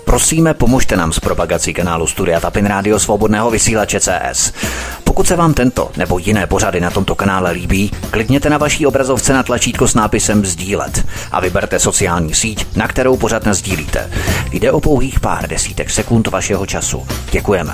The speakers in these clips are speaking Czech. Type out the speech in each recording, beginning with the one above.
Prosíme, pomožte nám s propagací kanálu Studia Tapin Rádio Svobodného vysílače CS. Pokud se vám tento nebo jiné pořady na tomto kanále líbí, klikněte na vaší obrazovce na tlačítko s nápisem sdílet a vyberte sociální síť, na kterou pořad nasdílíte. Jde o pouhých pár desítek sekund vašeho času. Děkujeme.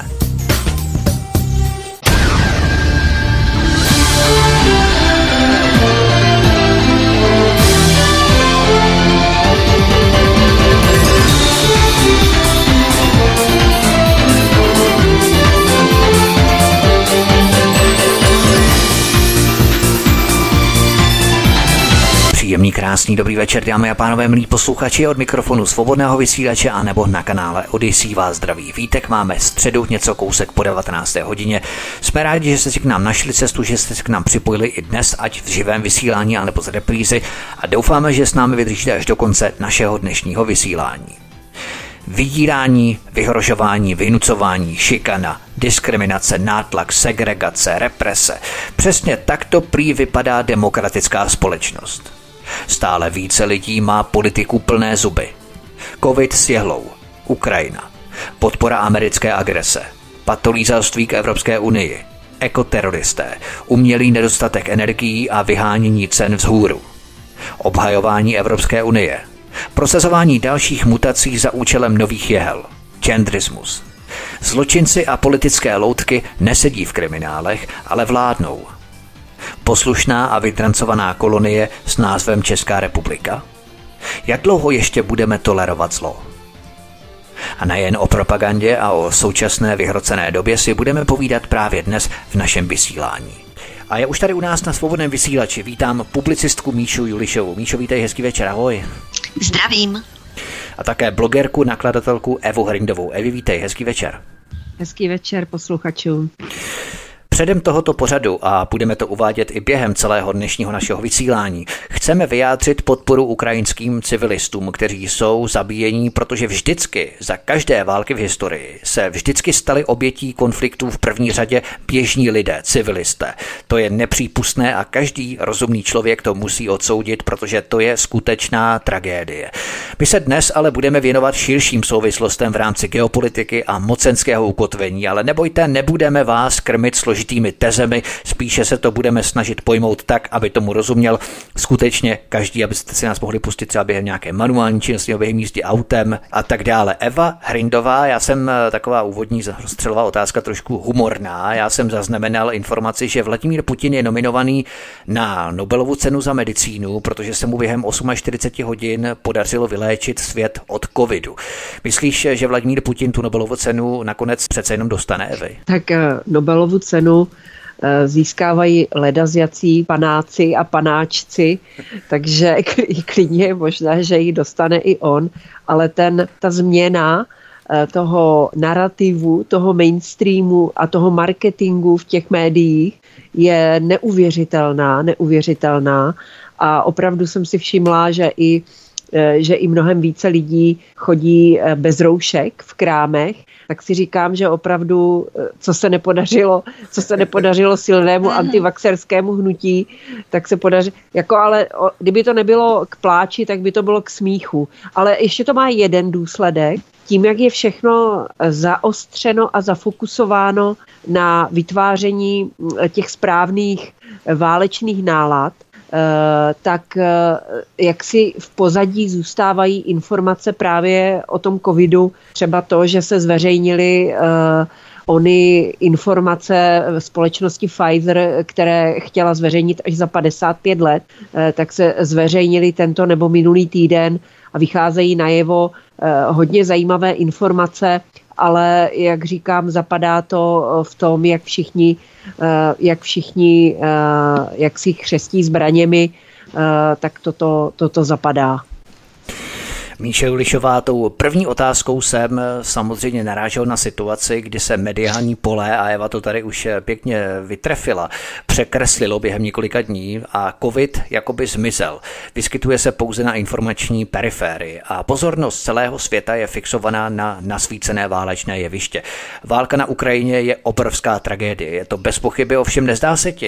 Příjemný, krásný, dobrý večer, dámy a pánové, milí posluchači, od mikrofonu Svobodného vysílače a nebo na kanále Odyssey vás zdraví Vítek. Máme středu, něco kousek po 19. hodině. Jsme rádi, že jste si k nám našli cestu, že jste se k nám připojili i dnes, ať v živém vysílání, anebo z reprízy, a doufáme, že s námi vydržíte až do konce našeho dnešního vysílání. Vydírání, vyhrožování, vynucování, šikana, diskriminace, nátlak, segregace, represe. Přesně takto prý vypadá demokratická společnost. Stále více lidí má politiku plné zuby. Covid s jehlou, Ukrajina, podpora americké agrese, patolízalství k Evropské unii, ekoteroristé, umělý nedostatek energií a vyhánění cen vzhůru, obhajování Evropské unie, prosazování dalších mutací za účelem nových jehel, genderismus. Zločinci a politické loutky nesedí v kriminálech, ale vládnou. Poslušná a vytrancovaná kolonie s názvem Česká republika? Jak dlouho ještě budeme tolerovat zlo? A nejen o propagandě a o současné vyhrocené době si budeme povídat právě dnes v našem vysílání. A já už tady u nás na Svobodném vysílači vítám publicistku Míšu Julišovou. Míšo, vítej, hezký večer, ahoj. Zdravím. A také blogerku, nakladatelku Evu Hrindovou. Evi, vítej, hezký večer. Hezký večer posluchačům. Předem tohoto pořadu, a budeme to uvádět i během celého dnešního našeho vysílání, chceme vyjádřit podporu ukrajinským civilistům, kteří jsou zabíjení, protože vždycky, za každé války v historii, se vždycky stali obětí konfliktů v první řadě běžní lidé, civilisté. To je nepřípustné a každý rozumný člověk to musí odsoudit, protože to je skutečná tragédie. My se dnes ale budeme věnovat širším souvislostem v rámci geopolitiky a mocenského ukotvení, ale nebojte, nebudeme vás krmit složitými tezemi, spíše se to budeme snažit pojmout tak, aby tomu rozuměl skutečně každý, abyste si nás mohli pustit třeba během nějaké manuální činnosti, během jízdy autem a tak dále. Eva Hrindová, já jsem taková úvodní rozstřelová otázka trošku humorná, já jsem zaznamenal informaci, že Vladimír Putin je nominovaný na Nobelovu cenu za medicínu, protože se mu během 48 hodin podařilo vyléčit svět od covidu. Myslíš, že Vladimír Putin tu Nobelovu cenu nakonec přece jenom dostane, Evi? Tak Nobelovu cenu získávají ledazjací panáci a panáčci, takže klidně je možné, že ji dostane i on, ale ta změna toho narrativu, toho mainstreamu a toho marketingu v těch médiích je neuvěřitelná a opravdu jsem si všimla, že i mnohem více lidí chodí bez roušek v krámech, tak si říkám, že opravdu, co se nepodařilo silnému antivaxerskému hnutí, tak se podaří, ale kdyby to nebylo k pláči, tak by to bylo k smíchu. Ale ještě to má jeden důsledek, tím, jak je všechno zaostřeno a zafokusováno na vytváření těch správných válečných nálad, tak jak si v pozadí zůstávají informace právě o tom covidu, třeba to, že se zveřejnily ony informace společnosti Pfizer, které chtěla zveřejnit až za 55 let, tak se zveřejnily tento nebo minulý týden a vycházejí najevo hodně zajímavé informace, ale jak říkám, zapadá to v tom, jak si chřestí zbraněmi, tak toto zapadá. Míša Julišová, tou první otázkou jsem samozřejmě narážel na situaci, kdy se mediální pole, a Eva to tady už pěkně vytrefila, překreslilo během několika dní a covid jakoby zmizel. Vyskytuje se pouze na informační periférii a pozornost celého světa je fixovaná na nasvícené válečné jeviště. Válka na Ukrajině je obrovská tragédie, je to bez pochyby, ovšem nezdá se ti,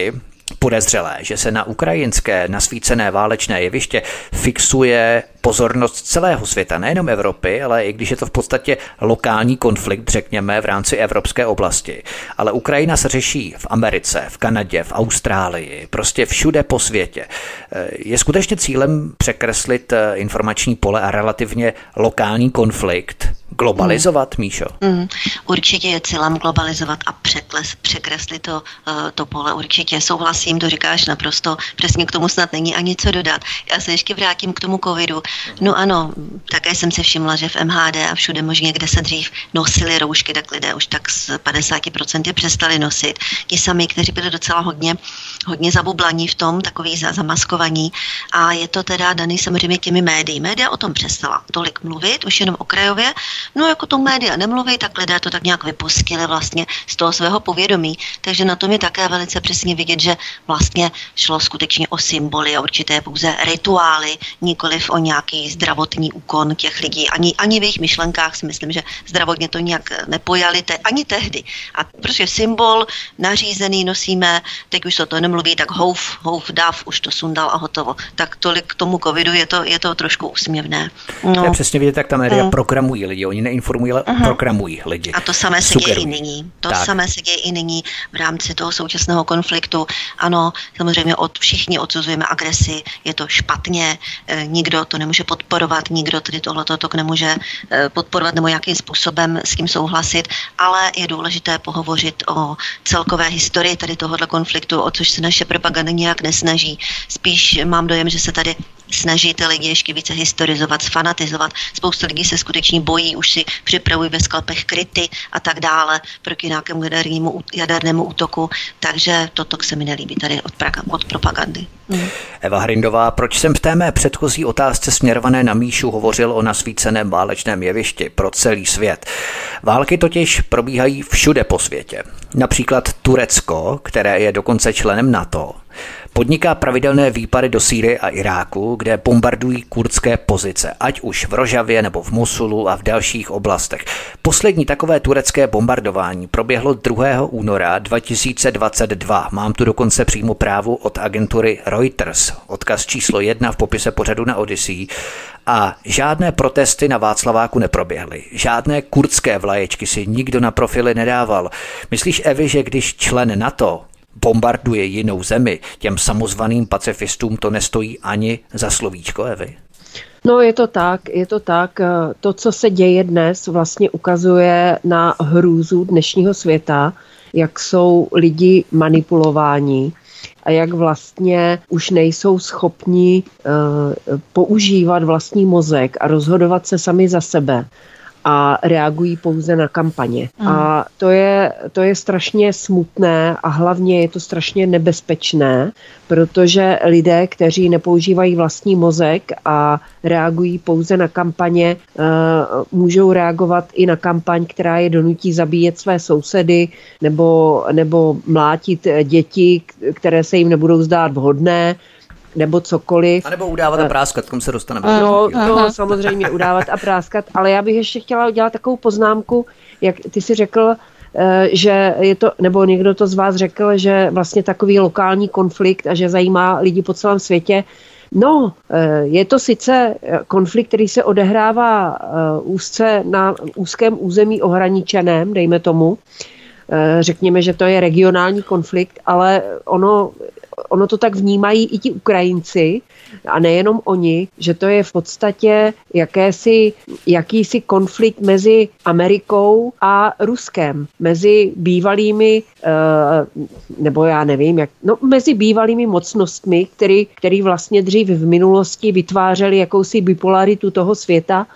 podezřelé, že se na ukrajinské nasvícené válečné jeviště fixuje pozornost celého světa, nejenom Evropy, ale i když je to v podstatě lokální konflikt, řekněme, v rámci evropské oblasti. Ale Ukrajina se řeší v Americe, v Kanadě, v Austrálii, prostě všude po světě. Je skutečně cílem překreslit informační pole a relativně lokální konflikt globalizovat, Míšo? Určitě je cílem globalizovat a překreslit to pole. Určitě souhlasím, to říkáš naprosto přesně, k tomu snad není ani co dodat. Já se ještě vrátím k tomu covidu. No ano, také jsem si všimla, že v MHD a všude možně, kde se dřív nosili roušky, tak lidé už tak z 50% je přestali nosit. Ti sami, kteří byli docela hodně zabublaní v tom, takový zamaskovaní. A je to teda daný samozřejmě těmi médii. Média o tom přestala tolik mluvit, už jenom okrajově. No jako to média nemluví, tak lidé to tak nějak vypustili vlastně z toho svého povědomí. Takže na tom je také velice přesně vidět, že vlastně šlo skutečně o symboly a určité pouze rituály, nikoliv o nějaký zdravotní úkon těch lidí. Ani v jejich myšlenkách si myslím, že zdravotně to nějak nepojali ani tehdy. A protože symbol nařízený nosíme, teď už se to nemluví, tak houf, dáv, už to sundal a hotovo. Tak tolik k tomu covidu je to trošku úsměvné. No. To je přesně vidět, jak ta média programují lidi. Oni neinformují, ale programují lidi. A to samé se děje i nyní. Samé se děje i nyní v rámci toho současného konfliktu. Ano, samozřejmě všichni odsuzujeme agresi, je to špatně, nikdo to nemůže podporovat, nikdo tedy tohleto nemůže podporovat nebo jakým způsobem s tím souhlasit, ale je důležité pohovořit o celkové historii tady tohoto konfliktu, o což se naše propaganda nějak nesnaží. Spíš mám dojem, že se tady snaží ty lidi ještě více historizovat, sfanatizovat. Spousta lidí se skutečně bojí, už si připravují ve sklepech kryty a tak dále proti nějakému jadernému útoku. Takže toto se mi nelíbí tady od propagandy. Eva Hrindová, proč jsem v té mé předchozí otázce směrované na Míšu hovořil o nasvíceném válečném jevišti pro celý svět? Války totiž probíhají všude po světě. Například Turecko, které je dokonce členem NATO, podniká pravidelné výpady do Sýrie a Iráku, kde bombardují kurdské pozice, ať už v Rožavě nebo v Mosulu a v dalších oblastech. Poslední takové turecké bombardování proběhlo 2. února 2022. Mám tu dokonce přímo právu od agentury Reuters, odkaz číslo 1 v popise pořadu na Odyssey. A žádné protesty na Václaváku neproběhly. Žádné kurdské vlaječky si nikdo na profily nedával. Myslíš, Evi, že když člen NATO bombarduje jinou zemi, těm samozvaným pacifistům to nestojí ani za slovíčko, Evi? No je to tak. To, co se děje dnes, vlastně ukazuje na hrůzu dnešního světa, jak jsou lidi manipulováni a jak vlastně už nejsou schopni používat vlastní mozek a rozhodovat se sami za sebe a reagují pouze na kampaně. A to je strašně smutné a hlavně je to strašně nebezpečné, protože lidé, kteří nepoužívají vlastní mozek a reagují pouze na kampaně, můžou reagovat i na kampaň, která je donutí zabíjet své sousedy nebo mlátit děti, které se jim nebudou zdát vhodné, nebo cokoliv. A nebo udávat a práskat, k tomu se dostaneme. No, samozřejmě udávat a práskat, ale já bych ještě chtěla udělat takovou poznámku, jak ty si řekl, že je to, nebo někdo to z vás řekl, že vlastně takový lokální konflikt a že zajímá lidi po celém světě. No, je to sice konflikt, který se odehrává úzce na úzkém území ohraničeném, dejme tomu. Řekněme, že to je regionální konflikt, ale ono to tak vnímají i ti Ukrajinci a nejenom oni, že to je v podstatě jakýsi konflikt mezi Amerikou a Ruskem, mezi bývalými, nebo já nevím, mezi bývalými mocnostmi, který vlastně dřív v minulosti vytvářeli jakousi bipolaritu toho světa,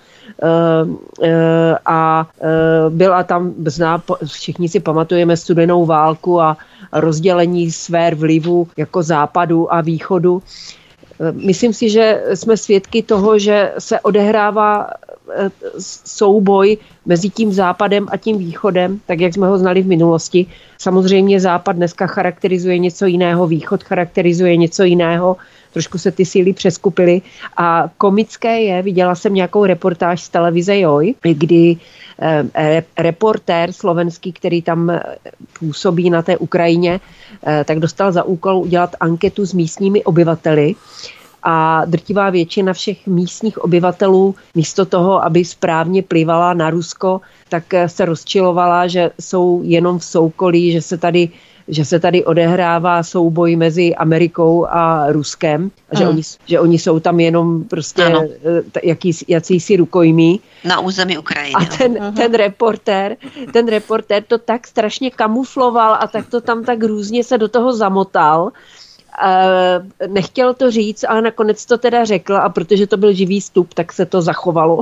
a byla tam, všichni si pamatujeme studenou válku a rozdělení sfér vlivu jako západu a východu. Myslím si, že jsme svědky toho, že se odehrává souboj mezi tím západem a tím východem, tak jak jsme ho znali v minulosti. Samozřejmě západ dneska charakterizuje něco jiného, východ charakterizuje něco jiného. trošku se ty síly přeskupily a komické je, viděla jsem nějakou reportáž z televize Joj, kdy reportér slovenský, který tam působí na té Ukrajině, tak dostal za úkol udělat anketu s místními obyvateli a drtivá většina všech místních obyvatelů místo toho, aby správně plivala na Rusko, tak se rozčilovala, že jsou jenom v soukolí, že se tady odehrává souboj mezi Amerikou a Ruskem, že oni jsou tam jenom prostě jakýsi rukojmí. Na území Ukrajiny. A ten reportér to tak strašně kamufloval a tak to tam tak různě se do toho zamotal. Nechtěl to říct, ale nakonec to teda řekl a protože to byl živý vstup, tak se to zachovalo.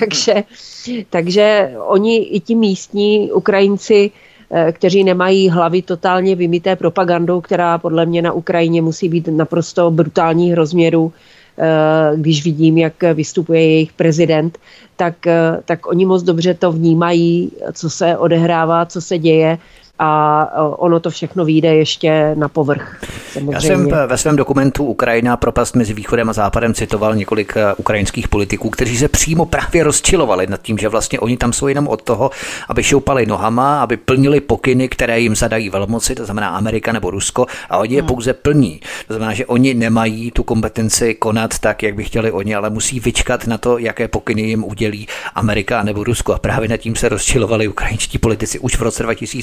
takže oni i ti místní Ukrajinci, kteří nemají hlavy totálně vymyté propagandou, která podle mě na Ukrajině musí být naprosto brutálních rozměrů, když vidím, jak vystupuje jejich prezident, tak oni moc dobře to vnímají, co se odehrává, co se děje. A ono to všechno vyjde ještě na povrch. Samozřejmě. Já jsem ve svém dokumentu Ukrajina, propast mezi východem a západem citoval několik ukrajinských politiků, kteří se přímo právě rozčilovali nad tím, že vlastně oni tam jsou jenom od toho, aby šoupali nohama, aby plnili pokyny, které jim zadají velmoci, to znamená Amerika nebo Rusko, a oni je pouze plní. To znamená, že oni nemají tu kompetenci konat tak, jak by chtěli oni, ale musí vyčkat na to, jaké pokyny jim udělí Amerika nebo Rusko. A právě nad tím se rozčilovali ukrajinští politici už v roce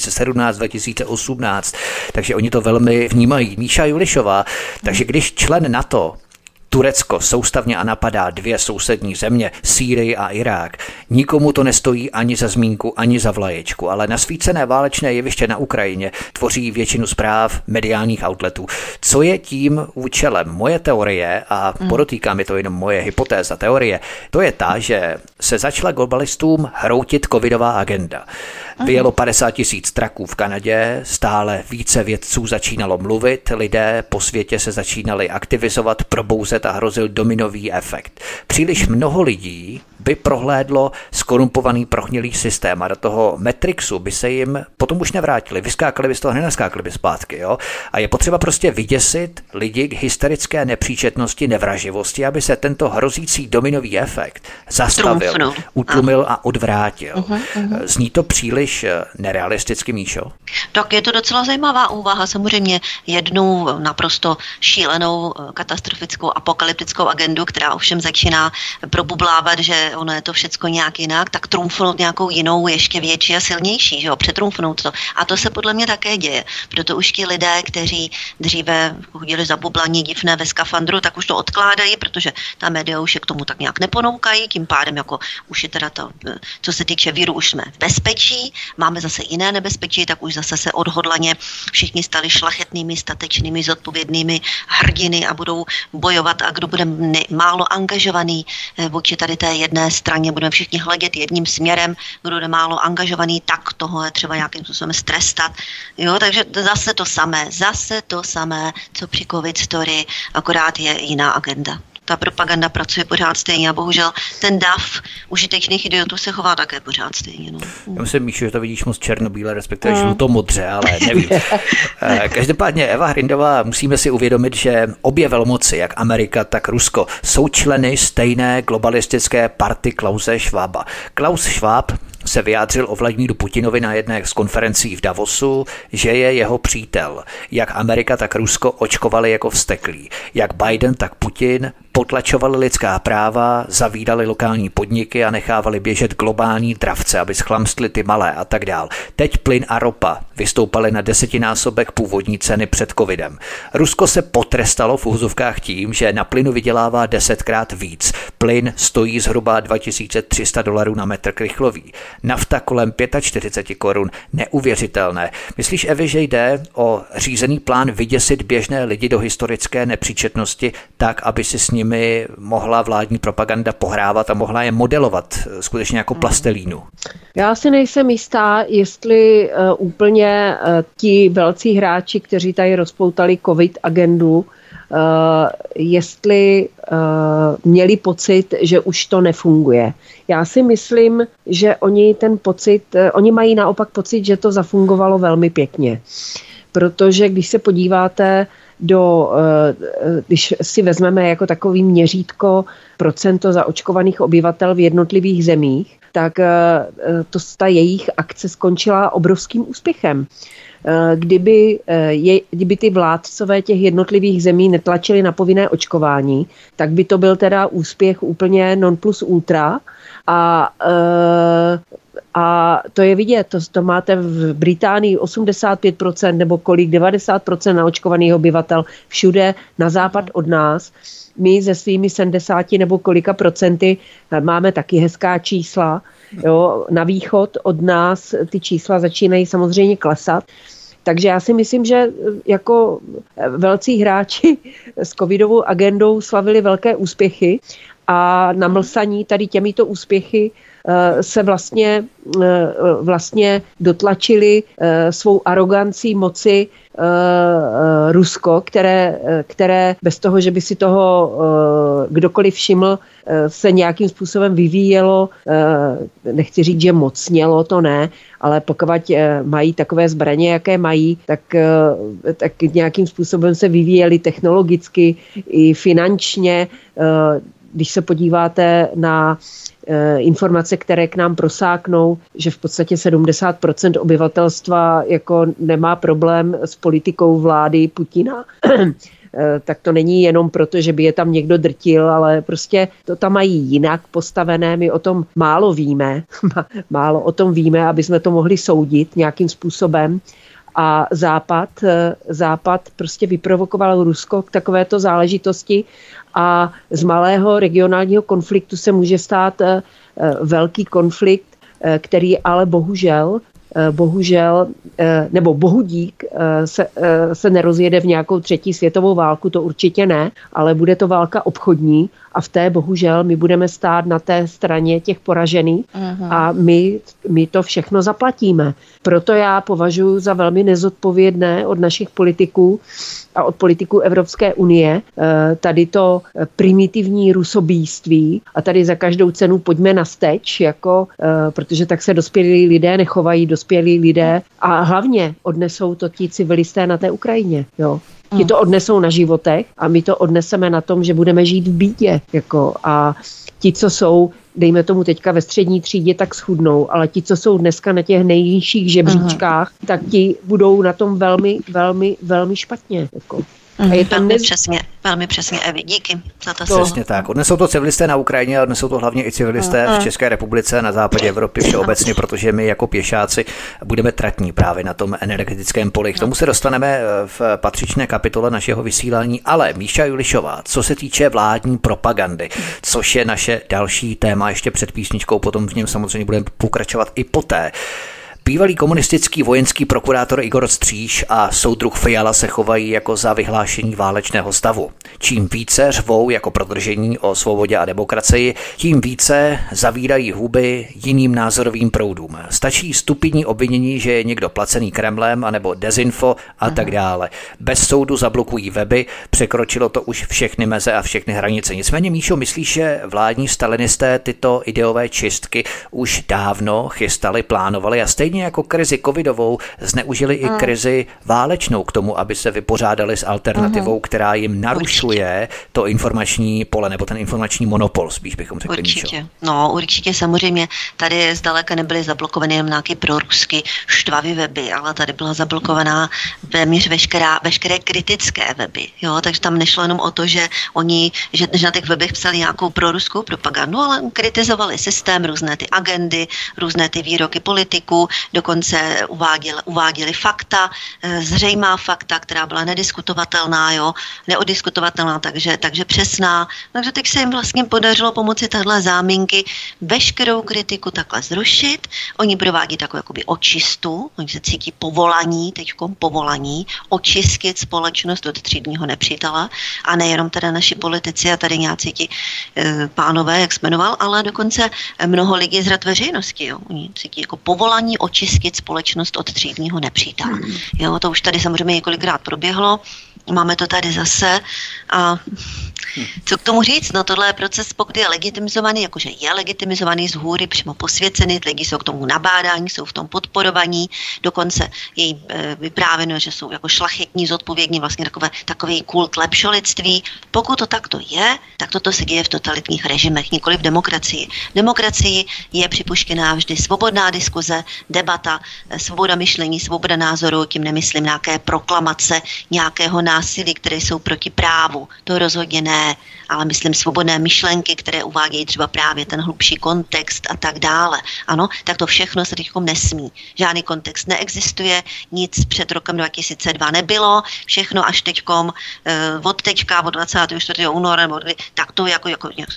2018, takže oni to velmi vnímají. Míša Julišová, takže když člen NATO Turecko soustavně a napadá dvě sousední země, Sýrii a Irák, nikomu to nestojí ani za zmínku, ani za vlaječku, ale nasvícené válečné jeviště na Ukrajině tvoří většinu zpráv mediálních outletů. Co je tím účelem? Moje teorie, a podotýkám, je to jenom moje hypotéza teorie, to je ta, že se začala globalistům hroutit covidová agenda. Vyjelo 50 000 traků v Kanadě, stále více vědců začínalo mluvit, lidé po světě se začínali aktivizovat, probouzet a hrozil dominový efekt. Příliš mnoho lidí by prohlédlo skorumpovaný prohnilý systém a do toho Matrixu by se jim potom už nevrátili. Vyskákali by z toho, nenaskákali by zpátky. Jo? A je potřeba prostě vyděsit lidi k hysterické nepříčetnosti, nevraživosti, aby se tento hrozící dominový efekt zastavil, utlumil a odvrátil. Zní to příliš nerealisticky, Míšo? Tak je to docela zajímavá úvaha. Samozřejmě jednu naprosto šílenou, katastrofickou, apokalyptickou agendu, která ovšem začíná probublávat, že ono je to všecko nějak jinak, tak trumfnout nějakou jinou, ještě větší a silnější, že jo, přetrumfnout to. A to se podle mě také děje. Proto už ti lidé, kteří dříve chodili za bublaní divné ve skafandru, tak už to odkládají, protože ta média už je k tomu tak nějak neponoukají, tím pádem jako už je teda to, co se týče víru, už jsme v bezpečí, máme zase jiné nebezpečí, tak už zase se odhodlaně všichni stali šlachetnými, statečnými, zodpovědnými hrdiny a budou bojovat, a kdo bude málo angažovaný vůči tady té jedné straně, budeme všichni hledět jedním směrem, kdo bude málo angažovaný, tak toho je třeba nějakým způsobem strestat. Jo, takže zase to samé, co při COVID story, akorát je jiná agenda. Ta propaganda pracuje pořád stejně a bohužel ten dav užitečných idiotů se chová také pořád stejně. No. Já myslím, Míšu, že to vidíš moc černobíle, respektive žlutomodře, ale nevím. Každopádně Eva Hrindová, musíme si uvědomit, že obě velmoci, jak Amerika, tak Rusko, jsou členy stejné globalistické party Klause Schwaba. Klaus Schwab se vyjádřil o Vladimíru Putinovi na jedné z konferencí v Davosu, že je jeho přítel. Jak Amerika, tak Rusko očkovali jako vzteklí. Jak Biden, tak Putin potlačovali lidská práva, zavídali lokální podniky a nechávali běžet globální dravce, aby schlamstli ty malé a tak dál. Teď plyn a ropa vystoupaly na 10násobek původní ceny před covidem. Rusko se potrestalo v úzovkách tím, že na plynu vydělává 10krát víc. Plyn stojí zhruba $2300 na metr krychlový. Nafta kolem 45 korun. Neuvěřitelné. Myslíš, Evi, že jde o řízený plán vyděsit běžné lidi do historické nepříčetnosti tak, aby si s nimi mohla vládní propaganda pohrávat a mohla je modelovat skutečně jako plastelínu? Já si nejsem jistá, jestli úplně ti velcí hráči, kteří tady rozpoutali covid agendu, jestli měli pocit, že už to nefunguje. Já si myslím, že oni mají naopak pocit, že to zafungovalo velmi pěkně. Protože když se podíváte, když si vezmeme jako takový měřítko procento zaočkovaných obyvatel v jednotlivých zemích, tak ta jejich akce skončila obrovským úspěchem. Kdyby ty vládcové těch jednotlivých zemí netlačili na povinné očkování, tak by to byl teda úspěch úplně non plus ultra. A to je vidět, to máte v Británii 85% nebo kolik, 90% naočkovaných obyvatel všude na západ od nás. My se svými 70 nebo kolika procenty máme taky hezká čísla. Jo, na východ od nás ty čísla začínají samozřejmě klesat. Takže já si myslím, že jako velcí hráči s covidovou agendou slavili velké úspěchy a na mlsaní tady těmito úspěchy se vlastně dotlačili svou arogancí moci Rusko, které bez toho, že by si toho kdokoliv všiml, se nějakým způsobem vyvíjelo, nechci říct, že mocnělo, to ne, ale pokud mají takové zbraně, jaké mají, tak nějakým způsobem se vyvíjeli technologicky i finančně. Když se podíváte na informace, které k nám prosáknou, že v podstatě 70% obyvatelstva jako nemá problém s politikou vlády Putina, tak to není jenom proto, že by je tam někdo drtil, ale prostě to tam mají jinak postavené. My o tom málo víme, aby jsme to mohli soudit nějakým způsobem. A Západ prostě vyprovokoval Rusko k takovéto záležitosti a z malého regionálního konfliktu se může stát velký konflikt, který ale bohužel nebo bohudík se nerozjede v nějakou třetí světovou válku, to určitě ne, ale bude to válka obchodní a v té bohužel my budeme stát na té straně těch poražených a my to všechno zaplatíme. Proto já považuji za velmi nezodpovědné od našich politiků a od politiků Evropské unie tady to primitivní rusobíjství a tady za každou cenu pojďme na steč, protože tak se dospělí lidé nechovají, dospělí lidé a hlavně odnesou to ti civilisté na té Ukrajině. Jo. Ti to odnesou na životech a my to odneseme na tom, že budeme žít v bídě. A ti, co jsou, dejme tomu teďka ve střední třídě, tak schudnou, ale ti, co jsou dneska na těch nejnižších žebříčkách, tak ti budou na tom velmi, velmi, velmi špatně. A je to velmi přesně, Evi, díky za to. Přesně tak. Odnesou to civilisté na Ukrajině a odnesou to hlavně i civilisté v České republice, na západě Evropy všeobecně, protože my jako pěšáci budeme tratní právě na tom energetickém poli. K tomu se dostaneme v patřičné kapitole našeho vysílání, ale Míša Julišová, co se týče vládní propagandy, což je naše další téma ještě před písničkou, potom v něm samozřejmě budeme pokračovat i poté. Bývalý komunistický vojenský prokurátor Igor Stříž a soudruh Fiala se chovají jako za vyhlášení válečného stavu. Čím více řvou jako prodržení o svobodě a demokracii, tím více zavírají huby jiným názorovým proudům. Stačí stupidní obvinění, že je někdo placený Kremlem anebo dezinfo a tak dále. Bez soudu zablokují weby, překročilo to už všechny meze a všechny hranice. Nicméně, Míšo, myslíš, že vládní stalinisté tyto ideové čistky už dávno chystali, plánovali a stejně jako krizi covidovou zneužili i krizi válečnou k tomu, aby se vypořádali s alternativou, která jim narušuje to informační pole nebo ten informační monopol, spíš bychom řekli. Určitě. No, určitě samozřejmě tady zdaleka nebyly zablokované jen nějaké prorusky štvavý weby, ale tady byla zablokovaná téměř veškeré kritické weby. Jo, takže tam nešlo jenom o to, že oni na těch webech psali nějakou proruskou propagandu, ale kritizovali systém, různé ty agendy, různé ty výroky politiků, dokonce uváděli fakta, zřejmá fakta, která byla neodiskutovatelná, takže přesná. Takže teď se jim vlastně podařilo pomocí téhle záminky veškerou kritiku takhle zrušit. Oni provádí takovou jakoby očistu, oni se cítí povolaní očistit společnost od třídního nepřítele a nejenom teda naši politici a tady nějací ti pánové, jak se jmenoval, ale dokonce mnoho lidí z řad veřejnosti. Jo. Oni cítí jako povolaní očistit společnost od třídního nepřítele. Jo, to už tady samozřejmě několikrát proběhlo, máme to tady zase a Co k tomu říct? No tohle je proces, pokud je legitimizovaný, jakože je legitimizovaný z hůry, přímo posvěcený, lidi jsou k tomu nabádání, jsou v tom podporovaní, dokonce je vyprávěno, že jsou jako šlachetní, zodpovědní, vlastně takový kult lepšolictví. Pokud to takto je, tak toto se děje v totalitních režimech, nikoli v demokracii. Demokracii je připuštěná vždy svobodná diskuze, debata, svoboda myšlení, svoboda názoru, tím nemyslím nějaké proklamace, nějakého násilí, které jsou proti právu. To rozhodně ne, ale myslím svobodné myšlenky, které uvádějí třeba právě ten hlubší kontext a tak dále. Ano, tak to všechno se teďkom nesmí. Žádný kontext neexistuje, nic před rokem 2002 nebylo, všechno až teďkom od teďka, od 24. února, nebo tak to jako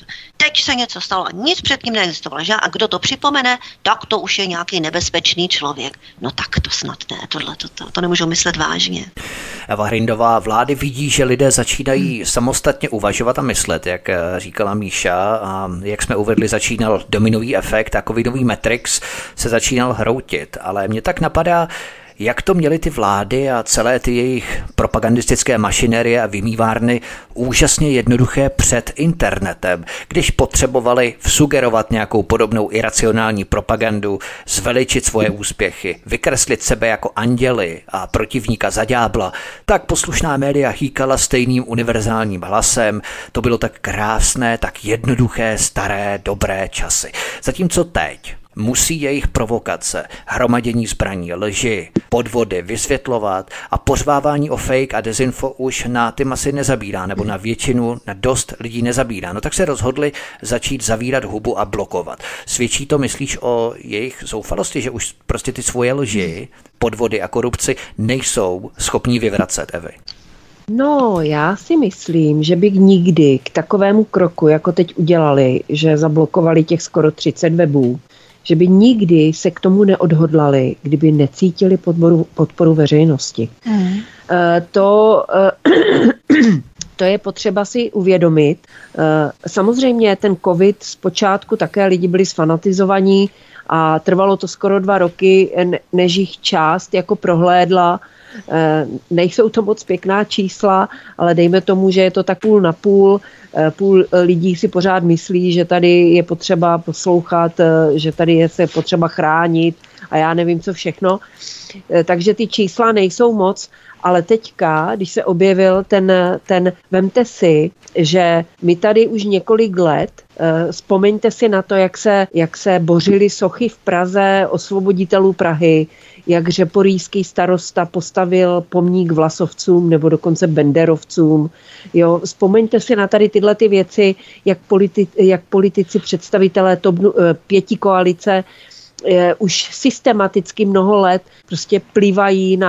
teď se něco stalo a nic předtím neexistovalo. A kdo to připomene, tak to už je nějaký nebezpečný člověk. No tak to snad ne, to nemůžu myslet vážně. Eva Hrindová, vlády vidí, že lidé začínají samostatně uvažovat a myslet, jak říkala Míša, a jak jsme uvedli, začínal dominový efekt a covidový Matrix se začínal hroutit, ale mě tak napadá, jak to měly ty vlády a celé ty jejich propagandistické mašinerie a vymývárny úžasně jednoduché před internetem, když potřebovali vsugerovat nějakou podobnou iracionální propagandu, zveličit svoje úspěchy, vykreslit sebe jako anděli a protivníka za ďábla, tak poslušná média hýkala stejným univerzálním hlasem. To bylo tak krásné, tak jednoduché, staré, dobré časy. Zatímco teď musí jejich provokace, hromadění zbraní, lži, podvody vysvětlovat a pořvávání o fake a dezinfo už na ty masy nezabírá, nebo na většinu, na dost lidí nezabírá. No tak se rozhodli začít zavírat hubu a blokovat. Svědčí to, myslíš, o jejich zoufalosti, že už prostě ty svoje lži, podvody a korupci nejsou schopní vyvracet, Evy? No, já si myslím, že by nikdy k takovému kroku, jako teď udělali, že zablokovali těch skoro 30 webů, že by nikdy se k tomu neodhodlali, kdyby necítili podporu veřejnosti. To je potřeba si uvědomit. Samozřejmě ten covid zpočátku také lidi byli sfanatizovaní a trvalo to skoro 2 roky, než jich část jako prohlédla. Nejsou to moc pěkná čísla, ale dejme tomu, že je to tak půl na půl. Půl lidí si pořád myslí, že tady je potřeba poslouchat, že tady je se potřeba chránit a já nevím co všechno. Takže ty čísla nejsou moc, ale teďka, když se objevil vemte si, že my tady už několik let, vzpomeňte si na to, jak se bořily sochy v Praze osvoboditelů Prahy, jak řeporyjský starosta postavil pomník Vlasovcům nebo dokonce Benderovcům. Jo, vzpomeňte si na tady tyhle ty věci, jak politici, představitelé TOP 5 koalice už systematicky mnoho let prostě plivají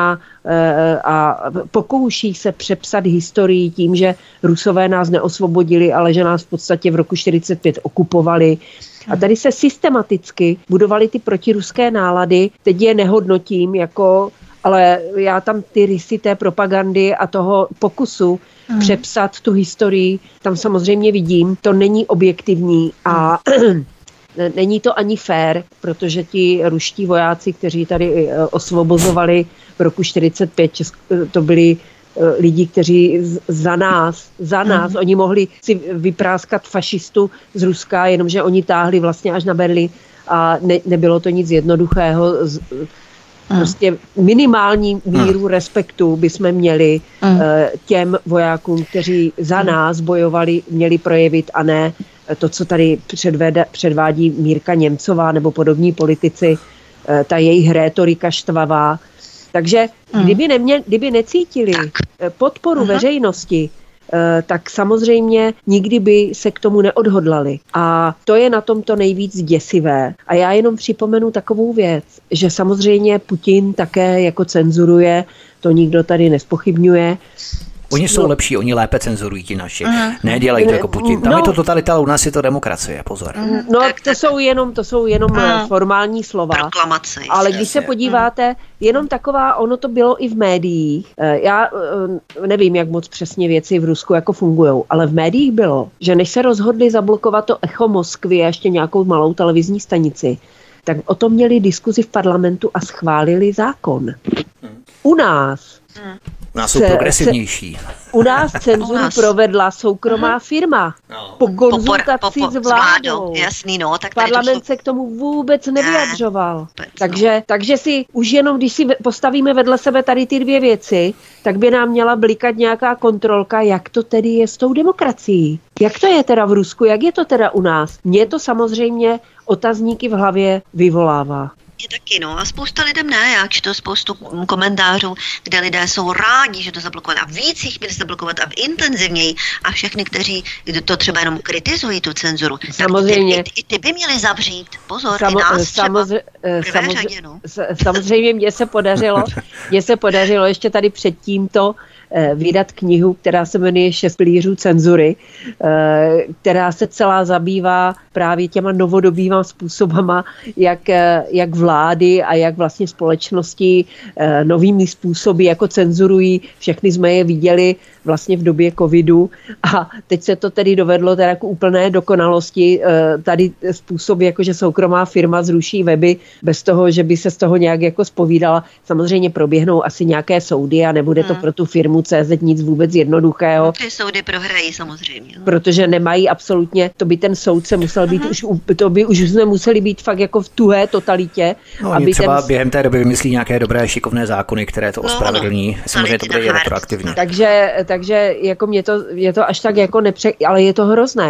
a pokouší se přepsat historii tím, že Rusové nás neosvobodili, ale že nás v podstatě v roku 1945 okupovali. A tady se systematicky budovaly ty protiruské nálady, teď je nehodnotím, ale já tam ty rysy té propagandy a toho pokusu přepsat tu historii, tam samozřejmě vidím, to není objektivní a není to ani fér, protože ti ruští vojáci, kteří tady osvobozovali v roku 1945, to byli lidi, kteří za nás, oni mohli si vypráskat fašistu z Ruska, jenomže oni táhli vlastně až na Berlín a nebylo to nic jednoduchého. Prostě minimální míru respektu bychom měli těm vojákům, kteří za nás bojovali, měli projevit a ne to, co tady předvádí Mírka Němcová nebo podobní politici, ta jejich rétorika štvavá. Takže kdyby necítili podporu veřejnosti, tak samozřejmě nikdy by se k tomu neodhodlali. A to je na tom to nejvíc děsivé. A já jenom připomenu takovou věc, že samozřejmě Putin také jako cenzuruje, to nikdo tady nespochybňuje. Oni jsou lepší, oni lépe cenzurují ti naši. Nedělají to jako Putin. Tam je to totalita, u nás je to demokracie, pozor. No, to jsou jenom formální slova. Proklamace. Ale když se podíváte, jenom taková, ono to bylo i v médiích. Já nevím, jak moc přesně věci v Rusku jako fungujou, ale v médiích bylo, že než se rozhodli zablokovat to Echo Moskvy a ještě nějakou malou televizní stanici, tak o tom měli diskuzi v parlamentu a schválili zákon. U nás U nás jsou progresivnější. U nás cenzuru provedla soukromá firma. Po konzultaci s vládou. Jasný, no. Tak Parlament se k tomu vůbec nevyjadřoval. Takže si už jenom, když si postavíme vedle sebe tady ty dvě věci, tak by nám měla blikat nějaká kontrolka, jak to tedy je s tou demokracií. Jak to je teda v Rusku, jak je to teda u nás? Mně to samozřejmě otazníky v hlavě vyvolává. Je taky, no. A spousta lidem ne. Já čtu spoustu komentářů, kde lidé jsou rádi, že to zablokovat a víc jich měli zablokovat a intenzivněji. A všechny, kteří to třeba jenom kritizují, tu cenzuru, samozřejmě. Tak i ty by měli zavřít. Pozor, i nás třeba. Samozřejmě mně se podařilo ještě tady před tímto vydat knihu, která se jmenuje 6 pilířů cenzury, která se celá zabývá právě těma novodobýma způsobama, jak vlády a jak vlastně společnosti novými způsoby jako cenzurují. Všechny jsme je viděli vlastně v době covidu a teď se to tedy dovedlo teda k úplné dokonalosti. Tady způsob, jako že soukromá firma zruší weby bez toho, že by se z toho nějak jako zpovídala. Samozřejmě proběhnou asi nějaké soudy a nebude to pro tu firmu CZ nic vůbec jednoduchého. Ty soudy prohrají samozřejmě. No. Protože nemají absolutně, to by ten soudce musel být to by už jsme museli být fakt jako v tuhé totalitě. No, aby třeba během té doby vymyslí nějaké dobré šikovné zákony, které to ospravedlní. Samozřejmě to bude i retroaktivně. Takže jako je to až tak jako ale je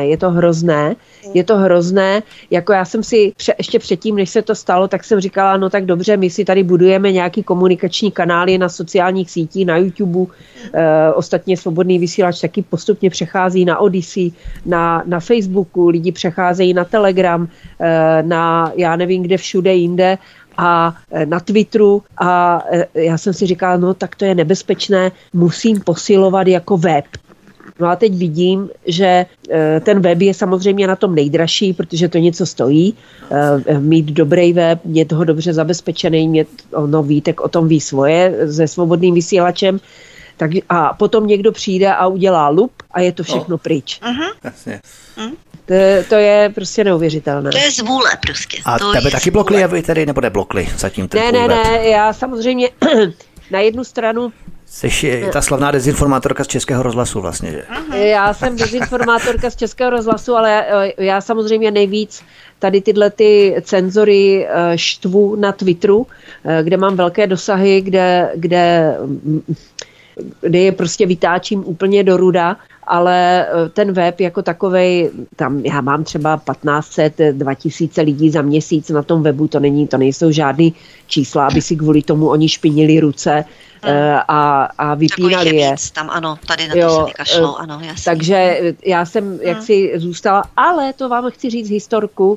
to hrozné, jako já jsem si ještě předtím, než se to stalo, tak jsem říkala, no tak dobře, my si tady budujeme nějaký komunikační kanály na sociálních sítích, na YouTube, ostatně Svobodný vysílač taky postupně přechází na Odyssey, na Facebooku, lidi přecházejí na Telegram, na já nevím kde všude jinde, a na Twitteru a já jsem si říkala, no tak to je nebezpečné, musím posilovat jako web. No a teď vidím, že ten web je samozřejmě na tom nejdražší, protože to něco stojí. Mít dobrý web, mít toho dobře zabezpečený, Vítek o tom ví svoje se Svobodným vysílačem. Tak, a potom někdo přijde a udělá lup a je to všechno pryč. Jasně. To je prostě neuvěřitelné. To je zvůle prostě. A to tebe taky blokli, aby tady nebo neblokli zatím ten Ne, já samozřejmě na jednu stranu jsi ta slavná dezinformátorka z Českého rozhlasu vlastně, že? Já jsem dezinformátorka z Českého rozhlasu, ale já samozřejmě nejvíc tady tyhle ty cenzory štvu na Twitteru, kde mám velké dosahy, kde je prostě vytáčím úplně do ruda, ale ten web jako takovej, tam já mám třeba 1500, 2000 lidí za měsíc na tom webu, to nejsou žádný čísla, aby si kvůli tomu oni špinili ruce a vypínali je. Tam, ano, tady na to se vykašlou, ano, jasně. Takže já jsem jaksi zůstala, ale to vám chci říct historku,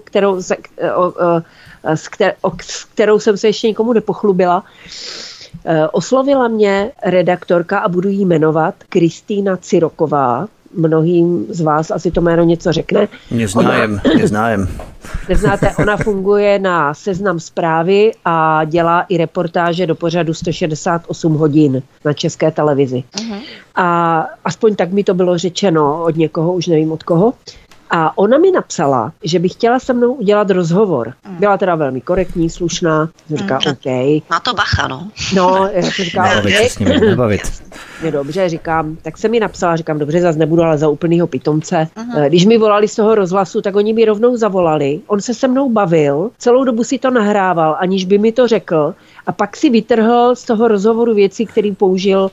s kterou jsem se ještě nikomu nepochlubila. Oslovila mě redaktorka a budu jí jmenovat Kristýna Ciroková. Mnohým z vás asi to jméno něco řekne. Neznám. Neznáte, ona funguje na Seznam Zprávy a dělá i reportáže do pořadu 168 hodin na České televizi. A aspoň tak mi to bylo řečeno od někoho, už nevím od koho. A ona mi napsala, že by chtěla se mnou udělat rozhovor. Byla teda velmi korektní, slušná. Říká, OK. Na to bacha, no. No, já jsem říkala, nebavit. Je dobře, říkám, tak jsem mi napsala, říkám, dobře, zase nebudu, ale za úplnýho pitomce. Když mi volali z toho rozhlasu, tak oni mi rovnou zavolali. On se se mnou bavil, celou dobu si to nahrával, aniž by mi to řekl. A pak si vytrhl z toho rozhovoru věci, který použil.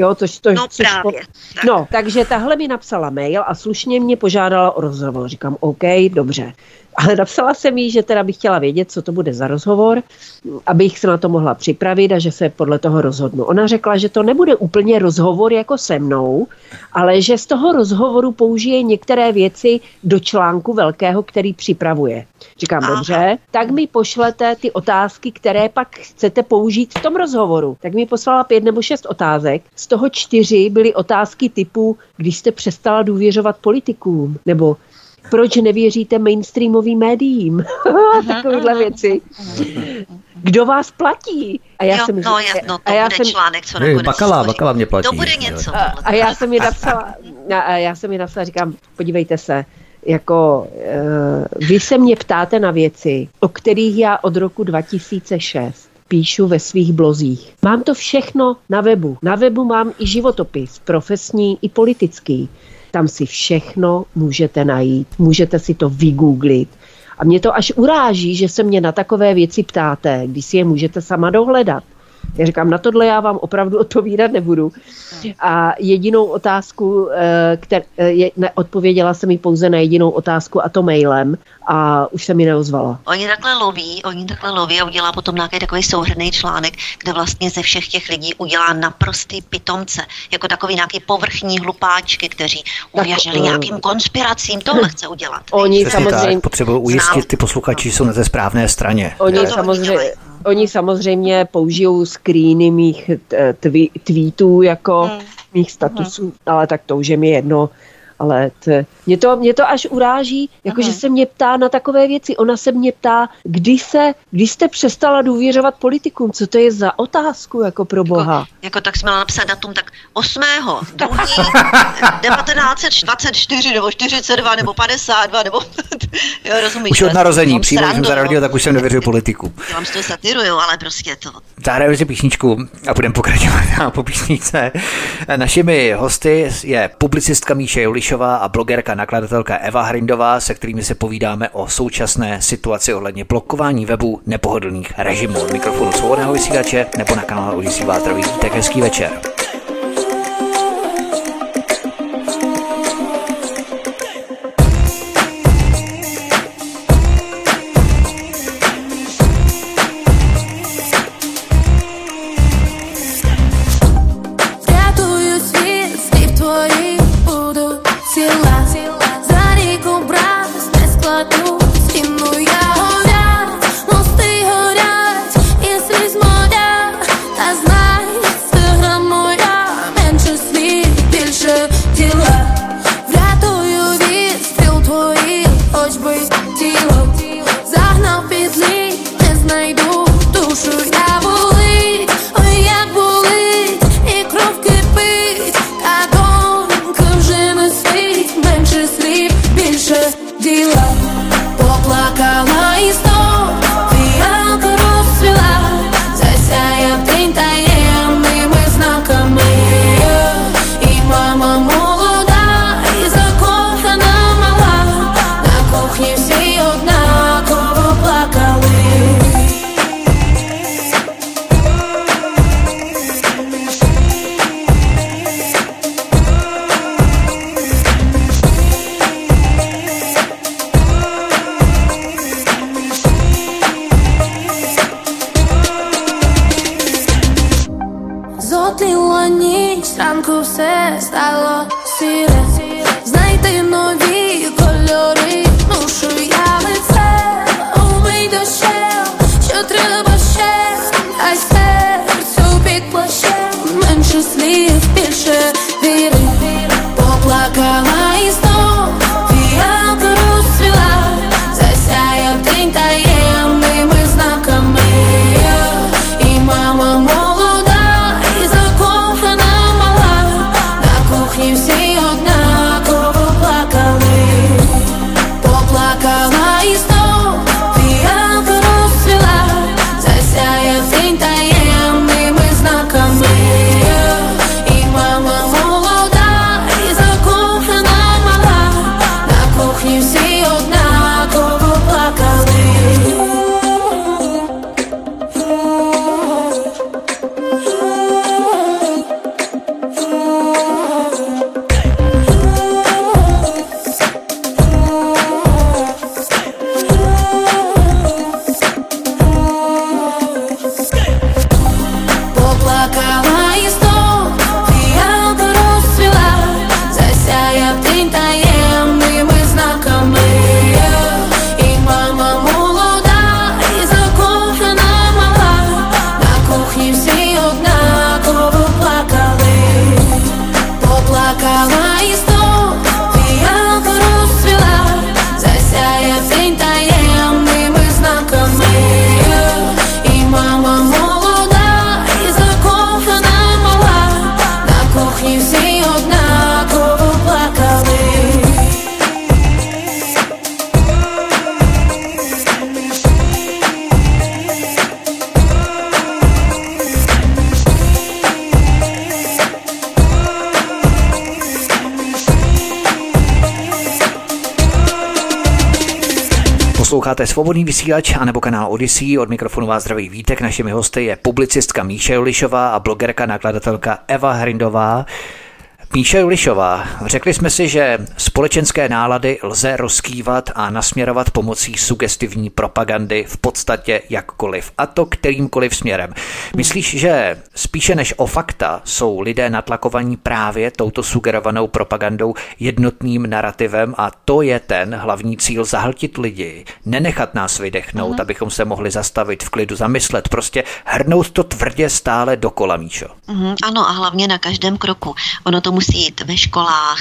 Takže tahle mi napsala mail a slušně mě požádala o rozhovor. Říkám, OK, dobře. Ale napsala jsem jí, že teda bych chtěla vědět, co to bude za rozhovor, abych se na to mohla připravit a že se podle toho rozhodnu. Ona řekla, že to nebude úplně rozhovor jako se mnou, ale že z toho rozhovoru použije některé věci do článku velkého, který připravuje. Říkám, dobře, tak mi pošlete ty otázky, které pak chcete použít v tom rozhovoru. Tak mi poslala 5 nebo 6 otázek, z toho 4 byly otázky typu, když jste přestala důvěřovat politikům, nebo proč nevěříte mainstreamovým médiím? Takovéhle věci. Kdo vás platí? A já jsem článek, co nakonec. Bakala mě platí. To bude něco. A já jsem mi napsala, říkám, podívejte se, jako vy se mě ptáte na věci, o kterých já od roku 2006 píšu ve svých blozích. Mám to všechno na webu. Na webu mám i životopis, profesní i politický. Tam si všechno můžete najít, můžete si to vygooglit. A mě to až uráží, že se mě na takové věci ptáte, když si je můžete sama dohledat. Já říkám, na tohle já vám opravdu odpovídat nebudu. A jedinou otázku, odpověděla jsem mi pouze na jedinou otázku, a to mailem, a už se mi neozvala. Oni takhle loví a udělá potom nějaký takový souhrnný článek, kde vlastně ze všech těch lidí udělá naprostý pitomce, jako takový nějaký povrchní hlupáčky, kteří uvěřili nějakým konspiracím. Tohle chce udělat. Oni samozřejmě potřebují ujistit ty posluchači, jsou na té správné straně. Oni samozřejmě použijou screeny mých tweetů jako mých statusů, ale tak to už je mi jedno. Ale mě to až uráží, jakože se mě ptá na takové věci. Ona se mě ptá, kdy jste přestala důvěřovat politikům, co to je za otázku, jako pro Boha. Jako tak jsme napsat datum, tak 8. 2. 1924 nebo 42 nebo 52 nebo jo, rozumíš. Už od narození, přímo jsem zarodil, tak už jsem nevěřil politiku. Já vám z toho satiruju, ale prostě to. Zahrajeme si písničku a budeme pokračovat po písničce. Našimi hosty je publicistka Míša Julišová a blogerka, nakladatelka Eva Hrindová, se kterými se povídáme o současné situaci ohledně blokování webu nepohodlných režimů. Od mikrofonu Svobodného vysílače nebo na kanále Odyssey vás zdraví Vítek, hezký večer. Всі однаково плакали, поплакала. Posloucháte Svobodný vysílač anebo kanál Odyssey. Od mikrofonu vás zdraví Vítek. Našimi hosty je publicistka Míša Julišová a blogerka, nakladatelka Eva Hrindová. Míša Julišová, řekli jsme si, že společenské nálady lze rozkývat a nasměrovat pomocí sugestivní propagandy v podstatě jakkoliv, a to kterýmkoliv směrem. Myslíš, že spíše než o fakta jsou lidé natlakovaní právě touto sugerovanou propagandou, jednotným narrativem, a to je ten hlavní cíl, zahltit lidi, nenechat nás vydechnout, abychom se mohli zastavit, v klidu zamyslet, prostě hrnout to tvrdě stále dokola, Míšo. Ano, a hlavně na každém kroku. Ono to musí jít ve školách,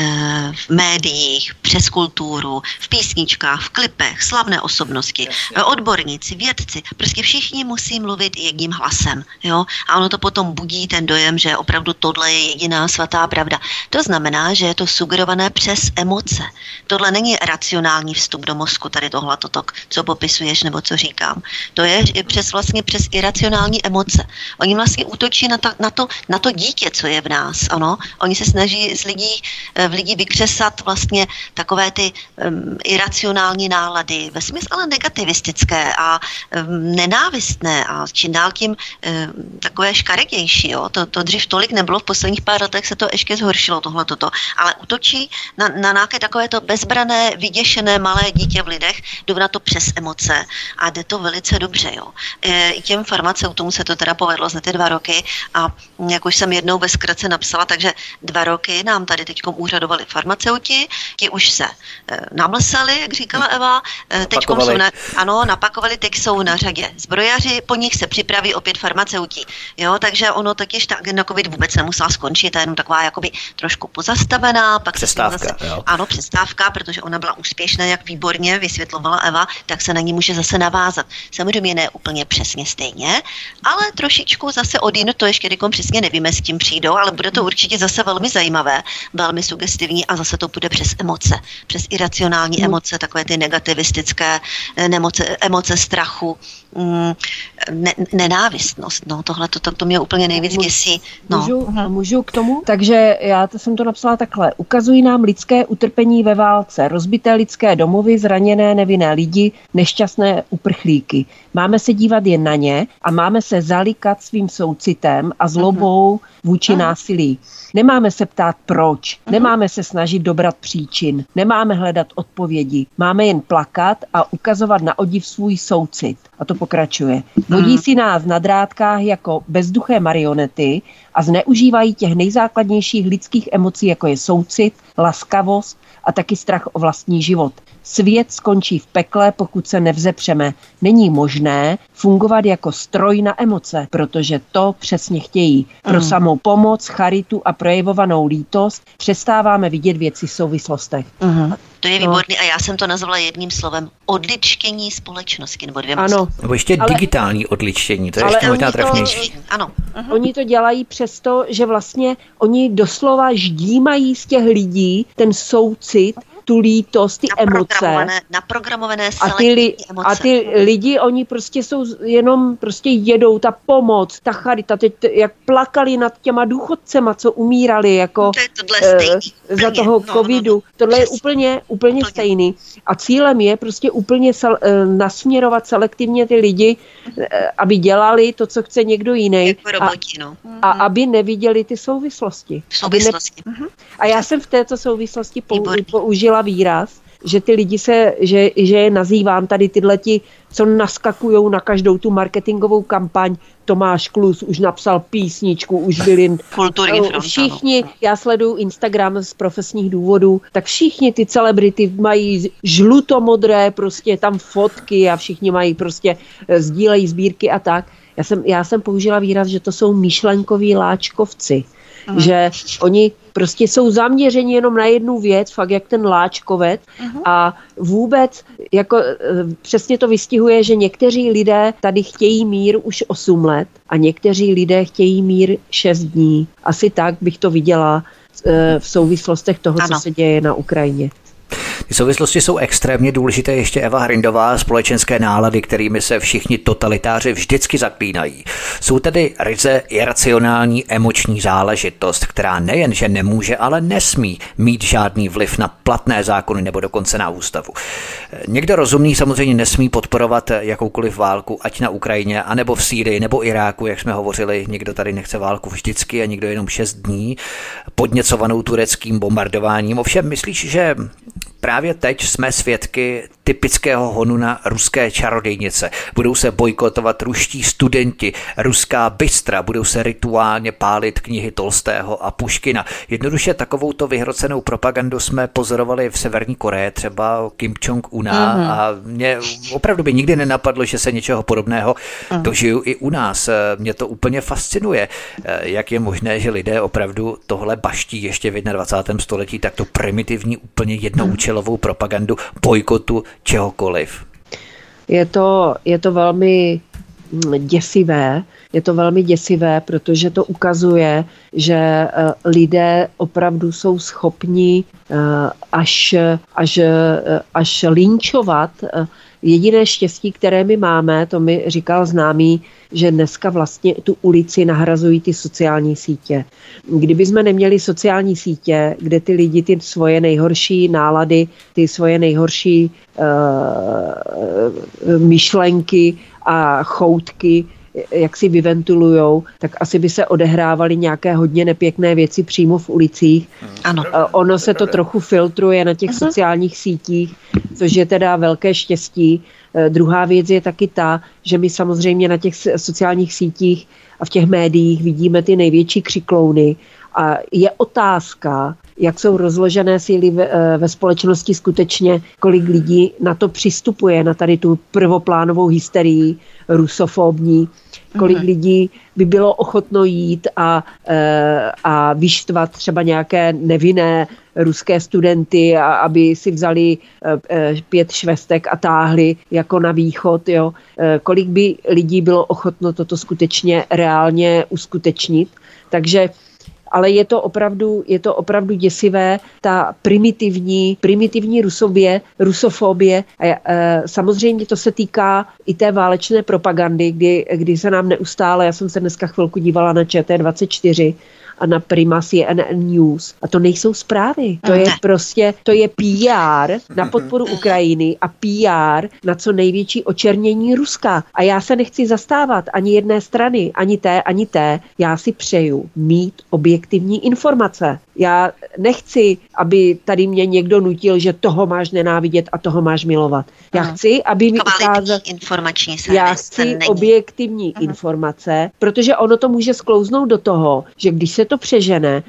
v médiích, přes kulturu, v písničkách, v klipech, slavné osobnosti, odborníci, vědci. Prostě všichni musí mluvit jedním hlasem. Jo? A ono to potom budí ten dojem, že opravdu tohle je jediná svatá pravda. To znamená, že je to sugerované přes emoce. Tohle není racionální vstup do mozku, tady tohle, co popisuješ nebo co říkám. To je přes iracionální emoce. Oni vlastně útočí na to dítě, co je v nás. Ano? Oni se snaží v lidí vykřesat vlastně takové ty iracionální nálady, ve smyslu ale negativistické a nenávistné a čím dál tím takové škaredější. Jo? To dřív tolik nebylo, v posledních pár letech se to ještě zhoršilo tohleto. Ale útočí na nějaké takovéto bezbrané, vyděšené malé dítě v lidech, jdou na to přes emoce a jde to velice dobře. Jo? I těm farmaceutům se to teda povedlo za ty 2 roky a jak už jsem jednou ve zkratce napsala, takže 2 roky nám tady teďkom úřadovali farmaceuti, ti už se namlsali, jak říkala Eva, teďkom jsou napakovali, teď jsou na řadě zbrojaři, po nich se připraví opět farmaceuti. Jo, takže ono totiž ta agenda COVID vůbec nemusela skončit, ta jenom taková jakoby trošku pozastavená, pak přestávka, přestávka, protože ona byla úspěšná, jak výborně vysvětlovala Eva, tak se na ní může zase navázat. Samozřejmě ne úplně přesně stejně, ale trošičku zase odjinud, to ještě kdykom přesně nevíme, s tím přijdou, ale bude to určitě zase velmi zajímavé, velmi sugestivní a zase to bude přes emoce, přes iracionální emoce, takové ty negativistické emoce strachu, nenávistnost. No, tohle to mě úplně nejvíc děsí. No. Můžu k tomu? Takže já jsem to napsala takhle. Ukazují nám lidské utrpení ve válce, rozbité lidské domovy, zraněné nevinné lidi, nešťastné uprchlíky. Máme se dívat jen na ně a máme se zalikat svým soucitem a zlobou vůči násilí. Nemáme se ptát proč, nemáme se snažit dobrat příčin, nemáme hledat odpovědi, máme jen plakat a ukazovat na odiv svůj soucit. A to pokračuje. Vodí si nás na drátkách jako bezduché marionety a zneužívají těch nejzákladnějších lidských emocí, jako je soucit, laskavost a taky strach o vlastní život. Svět skončí v pekle, pokud se nevzepřeme. Není možné fungovat jako stroj na emoce, protože to přesně chtějí. Pro samou pomoc, charitu a projevovanou lítost přestáváme vidět věci v souvislostech. To je výborný a já jsem to nazvala jedním slovem odličtění společnosti, nebo 2 Ano. Nebo ještě digitální odličtění, to je ještě možná trefnější. Ano. Oni to dělají přesto, že vlastně oni doslova ždímají z těch lidí ten soucit, tu lítost, ty emoce. Naprogramované selektivní emoce. A ty lidi, oni prostě jsou jenom, prostě jedou, ta pomoc, ta charita, teď jak plakali nad těma důchodcema, co umírali jako za toho covidu. Tohle je úplně stejný. A cílem je prostě úplně nasměrovat selektivně ty lidi, aby dělali to, co chce někdo jiný. Jako roboti, a aby neviděli ty souvislosti. A já jsem v této souvislosti použila výraz, že ty lidi že je nazývám tady tyhleti, co naskakujou na každou tu marketingovou kampaň. Tomáš Klus už napsal písničku, už byli všichni, já sleduju Instagram z profesních důvodů, tak všichni ty celebrity mají žlutomodré prostě tam fotky a všichni mají prostě sdílejí sbírky a tak. Já jsem použila výraz, že to jsou myšlenkoví láčkovci. Že oni prostě jsou zaměřeni jenom na jednu věc, fakt jak ten láčkovec a vůbec jako přesně to vystihuje, že někteří lidé tady chtějí mír už 8 let a někteří lidé chtějí mír 6 dní. Asi tak bych to viděla v souvislostech toho, co se děje na Ukrajině. Ty souvislosti jsou extrémně důležité ještě Eva Hrindová, společenské nálady, kterými se všichni totalitáři vždycky zaklínají. Jsou tedy ryze iracionální emoční záležitost, která nejenže nemůže, ale nesmí mít žádný vliv na platné zákony nebo dokonce na ústavu. Někdo rozumný samozřejmě nesmí podporovat jakoukoliv válku, ať na Ukrajině, anebo v Sýrii, nebo Iráku, jak jsme hovořili. Někdo tady nechce válku vždycky a někdo jenom 6 dní, podněcovanou tureckým bombardováním. Ovšem, myslíš, že právě teď jsme svědky typického honu na ruské čarodějnice. Budou se bojkotovat ruští studenti, ruská bystra, budou se rituálně pálit knihy Tolstého a Puškina. Jednoduše takovouto vyhrocenou propagandu jsme pozorovali v Severní Koreji, třeba Kim Jong-una, a mě opravdu by nikdy nenapadlo, že se něčeho podobného dožiju i u nás. Mě to úplně fascinuje, jak je možné, že lidé opravdu tohle baští ještě v 21. století, takto primitivní, úplně jednoúčelovou propagandu bojkotu čehokoliv. Je to velmi děsivé. Je to velmi děsivé, protože to ukazuje, že lidé opravdu jsou schopni až linčovat. Jediné štěstí, které my máme, to mi říkal známý, že dneska vlastně tu ulici nahrazují ty sociální sítě. Kdyby jsme neměli sociální sítě, kde ty lidi ty svoje nejhorší nálady, ty svoje nejhorší myšlenky a choutky, jak si vyventilujou, tak asi by se odehrávaly nějaké hodně nepěkné věci přímo v ulicích. Ano. Ono se to trochu filtruje na těch sociálních sítích, což je teda velké štěstí. Druhá věc je taky ta, že my samozřejmě na těch sociálních sítích a v těch médiích vidíme ty největší křiklouny a je otázka, jak jsou rozložené síly ve společnosti skutečně, kolik lidí na to přistupuje, na tady tu prvoplánovou hysterii rusofobní, kolik lidí by bylo ochotno jít a vyštvat třeba nějaké nevinné ruské studenty, aby si vzali 5 švestek a táhli jako na východ. Jo. Kolik by lidí bylo ochotno toto skutečně reálně uskutečnit. Takže ale je to opravdu děsivé, ta primitivní rusofobie. Samozřejmě to se týká i té válečné propagandy, kdy se nám neustále, já jsem se dneska chvilku dívala na ČT24 a na Prima CNN News. A to nejsou zprávy. To je PR na podporu Ukrajiny a PR na co největší očernění Ruska. A já se nechci zastávat ani jedné strany, ani té. Já si přeju mít objektivní informace. Já nechci, aby tady mě někdo nutil, že toho máš nenávidět a toho máš milovat. Já chci, aby mi ukázal... Já chci objektivní informace, protože ono to může sklouznout do toho, že když se to přežene,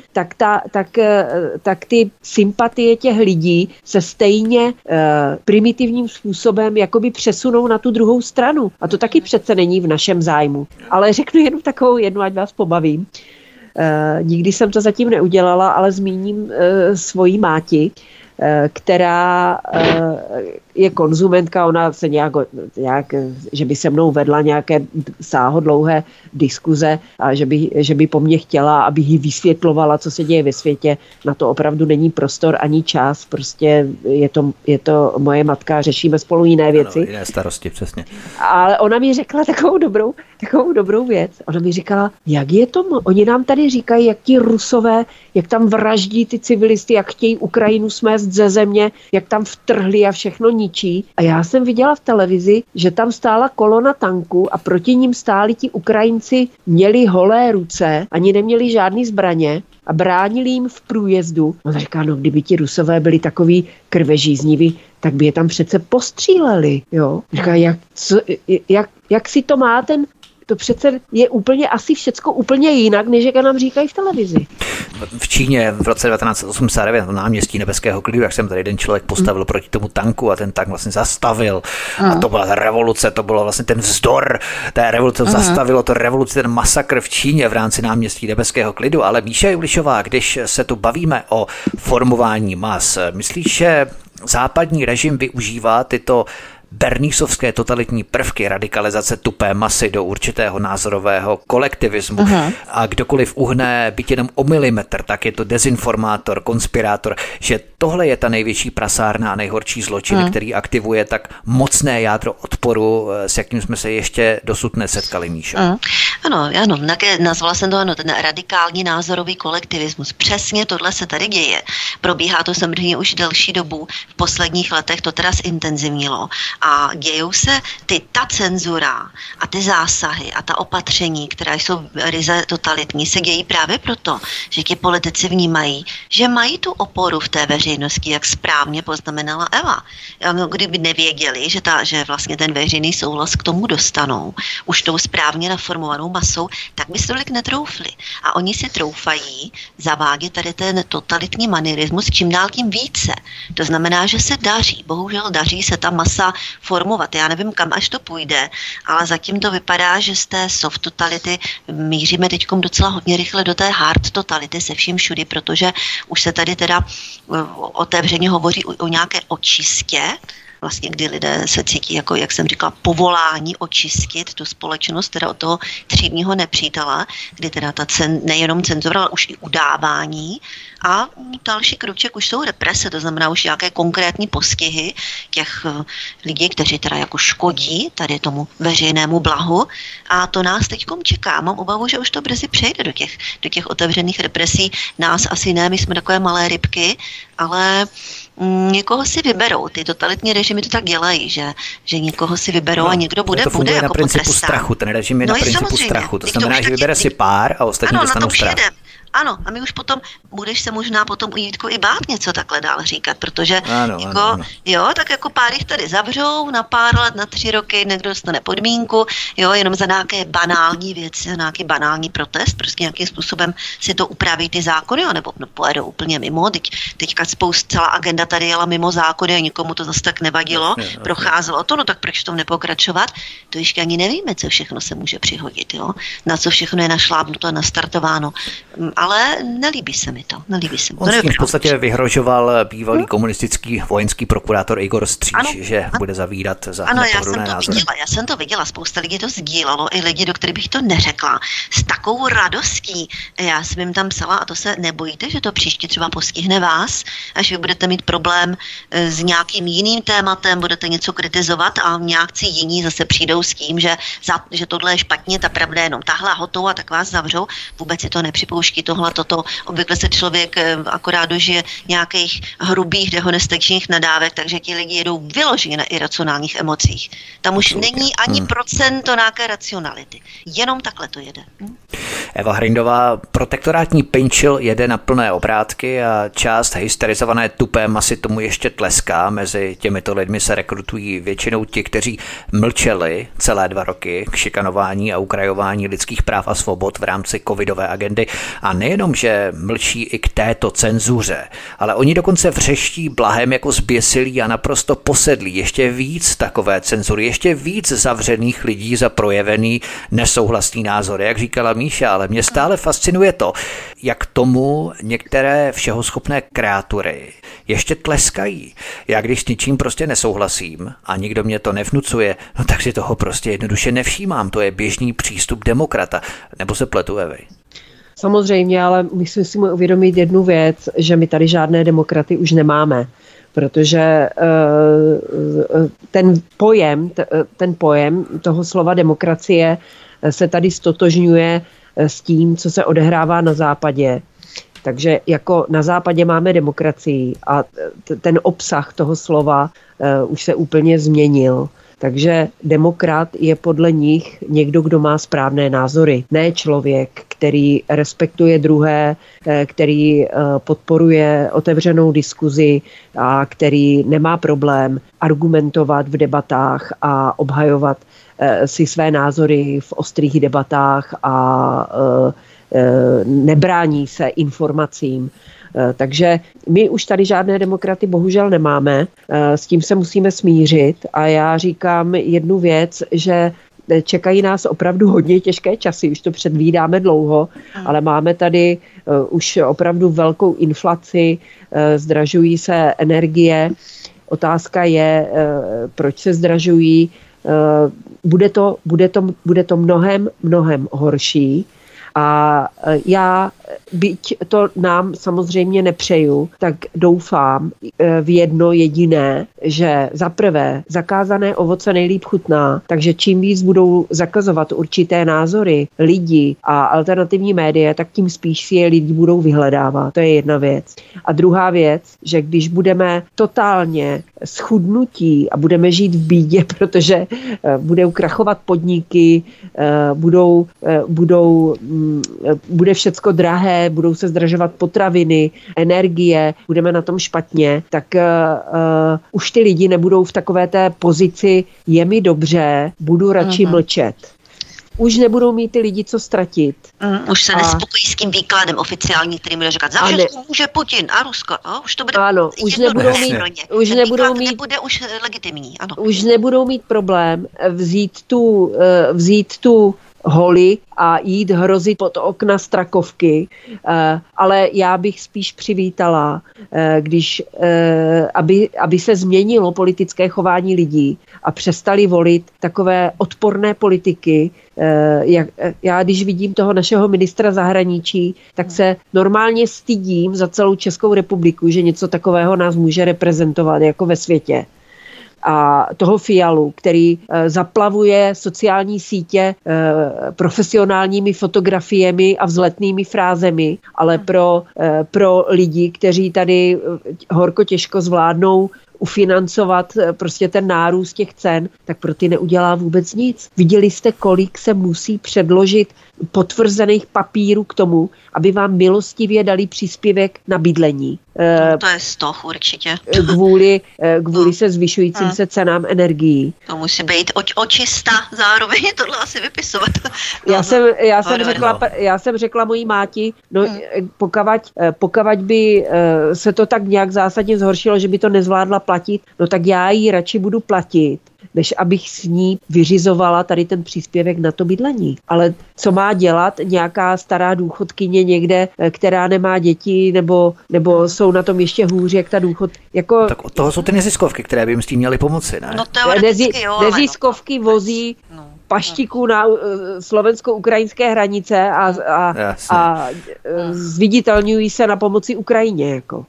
tak ty sympatie těch lidí se stejně primitivním způsobem jakoby přesunou na tu druhou stranu. A to taky přece není v našem zájmu. Ale řeknu jenom takovou jednu, ať vás pobavím. Nikdy jsem to zatím neudělala, ale zmíním svoji máti, která je konzumentka, ona se nějak, že by se mnou vedla nějaké sáhodlouhé diskuze a že by po mně chtěla, abych jí vysvětlovala, co se děje ve světě. Na to opravdu není prostor ani čas, prostě je to moje matka, řešíme spolu jiné věci. Ano, jiné starosti, přesně. Ale ona mi řekla takovou dobrou věc. Ona mi říkala, jak je to, oni nám tady říkají, jak ti Rusové, jak tam vraždí ty civilisty, jak chtějí Ukrajinu smést ze země, jak tam vtrhli a všechno ničí. A já jsem viděla v televizi, že tam stála kolona tanků a proti ním stáli ti Ukrajinci, měli holé ruce, ani neměli žádný zbraně a bránili jim v průjezdu. On říká, no kdyby ti Rusové byli takový krvežízniví, tak by je tam přece postříleli. Jo? Říká, jak si to má ten... To přece je úplně asi všecko úplně jinak, než jak nám říkají v televizi. V Číně v roce 1989 na náměstí Nebeského klidu, jak jsem tady jeden člověk postavil proti tomu tanku a ten tank vlastně zastavil. A to byla revoluce, to bylo vlastně ten vzdor té revoluce, zastavilo to revoluci, ten masakr v Číně v rámci náměstí Nebeského klidu. Ale Míša Julišová, když se tu bavíme o formování mas, myslíš, že západní režim využívá tyto bernísovské totalitní prvky radikalizace tupé masy do určitého názorového kolektivismu a kdokoliv uhne byť jenom o milimetr, tak je to dezinformátor, konspirátor, že tohle je ta největší prasárna a nejhorší zločin, který aktivuje tak mocné jádro odporu, s jakým jsme se ještě dosud nesetkali, Míša. Ano, nazvala jsem to ten radikální názorový kolektivismus. Přesně tohle se tady děje. Probíhá to samozřejmě už delší dobu. V posledních letech to teda zintenzivnilo. A dějou se ta cenzura a ty zásahy a ta opatření, která jsou ryze totalitní, se dějí právě proto, že ti politici vnímají, že mají tu oporu v té veřejnosti, jak správně poznamenala Eva. Kdyby nevěděli, že vlastně ten veřejný souhlas k tomu dostanou, už tou správně naformovanou masou, tak by se tolik netroufli. A oni si troufají zavádět tady ten totalitní manierismus čím dál tím více. To znamená, že se daří, bohužel daří se ta masa formovat. Já nevím, kam až to půjde, ale zatím to vypadá, že z té soft totality míříme teďkom docela hodně rychle do té hard totality se vším všudy, protože už se tady teda otevřeně hovoří o nějaké očistě, vlastně kdy lidé se cítí jako, jak jsem říkala, povolání očistit tu společnost, teda od toho třídního nepřítele, kdy teda nejenom cenzura, ale už i udávání. A další kruček už jsou represe, to znamená už nějaké konkrétní postihy těch lidí, kteří teda jako škodí tady tomu veřejnému blahu. A to nás teďkom čeká. Mám obavu, že už to brzy přejde do těch otevřených represí. Nás asi ne, my jsme takové malé rybky, ale někoho si vyberou. Ty totalitní režimy to tak dělají, že někoho si vyberou a někdo bude to funguje jako na principu potrestán. Strachu. Ten režim je na principu strachu. To znamená, že vybere si pár a ostatní dostanou strach. Ano, a my už potom, budeš se možná potom i bát něco takhle dál říkat, protože ano. Jo, tak jako pár jich tady zavřou na pár let, na 3 roky, někdo dostane podmínku, jo, jenom za nějaké banální věci, nějaký banální protest, prostě nějakým způsobem si to upraví ty zákony, nebo pojedou úplně mimo, teďka celá agenda tady jela mimo zákony a nikomu to zase tak nevadilo, procházelo to, no tak proč v tom nepokračovat, to ještě ani nevíme, co všechno se může přihodit, jo, na co všechno je našlápnuto a nastartováno. Ale nelíbí se mi to. On s tím v podstatě vyhrožoval bývalý komunistický vojenský prokurátor Igor Stříž, že bude zavírat za nepohodlné názory. Já jsem to viděla, spousta lidí to sdílelo, i lidi, do kterých bych to neřekla. S takovou radostí. Já jsem jim tam psala, a to se nebojíte, že to příště třeba postihne vás, až vy budete mít problém s nějakým jiným tématem, budete něco kritizovat a nějakci jiní zase přijdou s tím, že tohle je špatně, ta pravda je jenom tahle hotová, tak vás zavřou. Vůbec si to nepřipouští toto. Obvykle se člověk akorát dožije nějakých hrubých dehonestačních nadávek, takže ti lidi jedou vyloženě na iracionálních emocích. Tam už není ani procento nějaké racionality. Jenom takhle to jede. Eva Hrindová, protektorátní pinčil jede na plné obrátky a část hysterizované tupé masy tomu ještě tleská. Mezi těmito lidmi se rekrutují většinou ti, kteří mlčeli celé 2 roky k šikanování a ukrajování lidských práv a svobod v rámci covidové agendy. A nejenom, že mlčí i k této cenzuře, ale oni dokonce vřeští blahem jako zběsilí a naprosto posedlí ještě víc takové cenzury, ještě víc zavřených lidí za projevený nesouhlasný názor. Jak říkala Míša, ale mě stále fascinuje to, jak tomu některé všehoschopné kreatury ještě tleskají. Já když s ničím prostě nesouhlasím a nikdo mě to nevnucuje, no tak si toho prostě jednoduše nevšímám. To je běžný přístup demokrata. Nebo se pletu, Evy? Samozřejmě, ale my si musíme uvědomit jednu věc, že my tady žádné demokraty už nemáme, protože ten pojem toho slova demokracie se tady stotožňuje s tím, co se odehrává na západě. Takže jako na západě máme demokracii a ten obsah toho slova už se úplně změnil. Takže demokrat je podle nich někdo, kdo má správné názory. Ne člověk, který respektuje druhé, který podporuje otevřenou diskuzi a který nemá problém argumentovat v debatách a obhajovat si své názory v ostrých debatách a nebrání se informacím. Takže my už tady žádné demokraty bohužel nemáme, s tím se musíme smířit a já říkám jednu věc, že čekají nás opravdu hodně těžké časy, už to předvídáme dlouho, ale máme tady už opravdu velkou inflaci, zdražují se energie, Otázka je, proč se zdražují. Bude to mnohem horší. A já, byť to nám samozřejmě nepřeju, tak doufám v jedno jediné, že za prvé zakázané ovoce nejlíp chutná, takže čím víc budou zakazovat určité názory lidí a alternativní média, tak tím spíš si je lidi budou vyhledávat. To je jedna věc. A druhá věc, že když budeme totálně schudnutí a budeme žít v bídě, protože budou krachovat podniky, bude všecko drahé, budou se zdražovat potraviny, energie, budeme na tom špatně, tak už ty lidi nebudou v takové té pozici je mi dobře, budu radši mlčet. Už nebudou mít ty lidi co ztratit. Už se nespokojí s tím výkladem oficiální, který bude říkat, za všechno může Putin a Rusko. Už to bude nebude už legitimní. Ano. Už nebudou mít problém vzít tu holi a jít hrozit pod okna Strakovky, ale já bych spíš přivítala, aby se změnilo politické chování lidí a přestali volit takové odporné politiky. Já když vidím toho našeho ministra zahraničí, tak se normálně stydím za celou Českou republiku, že něco takového nás může reprezentovat jako ve světě. A toho Fialu, který zaplavuje sociální sítě profesionálními fotografiemi a vzletnými frázemi, ale pro lidi, kteří tady horko těžko zvládnou ufinancovat prostě ten nárůst těch cen, tak pro ty neudělá vůbec nic. Viděli jste, kolik se musí předložit potvrzených papírů k tomu, aby vám milostivě dali příspěvek na bydlení. To je stoch určitě. Kvůli se zvyšujícím se cenám energií. To musí být očista zároveň tohle asi vypisovat. Já jsem řekla mojí máti, pokud by se to tak nějak zásadně zhoršilo, že by to nezvládla platit, no tak já ji radši budu platit, než abych s ní vyřizovala tady ten příspěvek na to bydlení. Ale co má dělat nějaká stará důchodkyně někde, která nemá děti, nebo jsou na tom ještě hůř, jak ta důchod... Jako... Tak od toho jsou ty neziskovky, které by jim s tím měly pomoci, ne? No teoreticky jo, neziskovky vozí paštiku na slovensko-ukrajinské hranice a zviditelňují se na pomoci Ukrajině, jako.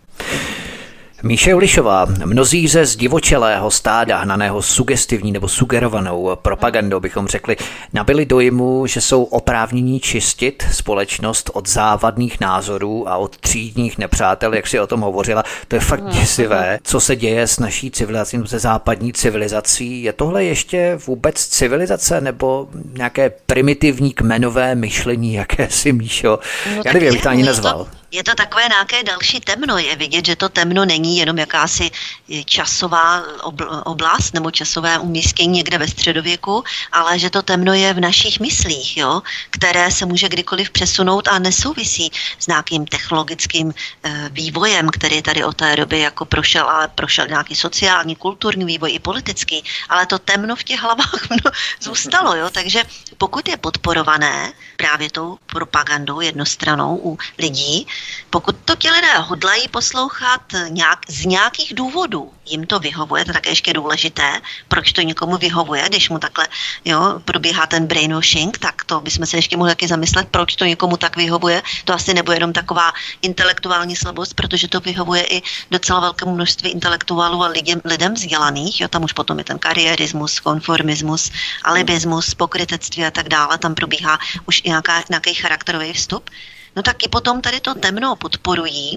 Míše Ulišová, mnozí ze zdivočelého stáda hnaného sugestivní nebo sugerovanou propagandou, bychom řekli, nabili dojmu, že jsou oprávnění čistit společnost od závadných názorů a od třídních nepřátel, jak si o tom hovořila. To je fakt děsivé. Co se děje s naší civilizací, se západní civilizací? Je tohle ještě vůbec civilizace nebo nějaké primitivní kmenové myšlení, jakési, Míšo? Já nevím, jak bych to ani nazval. Je to takové nějaké další temno. Je vidět, že to temno není jenom jakási časová oblast nebo časové umístění někde ve středověku, ale že to temno je v našich myslích, jo, které se může kdykoliv přesunout a nesouvisí s nějakým technologickým vývojem, který tady od té doby jako prošel nějaký sociální, kulturní vývoj i politický, ale to temno v těch hlavách zůstalo, jo, takže pokud je podporované právě tou propagandou jednostrannou u lidí, pokud to ti lidé hodlají poslouchat z nějakých důvodů, jim to vyhovuje, to je také ještě důležité, proč to někomu vyhovuje, když mu takhle probíhá ten brainwashing, tak to bychom se ještě mohli taky zamyslet, proč to někomu tak vyhovuje. To asi nebude jenom taková intelektuální slabost, protože to vyhovuje i docela velkému množství intelektuálů a lidem vzdělaných. Jo, tam už potom je ten kariérismus, konformismus, alibismus, pokrytectví a tak dále, tam probíhá už i nějaký charakterový vstup. No tak i potom tady to temno podporují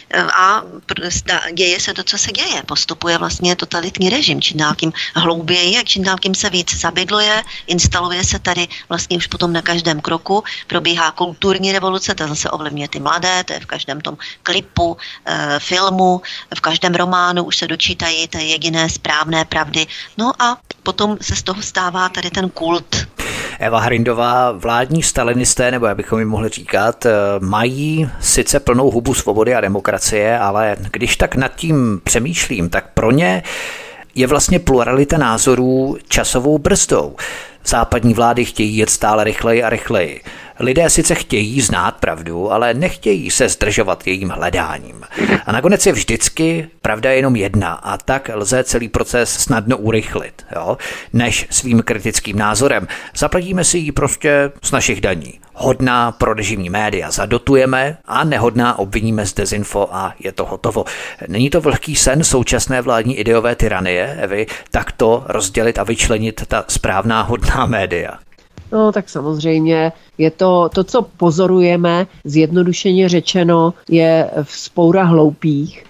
a děje se to, co se děje. Postupuje vlastně totalitní režim, čím dál tím hlouběji a čím dál tím se víc zabydluje, instaluje se tady vlastně už potom na každém kroku, probíhá kulturní revoluce, to zase ovlivňuje ty mladé, to je v každém tom klipu, filmu, v každém románu už se dočítají té jediné správné pravdy. No a potom se z toho stává tady ten kult. Eva Hrindová, vládní stalinisté, nebo jak bychom jim mohli říkat, mají sice plnou hubu svobody a demokracie, ale když tak nad tím přemýšlím, tak pro ně je vlastně pluralita názorů časovou brzdou. Západní vlády chtějí jet stále rychleji a rychleji. Lidé sice chtějí znát pravdu, ale nechtějí se zdržovat jejím hledáním. A nakonec je vždycky pravda jenom jedna a tak lze celý proces snadno urychlit, jo? Než svým kritickým názorem. Zaplatíme si ji prostě z našich daní. Hodná pro režimní média zadotujeme a nehodná obviníme z dezinfo a je to hotovo. Není to vlhký sen současné vládní ideové tyranie, Evi, takto rozdělit a vyčlenit ta správná hodná média? No tak samozřejmě je to, co pozorujeme, zjednodušeně řečeno, je vzpoura hloupých,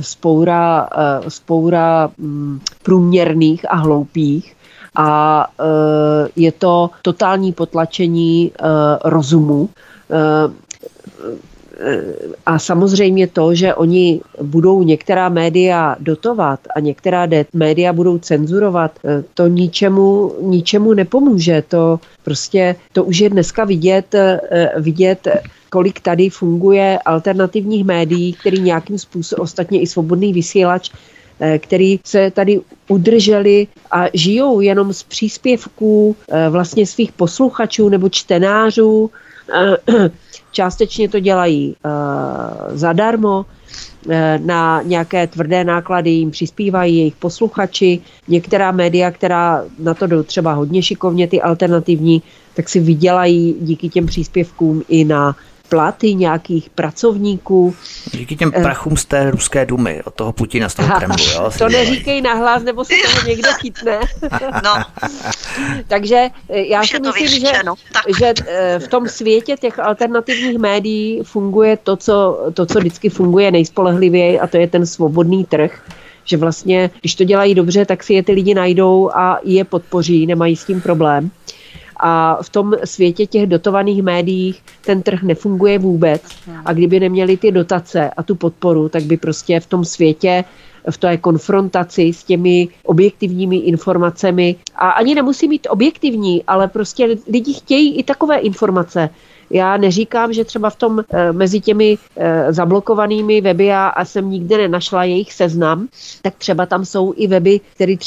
vzpoura průměrných a hloupých a je to totální potlačení rozumu. A samozřejmě to, že oni budou některá média dotovat a některá média budou cenzurovat, to ničemu nepomůže. To už je dneska vidět, kolik tady funguje alternativních médií, který nějakým způsobem, ostatně i Svobodný vysílač, který se tady udrželi a žijou jenom z příspěvků vlastně svých posluchačů nebo čtenářů. Částečně to dělají zadarmo, na nějaké tvrdé náklady jim přispívají jejich posluchači. Některá média, která na to jdou třeba hodně šikovně, ty alternativní, tak si vydělají díky těm příspěvkům i na platy nějakých pracovníků. Díky těm prachům z té ruské dumy, od toho Putina, z toho Kremlu. Jo, to neříkej nahlas, nebo se toho někdo chytne. No. Takže já si myslím, že v tom světě těch alternativních médií funguje to, co vždycky funguje nejspolehlivěji, a to je ten svobodný trh. Že vlastně, když to dělají dobře, tak si je ty lidi najdou a je podpoří, nemají s tím problém. A v tom světě těch dotovaných médiích ten trh nefunguje vůbec. A kdyby neměli ty dotace a tu podporu, tak by prostě v tom světě, v té konfrontaci s těmi objektivními informacemi, a ani nemusí být objektivní, ale prostě lidi chtějí i takové informace. Já neříkám, že třeba v tom mezi těmi zablokovanými weby, já jsem nikde nenašla jejich seznam, tak třeba tam jsou i weby,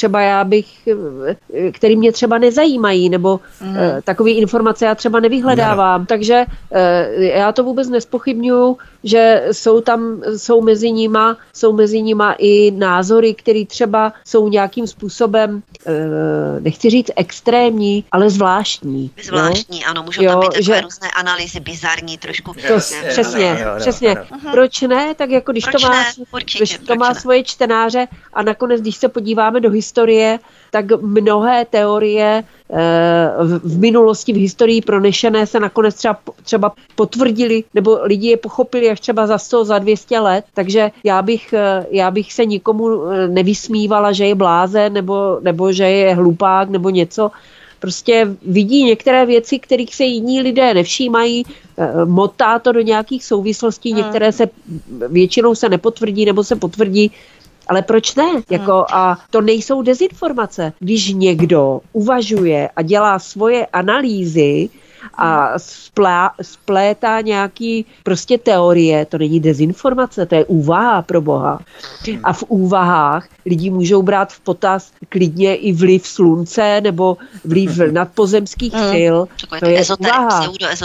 který mě třeba nezajímají, nebo takové informace já třeba nevyhledávám. Takže já to vůbec nespochybňuju, že jsou mezi nima i názory, které třeba jsou nějakým způsobem, nechci říct extrémní, ale zvláštní. Zvláštní, ano, můžou tam být takové různé analýzy, bizarní trošku. Přesně. Proč ne? Tak jako když to má svoje čtenáře a nakonec, když se podíváme do historie, tak mnohé teorie v minulosti, v historii pronešené se nakonec třeba potvrdili, nebo lidi je pochopili až třeba za 100, za 200 let, takže já bych se nikomu nevysmívala, že je blázen, nebo že je hlupák, nebo něco. Prostě vidí některé věci, kterých se jiní lidé nevšímají, motá to do nějakých souvislostí, některé se většinou se nepotvrdí, nebo se potvrdí. Ale proč ne? A to nejsou dezinformace. Když někdo uvažuje a dělá svoje analýzy a splétá nějaký prostě teorie, to není dezinformace, to je úvaha, pro boha. A v úvahách lidi můžou brát v potaz klidně i vliv slunce nebo vliv nadpozemských sil. To je úvaha.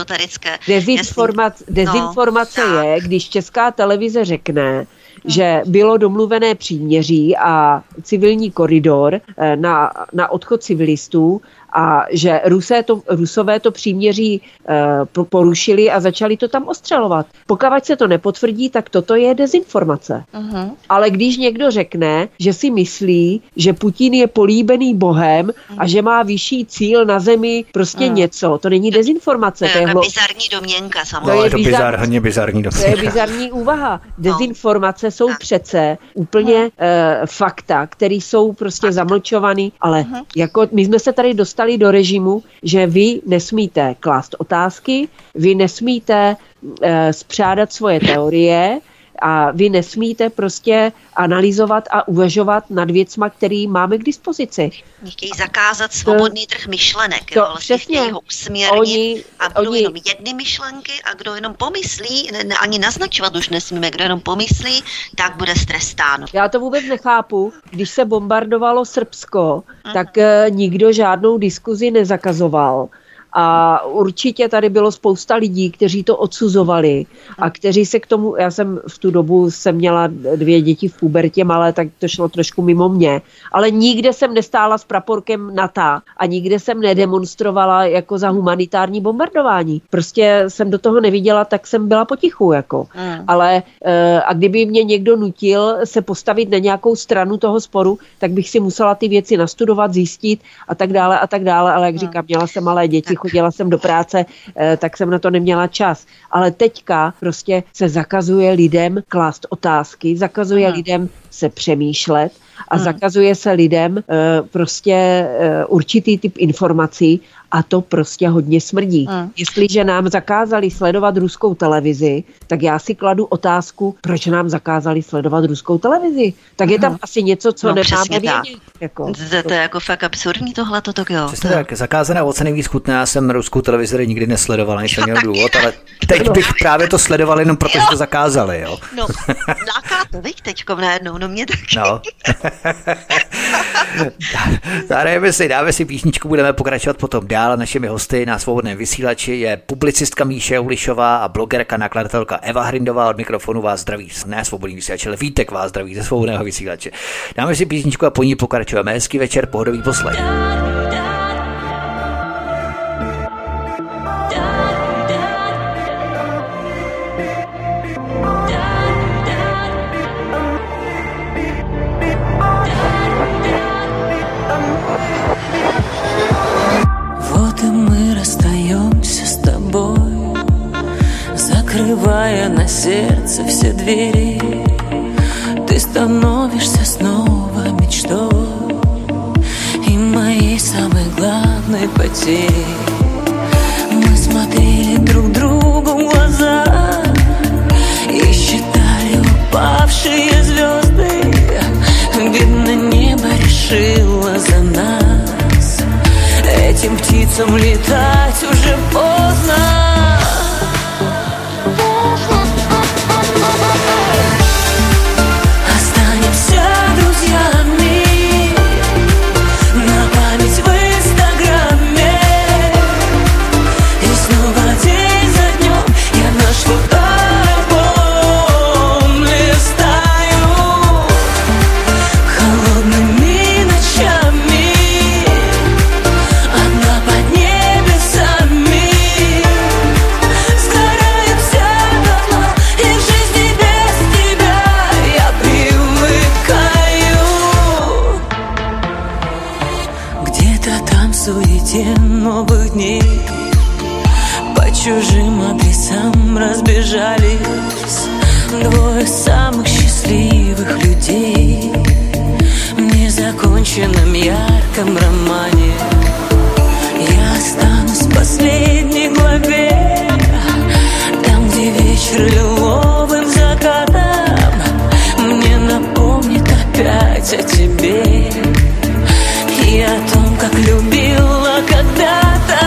Dezinformace je, když Česká televize řekne, že bylo domluvené příměří a civilní koridor na odchod civilistů a že Rusové to příměří porušili a začali to tam ostřelovat. Pokud se to nepotvrdí, tak toto je dezinformace. Ale když někdo řekne, že si myslí, že Putin je políbený Bohem a že má vyšší cíl na zemi, prostě něco, to není dezinformace. To je bizarní domněnka samozřejmě. To je hodně bizarní domněnka. To je bizarní úvaha. Dezinformace jsou přece úplně fakta, které jsou prostě zamlčovaný, ale jako my jsme se tady dostali do režimu, že vy nesmíte klást otázky, vy nesmíte spřádat svoje teorie a vy nesmíte prostě analyzovat a uvažovat nad věcma, který máme k dispozici. Chtějí zakázat svobodný trh myšlenek, ale chtějí ho usměrnit a budou jenom jedny myšlenky a kdo jenom pomyslí, ani naznačovat už nesmíme, kdo jenom pomyslí, tak bude strestán. Já to vůbec nechápu, když se bombardovalo Srbsko, tak nikdo žádnou diskuzi nezakazoval. A určitě tady bylo spousta lidí, kteří to odsuzovali a kteří se k tomu, já jsem v tu dobu měla 2 děti v pubertě malé, tak to šlo trošku mimo mě, ale nikde jsem nestála s praporkem NATO a nikde jsem nedemonstrovala jako za humanitární bombardování. Prostě jsem do toho neviděla, tak jsem byla potichu jako. Ale a kdyby mě někdo nutil se postavit na nějakou stranu toho sporu, tak bych si musela ty věci nastudovat, zjistit a tak dále, ale jak říkám, měla jsem malé děti, chodila jsem do práce, tak jsem na to neměla čas. Ale teďka prostě se zakazuje lidem klást otázky, zakazuje lidem se přemýšlet a zakazuje se lidem prostě určitý typ informací a to prostě hodně smrdí. Jestliže nám zakázali sledovat ruskou televizi, tak já si kladu otázku, proč nám zakázali sledovat ruskou televizi. Tak je tam asi něco, co nemáme vědět. Jako. To je jako fakt absurdní tohleto, tak jo. Přesně tak, zakázané ovoce nejvíc chutné, já jsem ruskou televizi nikdy nesledoval, než měl důvod, ale teď bych právě to sledoval jenom protože to zakázali, jo. No, láká to, víš, teďko najednou, no mě taky. No. Dáme si písničku, budeme pokračovat potom dál. Našimi hosty na Svobodném vysílači je publicistka Míše Ulišová a blogerka, nakladatelka Eva Hrindová. Od mikrofonu vás zdraví, ne Svobodný vysílač, ale Vítek vás zdraví ze Svobodného vysílače. Dáme si písničku a po ní pokračujeme. Hezký večer, pohodový poslech. Закрывая на сердце все двери, ты становишься снова мечтой и моей самой главной потерей. Мы смотрели друг другу в глаза и считали упавшие звезды. Видно, небо решило за нас. Этим птицам летать уже поздно. Новых дней по чужим адресам разбежались 2 самых счастливых людей в незаконченном ярком романе. Я останусь в последней главе, там, где вечер лиловым закатом мне напомнит опять о тебе и о том, как любила когда-то.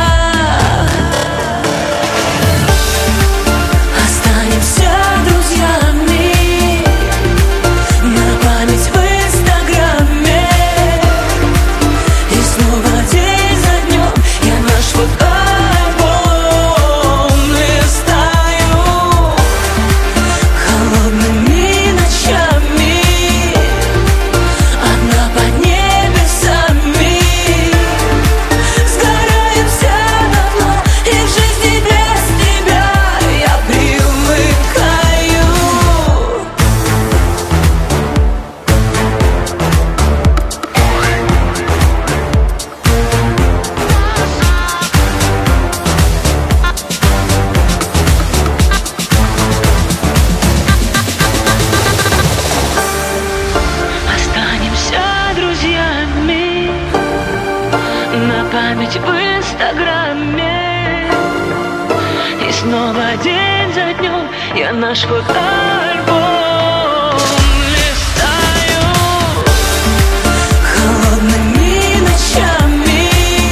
Останемся друзьями на память в Инстаграме. И снова день за днем я наш фотоальбом листаю холодными ночами. Одна под небесами. Память в Инстаграме. И снова день за днем я наш фотоальбом листаю холодными ночами.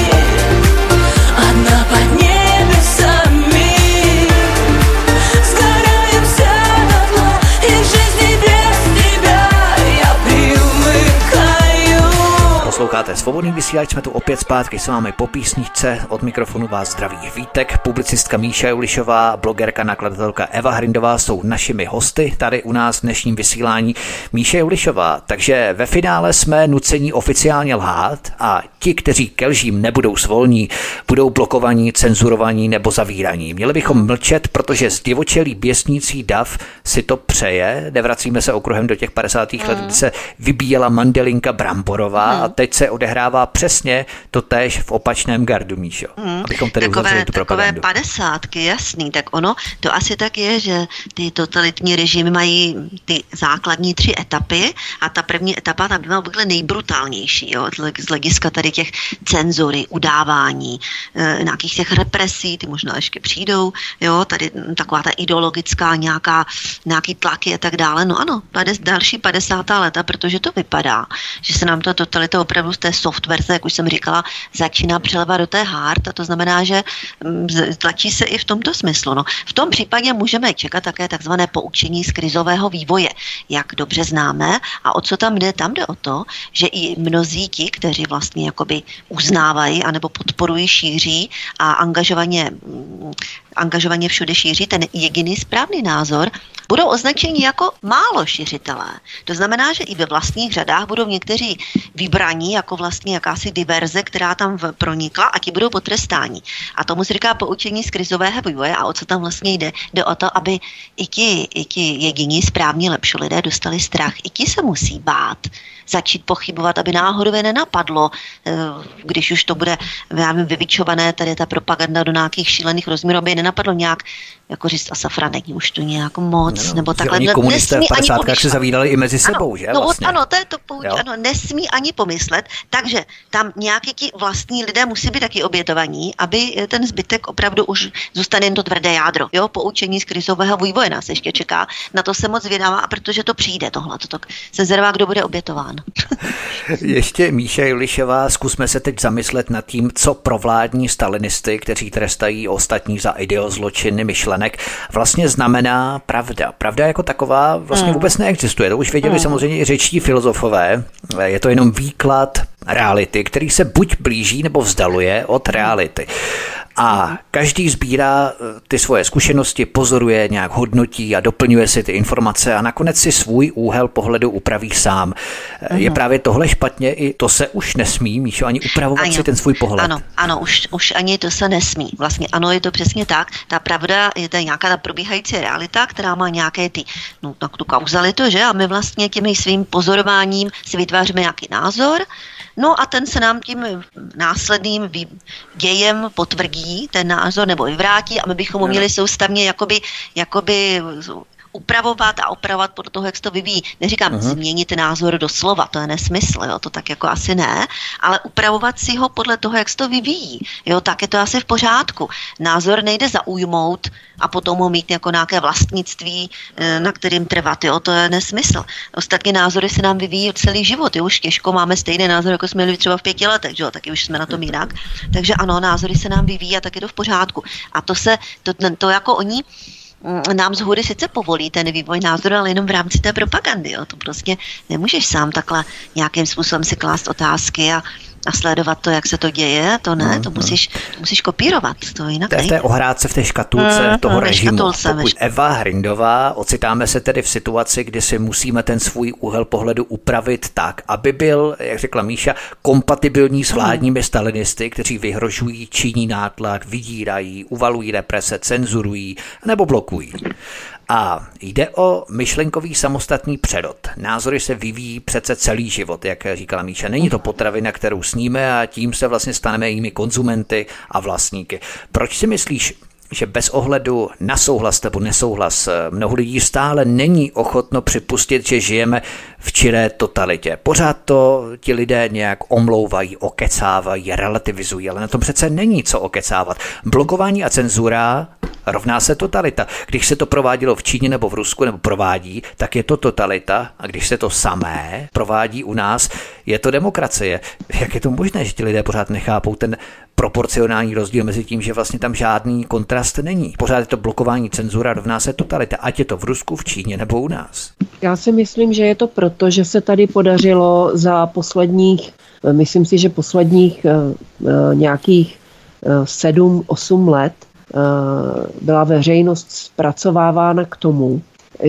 Одна под небесами. Сгораемся дотла, и в жизни без тебя я привыкаю. Posloucháte Svobodný vysílač, jsme tu opět zpátky s vámi po písničce. Od mikrofonu vás zdraví Vítek, publicistka Míša Julišová, blogerka, nakladatelka Eva Hrindová jsou našimi hosty tady u nás v dnešním vysílání. Míša Julišová, takže ve finále jsme nuceni oficiálně lhát a ti, kteří ke lžím nebudou svolní, budou blokovaní, cenzurovaní nebo zavíraní. Měli bychom mlčet, protože zdivočelý běsnící dav si to přeje. Nevracíme se okruhem do těch 50. let, kdy se vybíjela mandelinka bramborová a teď se odehrává přesně to též v opačném gardu, Míšo. Abychom tedy uzavřeli tu propagandu. Takové 50, jasný, tak ono to asi tak je, že ty totalitní režimy mají ty základní 3 etapy a ta první etapa tam byla obvykle nejbrutálnější, jo, z hlediska tady těch cenzury, udávání, nějakých těch represí, ty možná ještě přijdou, jo, tady taková ta ideologická nějaký tlaky a tak dále. No ano, další 50. leta, protože to vypadá, že se nám ta totalita opravdu z té soft verze, jak už jsem říkala, začíná přelevat do té hard a to znamená, že tlačí se i v tomto smyslu. No, v tom případě můžeme čekat také takzvané poučení z krizového vývoje, jak dobře známe a o co tam jde? Tam jde o to, že i mnozí ti, kteří vlastně jakoby uznávají anebo podporují, šíří a angažovaně všude šíří ten jediný správný názor, budou označeni jako málo šiřitelé. To znamená, že i ve vlastních řadách budou někteří vybraní jako vlastně jakási diverze, která tam pronikla a ti budou potrestáni. A tomu se říká poučení z krizového vývoje a o co tam vlastně jde? Jde o to, aby i ti jediní správní lepší lidé dostali strach. I ti se musí bát, začít pochybovat, aby náhodou je nenapadlo, když už to bude vyvičované, tady ta propaganda do nějakých šílených rozměrů, aby je nenapadlo nějak, jako říct, a safra není už tu nějak moc, nebo takhle. Oni komunisté v 50. se zavírali i mezi sebou, ano, že? No, vlastně. Ano, to je to ano, nesmí ani pomyslet, takže tam nějaký ti vlastní lidé musí být taky obětovaní, aby ten zbytek opravdu už zůstane jen to tvrdé jádro. Jo, poučení z krizového vývoje nás ještě čeká, na to se moc vědává, a protože to přijde tohle, to se zervá, kdo bude obětován. Ještě Míša Julišová, zkusme se teď zamyslet nad tím, co provládní stalinisty, kteří trestají ostatní za ideozločiny myšlenek, vlastně znamená pravda. Pravda jako taková vlastně vůbec neexistuje. To už věděli samozřejmě i řečtí filozofové. Je to jenom výklad reality, který se buď blíží nebo vzdaluje od reality. A každý sbírá ty svoje zkušenosti, pozoruje, nějak hodnotí a doplňuje si ty informace a nakonec si svůj úhel pohledu upraví sám. Je právě tohle špatně? I to se už nesmí, Míšo, ani upravovat si ten svůj pohled. Ano, už ani to se nesmí. Vlastně ano, je to přesně tak. Ta pravda je to nějaká ta probíhající realita, která má nějaké tu kauzalitu, že? A my vlastně těmi svým pozorováním si vytváříme nějaký názor. No a ten se nám tím následným dějem potvrdí, ten názor, nebo vyvrátí a my bychom ho měli soustavně jakoby upravovat a opravovat podle toho, jak se to vyvíjí. Neříkám změnit názor doslova, to je nesmysl, jo, to tak jako asi ne, ale upravovat si ho podle toho, jak se to vyvíjí. Jo, tak je to asi v pořádku. Názor nejde zaujmout a potom ho mít jako nějaké vlastnictví, na kterým trvat, jo, to je nesmysl. Ostatně názory se nám vyvíjí celý život, jo, už těžko máme stejný názor, jako jsme měli třeba v 5 letech, jo, taky už jsme na tom jinak. Takže ano, názory se nám vyvíjí a tak je to v pořádku. A to jako oni nám z hůry sice povolí ten vývoj názoru, ale jenom v rámci té propagandy. Jo. To prostě nemůžeš sám takhle nějakým způsobem si klást otázky a sledovat to, jak se to děje, to ne, to musíš kopírovat, to jinak nejde. To je ohrát v té škatulce toho režimu. Pokud Eva Hrindová, ocitáme se tedy v situaci, kdy si musíme ten svůj úhel pohledu upravit tak, aby byl, jak řekla Míša, kompatibilní s vládními stalinisty, kteří vyhrožují, činí nátlak, vydírají, uvalují represe, cenzurují nebo blokují. A jde o myšlenkový samostatný přerod. Názory se vyvíjí přece celý život, jak říkala Míša. Není to potravina, kterou sníme a tím se vlastně staneme jejími konzumenty a vlastníky. Proč si myslíš, že bez ohledu na souhlas nebo nesouhlas mnoho lidí stále není ochotno připustit, že žijeme v čiré totalitě? Pořád to ti lidé nějak omlouvají, okecávají, relativizují, ale na tom přece není co okecávat. Blokování a cenzura rovná se totalita. Když se to provádělo v Číně nebo v Rusku nebo provádí, tak je to totalita, a když se to samé provádí u nás, je to demokracie. Jak je to možné, že ti lidé pořád nechápou ten proporcionální rozdíl mezi tím, že vlastně tam žádný kontrast není? Pořád je to blokování, cenzura, rovná se totalita, ať je to v Rusku, v Číně nebo u nás. Já si myslím, že je to proto, že se tady podařilo za posledních myslím si, že posledních nějakých 7-8 let byla veřejnost zpracovávána k tomu,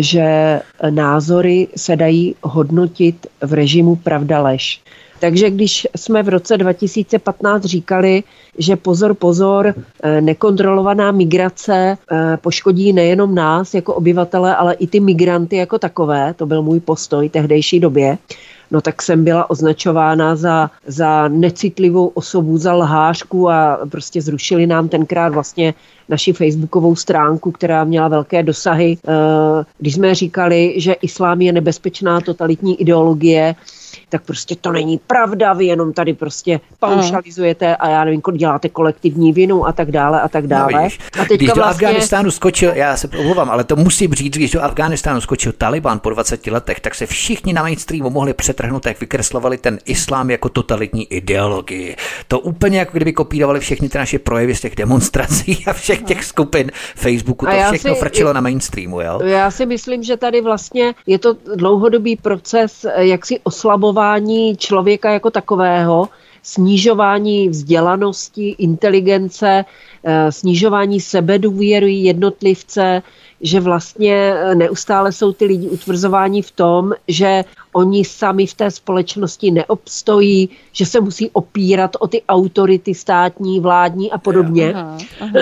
že názory se dají hodnotit v režimu pravda-lež. Takže když jsme v roce 2015 říkali, že pozor, nekontrolovaná migrace poškodí nejenom nás jako obyvatele, ale i ty migranty jako takové, to byl můj postoj tehdejší době, no tak jsem byla označována za necitlivou osobu, za lhářku a prostě zrušili nám tenkrát vlastně naši facebookovou stránku, která měla velké dosahy. Když jsme říkali, že islám je nebezpečná totalitní ideologie, tak prostě to není pravda, vy jenom tady prostě paušalizujete a já nevím, děláte kolektivní vinu a tak dále a tak dále. No, a teďka když do vlastně... Afghánistánu skočil, já se omlouvám, ale to musím říct, když do Afghánistánu skočil Taliban po 20 letech, tak se všichni na mainstreamu mohli přetrhnout, jak vykreslovali ten islám jako totalitní ideologii. To úplně jako kdyby kopírovali všechny ty naše projevy z těch demonstrací a všech těch skupin Facebooku, to všechno frčilo na mainstreamu, jo? Já si myslím, že tady vlastně je to dlouhodobý proces jaksi oslabování člověka jako takového, snižování vzdělanosti, inteligence, snižování sebedůvěry jednotlivce, že vlastně neustále jsou ty lidi utvrzováni v tom, že oni sami v té společnosti neobstojí, že se musí opírat o ty autority státní, vládní a podobně. Aha.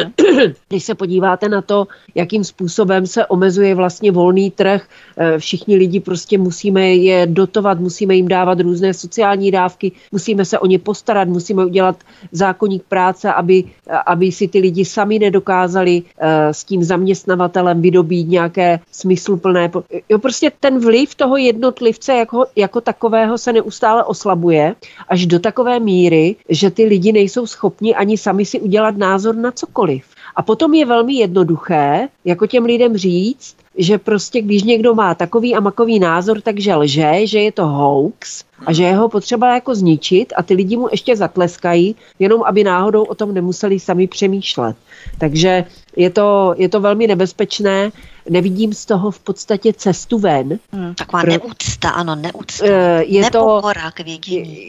Když se podíváte na to, jakým způsobem se omezuje vlastně volný trh, všichni lidi prostě musíme je dotovat, musíme jim dávat různé sociální dávky, musíme se o ně postarat, musíme udělat zákoník práce, aby si ty lidi sami nedokázali s tím zaměstnavatelem vydobít nějaké smysluplné... Jo, prostě ten vliv toho jednotlivce jako takového se neustále oslabuje až do takové míry, že ty lidi nejsou schopni ani sami si udělat názor na cokoliv. A potom je velmi jednoduché, jako těm lidem říct, že prostě když někdo má takový a makový názor, takže lže, že je to hoax a že je ho potřeba jako zničit a ty lidi mu ještě zatleskají, jenom aby náhodou o tom nemuseli sami přemýšlet. Takže je to velmi nebezpečné. Nevidím z toho v podstatě cestu ven. Taková neúcta, ano, neúcta. Nepokora k vědění.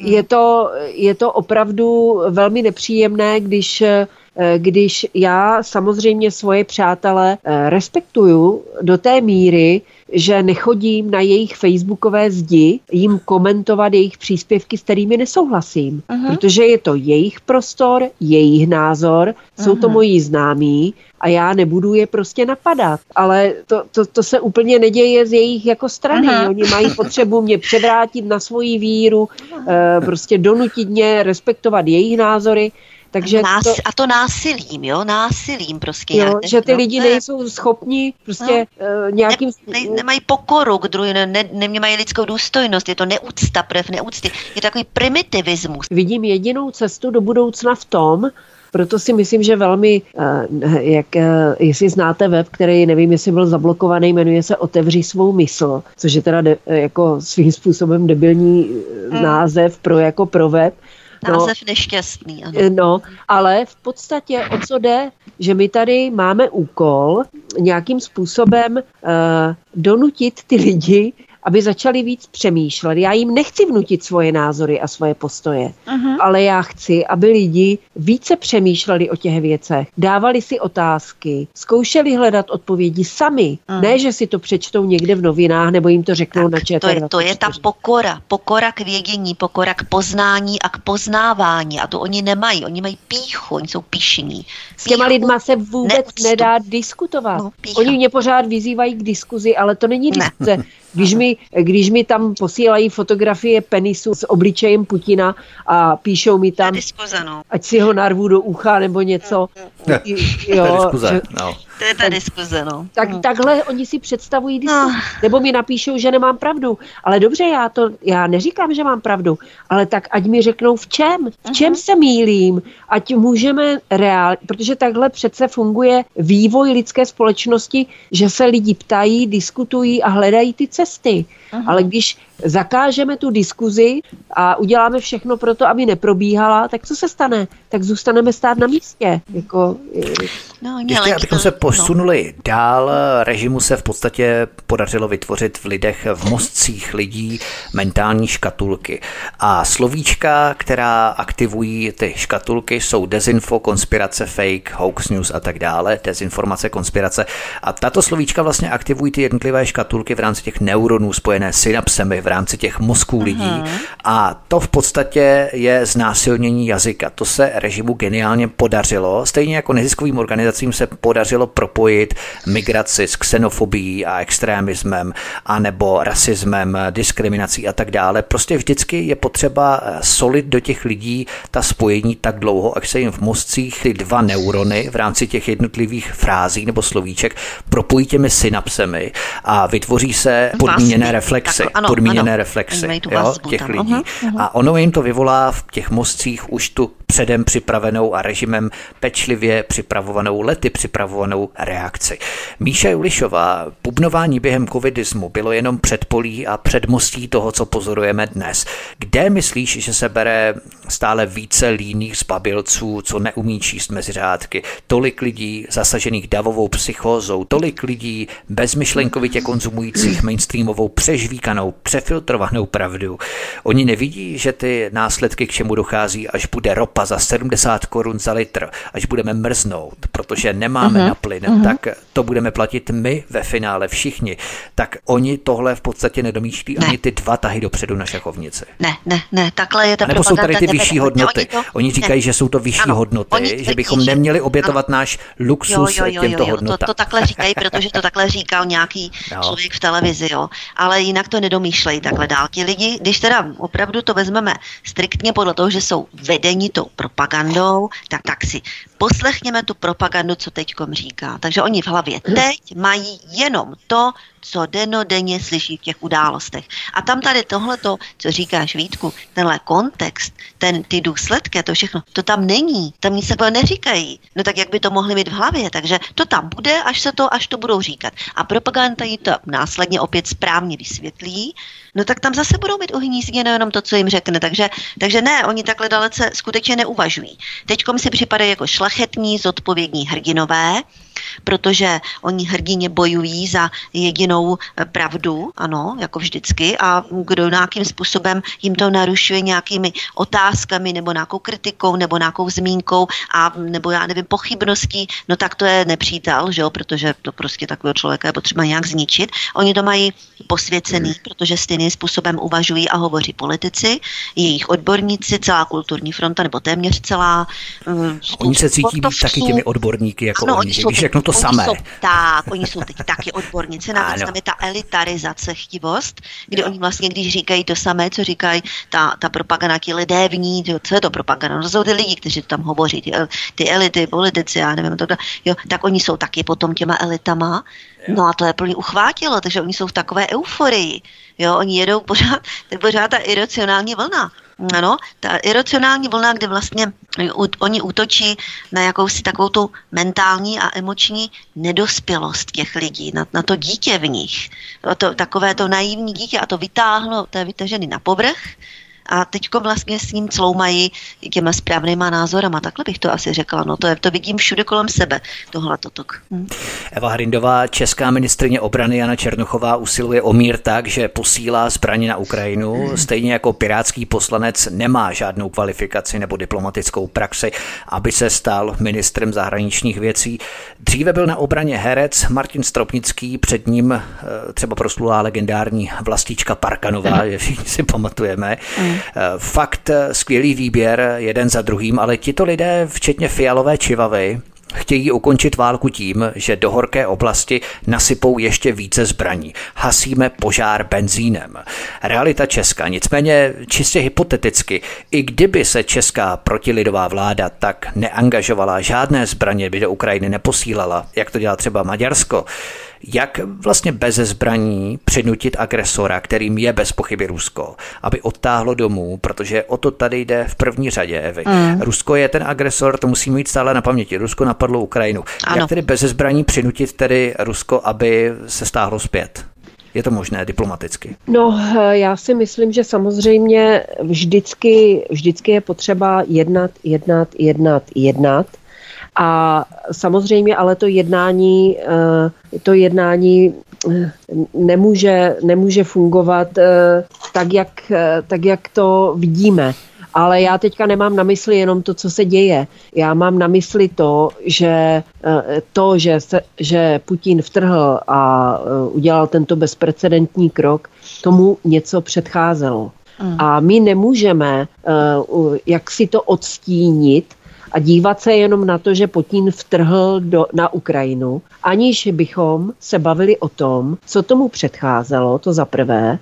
Je to opravdu velmi nepříjemné, když já samozřejmě svoje přátele respektuju do té míry, že nechodím na jejich facebookové zdi jim komentovat jejich příspěvky, s kterými nesouhlasím. Protože je to jejich prostor, jejich názor, jsou to moji známí a já nebudu je prostě napadat. Ale to se úplně neděje z jejich jako strany. Oni mají potřebu mě převrátit na svoji víru, prostě donutit mě respektovat jejich názory. Takže a to násilím, jo? Násilím prostě. Jo, že ty lidi nejsou schopni prostě nějakým... Nemají pokoru k druhým, nemají lidskou důstojnost, je to neúcta, projev neúcty. Je to takový primitivismus. Vidím jedinou cestu do budoucna v tom, proto si myslím, že velmi, jestli znáte web, který nevím, jestli byl zablokovaný, jmenuje se Otevři svou mysl, což je teda jako svým způsobem debilní název pro web. Název nešťastný, ano. No, ale v podstatě o co jde, že my tady máme úkol nějakým způsobem donutit ty lidi, aby začali víc přemýšlet. Já jim nechci vnutit svoje názory a svoje postoje, ale já chci, aby lidi více přemýšleli o těch věcech, dávali si otázky, zkoušeli hledat odpovědi sami. Ne, že si to přečtou někde v novinách nebo jim to řeknou na ČT24. To je ta pokora k vědění, pokora k poznání a k poznávání. A to oni nemají. Oni mají píchu, oni jsou pyšní. S těma lidma se vůbec nedá diskutovat. No, oni mě pořád vyzývají k diskuzi, ale to není diskuze. Když mi tam posílají fotografie penisu s obličejem Putina a píšou mi tam, ať si ho narvu do ucha nebo něco. To je ta diskuze, no. Takhle oni si představují diskuzi. Nebo mi napíšou, že nemám pravdu. Ale dobře, já neříkám, že mám pravdu, ale tak ať mi řeknou v čem se mýlím, ať můžeme protože takhle přece funguje vývoj lidské společnosti, že se lidi ptají, diskutují a hledají ty cesty. Ale zakážeme tu diskuzi a uděláme všechno pro to, aby neprobíhala, tak co se stane? Tak zůstaneme stát na místě. Ještě abychom se posunuli dál, režimu se v podstatě podařilo vytvořit v lidech, v mozcích lidí mentální škatulky. A slovíčka, která aktivují ty škatulky, jsou dezinfo, konspirace, fake, hoax news a tak dále, dezinformace, konspirace. A tato slovíčka vlastně aktivují ty jednotlivé škatulky v rámci těch neuronů spojené synapsemi, v rámci těch mozků lidí. A to v podstatě je znásilnění jazyka. To se režimu geniálně podařilo. Stejně jako neziskovým organizacím se podařilo propojit migraci s xenofobií a extrémismem, anebo rasismem, diskriminací a tak dále. Prostě vždycky je potřeba solit do těch lidí ta spojení tak dlouho, až se jim v mozcích ty dva neurony v rámci těch jednotlivých frází nebo slovíček propojí těmi synapsemi a vytvoří se podmíněné reflexy. Podmíněné reflexy těch lidí. A ono jim to vyvolá v těch mozcích už tu předem připravenou a režimem pečlivě připravovanou, lety připravovanou reakci. Míša Julišová, bubnování během covidismu bylo jenom předpolí a předmostí toho, co pozorujeme dnes. Kde myslíš, že se bere stále více líných zbabilců, co neumí číst mezi řádky, tolik lidí zasažených davovou psychózou, tolik lidí bezmyšlenkovitě konzumujících mainstreamovou přežvíkanou, přefiltrovanou pravdu. Oni nevidí, že ty následky, k čemu dochází, až bude ropa za 70 korun za litr, až budeme mrznout, protože nemáme na plyn, tak to budeme platit my ve finále všichni. Tak oni tohle v podstatě nedomýšlí ani ty dva tahy dopředu na šachovnici. Ne, takhle je ta nebo propaganda. Jsou tady ty vyšší hodnoty. Oni říkají, že jsou to vyšší hodnoty, že bychom neměli obětovat náš luxus těmto hodnotám. To takhle říkají, protože to takhle říkal nějaký člověk v televizi, ale jinak to nedomýšlejí takhle dál. Ti lidi, když teda opravdu to vezmeme striktně podle toho, že jsou vedeni tou propagandou, tak si poslechněme tu propagandu, co teďkom říká. Takže oni v hlavě teď mají jenom to, co dennodenně slyší v těch událostech. A tam tady tohleto, co říkáš, Vítku, tenhle kontext, ty důsledky, to všechno, to tam není. Tam nic takového neříkají. No tak jak by to mohli mít v hlavě? Takže to tam bude, až to budou říkat. A propaganda jí to následně opět správně vysvětlí, no tak tam zase budou mít uhnízděno jenom to, co jim řekne. Takže ne, oni takhle dalece skutečně neuvažují. Teďkom si připadají jako šlechetní, zodpovědní hrdinové, protože oni hrdině bojují za jedinou pravdu, ano, jako vždycky, a kdo nějakým způsobem jim to narušuje nějakými otázkami nebo nějakou kritikou nebo nějakou zmínkou a nebo já nevím, pochybností, no tak to je nepřítel, že jo, protože to prostě takového člověka je potřeba nějak zničit. Oni to mají posvěcený, protože stejným způsobem uvažují a hovoří politici, jejich odborníci, celá kulturní fronta, nebo téměř celá. Oni se cítí být taky těmi odborníky, jako ano, oni že když řeknou to samé. Oni jsou teď taky odborníci, navíc tam je ta elitarizace, chtivost, kdy oni vlastně, když říkají to samé, co říkají ta propaganda, ti lidé v ní, co je to propaganda? No to jsou ty lidi, kteří tam hovoří, ty elity, politici, já nevím, tak oni jsou taky potom těma elitama. No a to je plně uchvátilo, takže oni jsou v takové euforii. Jo, oni jedou pořád ta iracionální vlna. Ano, ta iracionální vlna, kde vlastně oni útočí na jakousi takovou tu mentální a emoční nedospělost těch lidí, na to dítě v nich. Takové to naivní dítě a to vytáhnou, to je vytažený na povrch a teďko vlastně s ním cloumají těma správnýma názorama. Takhle bych to asi řekla. No to vidím všude kolem sebe, tohle totok. Eva Hrindová, česká ministryně obrany Jana Černochová usiluje o mír tak, že posílá zbraně na Ukrajinu. Stejně jako pirátský poslanec nemá žádnou kvalifikaci nebo diplomatickou praxi, aby se stal ministrem zahraničních věcí. Dříve byl na obraně herec Martin Stropnický, před ním třeba proslulá legendární Vlastička Parkanová, je všichni si pamatujeme. Fakt skvělý výběr, jeden za druhým, ale tito lidé, včetně Fialové čivavy, chtějí ukončit válku tím, že do horké oblasti nasypou ještě více zbraní. Hasíme požár benzínem. Realita Česka, nicméně čistě hypoteticky, i kdyby se česká protilidová vláda tak neangažovala, žádné zbraně by do Ukrajiny neposílala, jak to dělá třeba Maďarsko, jak vlastně beze zbraní přinutit agresora, kterým je bez pochyby Rusko, aby odtáhlo domů, protože o to tady jde v první řadě, Evy. Rusko je ten agresor, to musíme mít stále na paměti. Rusko napadlo Ukrajinu. Ano. Jak tedy beze zbraní přinutit tedy Rusko, aby se stáhlo zpět? Je to možné diplomaticky? No, já si myslím, že samozřejmě vždycky je potřeba jednat. A samozřejmě ale to jednání nemůže fungovat tak, jak to vidíme. Ale já teďka nemám na mysli jenom to, co se děje. Já mám na mysli že Putin vtrhl a udělal tento bezprecedentní krok, tomu něco předcházelo. A my nemůžeme jak si to odstínit a dívat se jenom na to, že Putin vtrhl na Ukrajinu, aniž bychom se bavili o tom, co tomu předcházelo, to za prvé.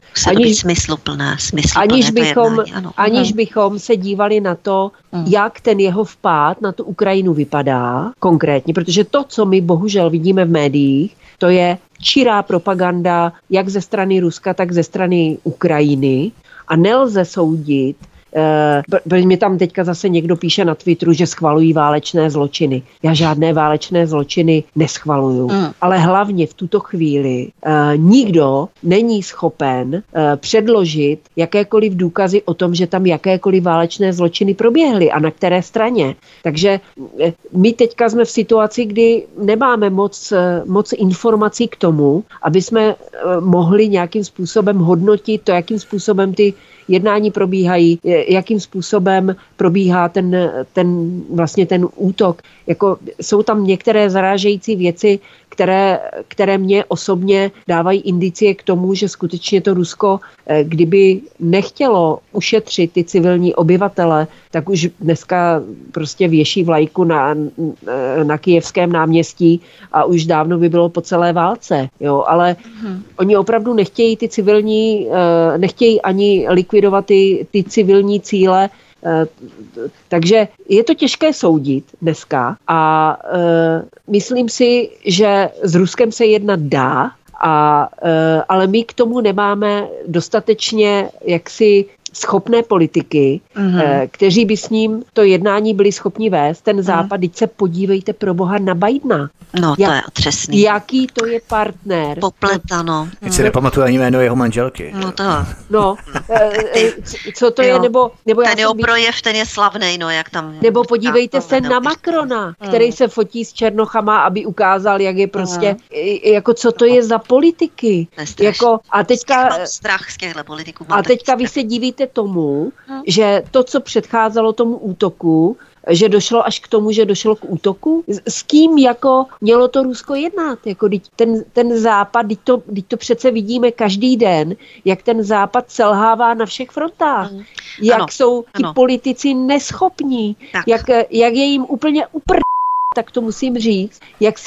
Aniž bychom se dívali na to, jak ten jeho vpád na tu Ukrajinu vypadá konkrétně, protože to, co my bohužel vidíme v médiích, to je čirá propaganda jak ze strany Ruska, tak ze strany Ukrajiny a nelze soudit, protože mi tam teďka zase někdo píše na Twitteru, že schvalují válečné zločiny. Já žádné válečné zločiny neschvaluju. Ale hlavně v tuto chvíli nikdo není schopen předložit jakékoliv důkazy o tom, že tam jakékoliv válečné zločiny proběhly a na které straně. Takže my teďka jsme v situaci, kdy nemáme moc informací k tomu, aby jsme mohli nějakým způsobem hodnotit to, jakým způsobem ty jednání probíhají, jakým způsobem probíhá ten útok. Jako, jsou tam některé zarážející věci, které mě osobně dávají indicie k tomu, že skutečně to Rusko, kdyby nechtělo ušetřit ty civilní obyvatele, tak už dneska prostě věší vlajku na Kyjevském náměstí a už dávno by bylo po celé válce. Jo? Ale oni opravdu nechtějí ty civilní, nechtějí ani likvidovat ty civilní cíle, takže je to těžké soudit dneska a myslím si, že s Ruskem se jednat dá, ale my k tomu nemáme dostatečně jaksi schopné politiky, kteří by s ním to jednání byli schopni vést. Ten Západ, teď se podívejte pro boha na Bidena. No, to je otřesný. Jaký to je partner. Popletano. Teď si nepamatuju ani jméno jeho manželky. No to. No, co to je, nebo ten jeho projev, ten je slavnej, no, jak tam... Nebo podívejte se na Macrona, který se fotí s černochama, aby ukázal, jak je prostě, jako co to je za politiky. Jako, a teďka... Strach z těchto politiků. A teďka vy se divíte tomu, že to, co předcházelo tomu útoku, že došlo až k tomu, že došlo k útoku? S kým jako mělo to Rusko jednat? Jako ten Západ, teď to přece vidíme každý den, jak ten Západ selhává na všech frontách. Jak jsou ti politici neschopní, jak je jim úplně tak to musím říct,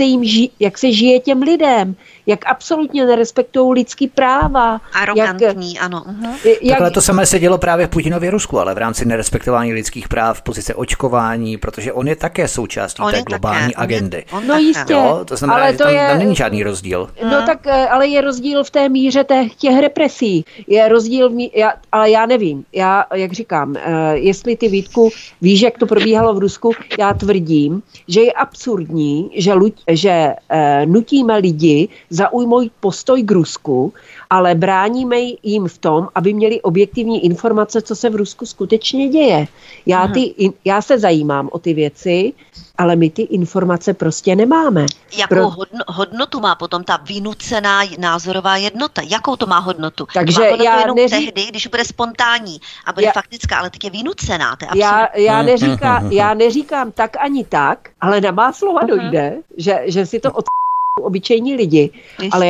jak se žije těm lidem, jak absolutně nerespektují lidský práva. Arrogantní, ano. Takhle to samé se dělo právě v Putinově Rusku, ale v rámci nerespektování lidských práv, pozice očkování, protože on je také součástí té globální agendy. No jistě. Jo, to znamená, ale že tam není žádný rozdíl. No tak, ale je rozdíl v té míře těch represí. Je rozdíl, ale já nevím. Já, jak říkám, jestli ty, Vítku, víš, jak to probíhalo v Rusku, já tvrdím, že je absurdní, že nutíme lidi zaujmout postoj k Rusku, ale bráníme jim v tom, aby měli objektivní informace, co se v Rusku skutečně děje. Já se zajímám o ty věci, ale my ty informace prostě nemáme. Jakou hodnotu má potom ta vynucená názorová jednota? Jakou to má hodnotu? Takže to má hodnotu jenom tehdy, když bude spontánní a bude faktická, ale teď je vynucená. To je já neříkám tak ani tak, ale na má slova dojde, že si to obyčejní lidi. Ale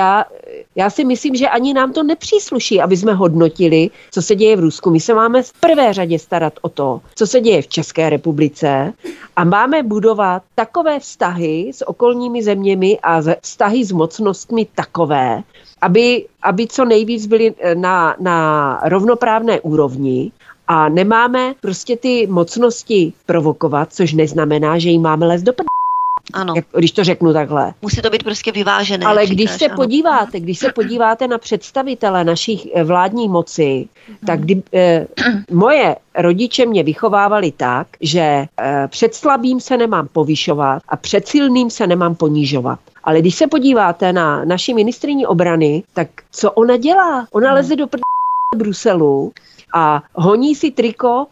já si myslím, že ani nám to nepřísluší, aby jsme hodnotili, co se děje v Rusku. My se máme v prvé řadě starat o to, co se děje v České republice a máme budovat takové vztahy s okolními zeměmi a vztahy s mocnostmi takové, aby co nejvíc byly na rovnoprávné úrovni a nemáme prostě ty mocnosti provokovat, což neznamená, že jim máme lézt do Ano. Když to řeknu takhle. Musí to být prostě vyvážené. Ale jak když říkáš, se podíváte na představitele našich vládní moci, tak moje rodiče mě vychovávali tak, že před slabým se nemám povyšovat a před silným se nemám ponížovat. Ale když se podíváte na naši ministryni obrany, tak co ona dělá? Ona leze do Bruselu a honí si triko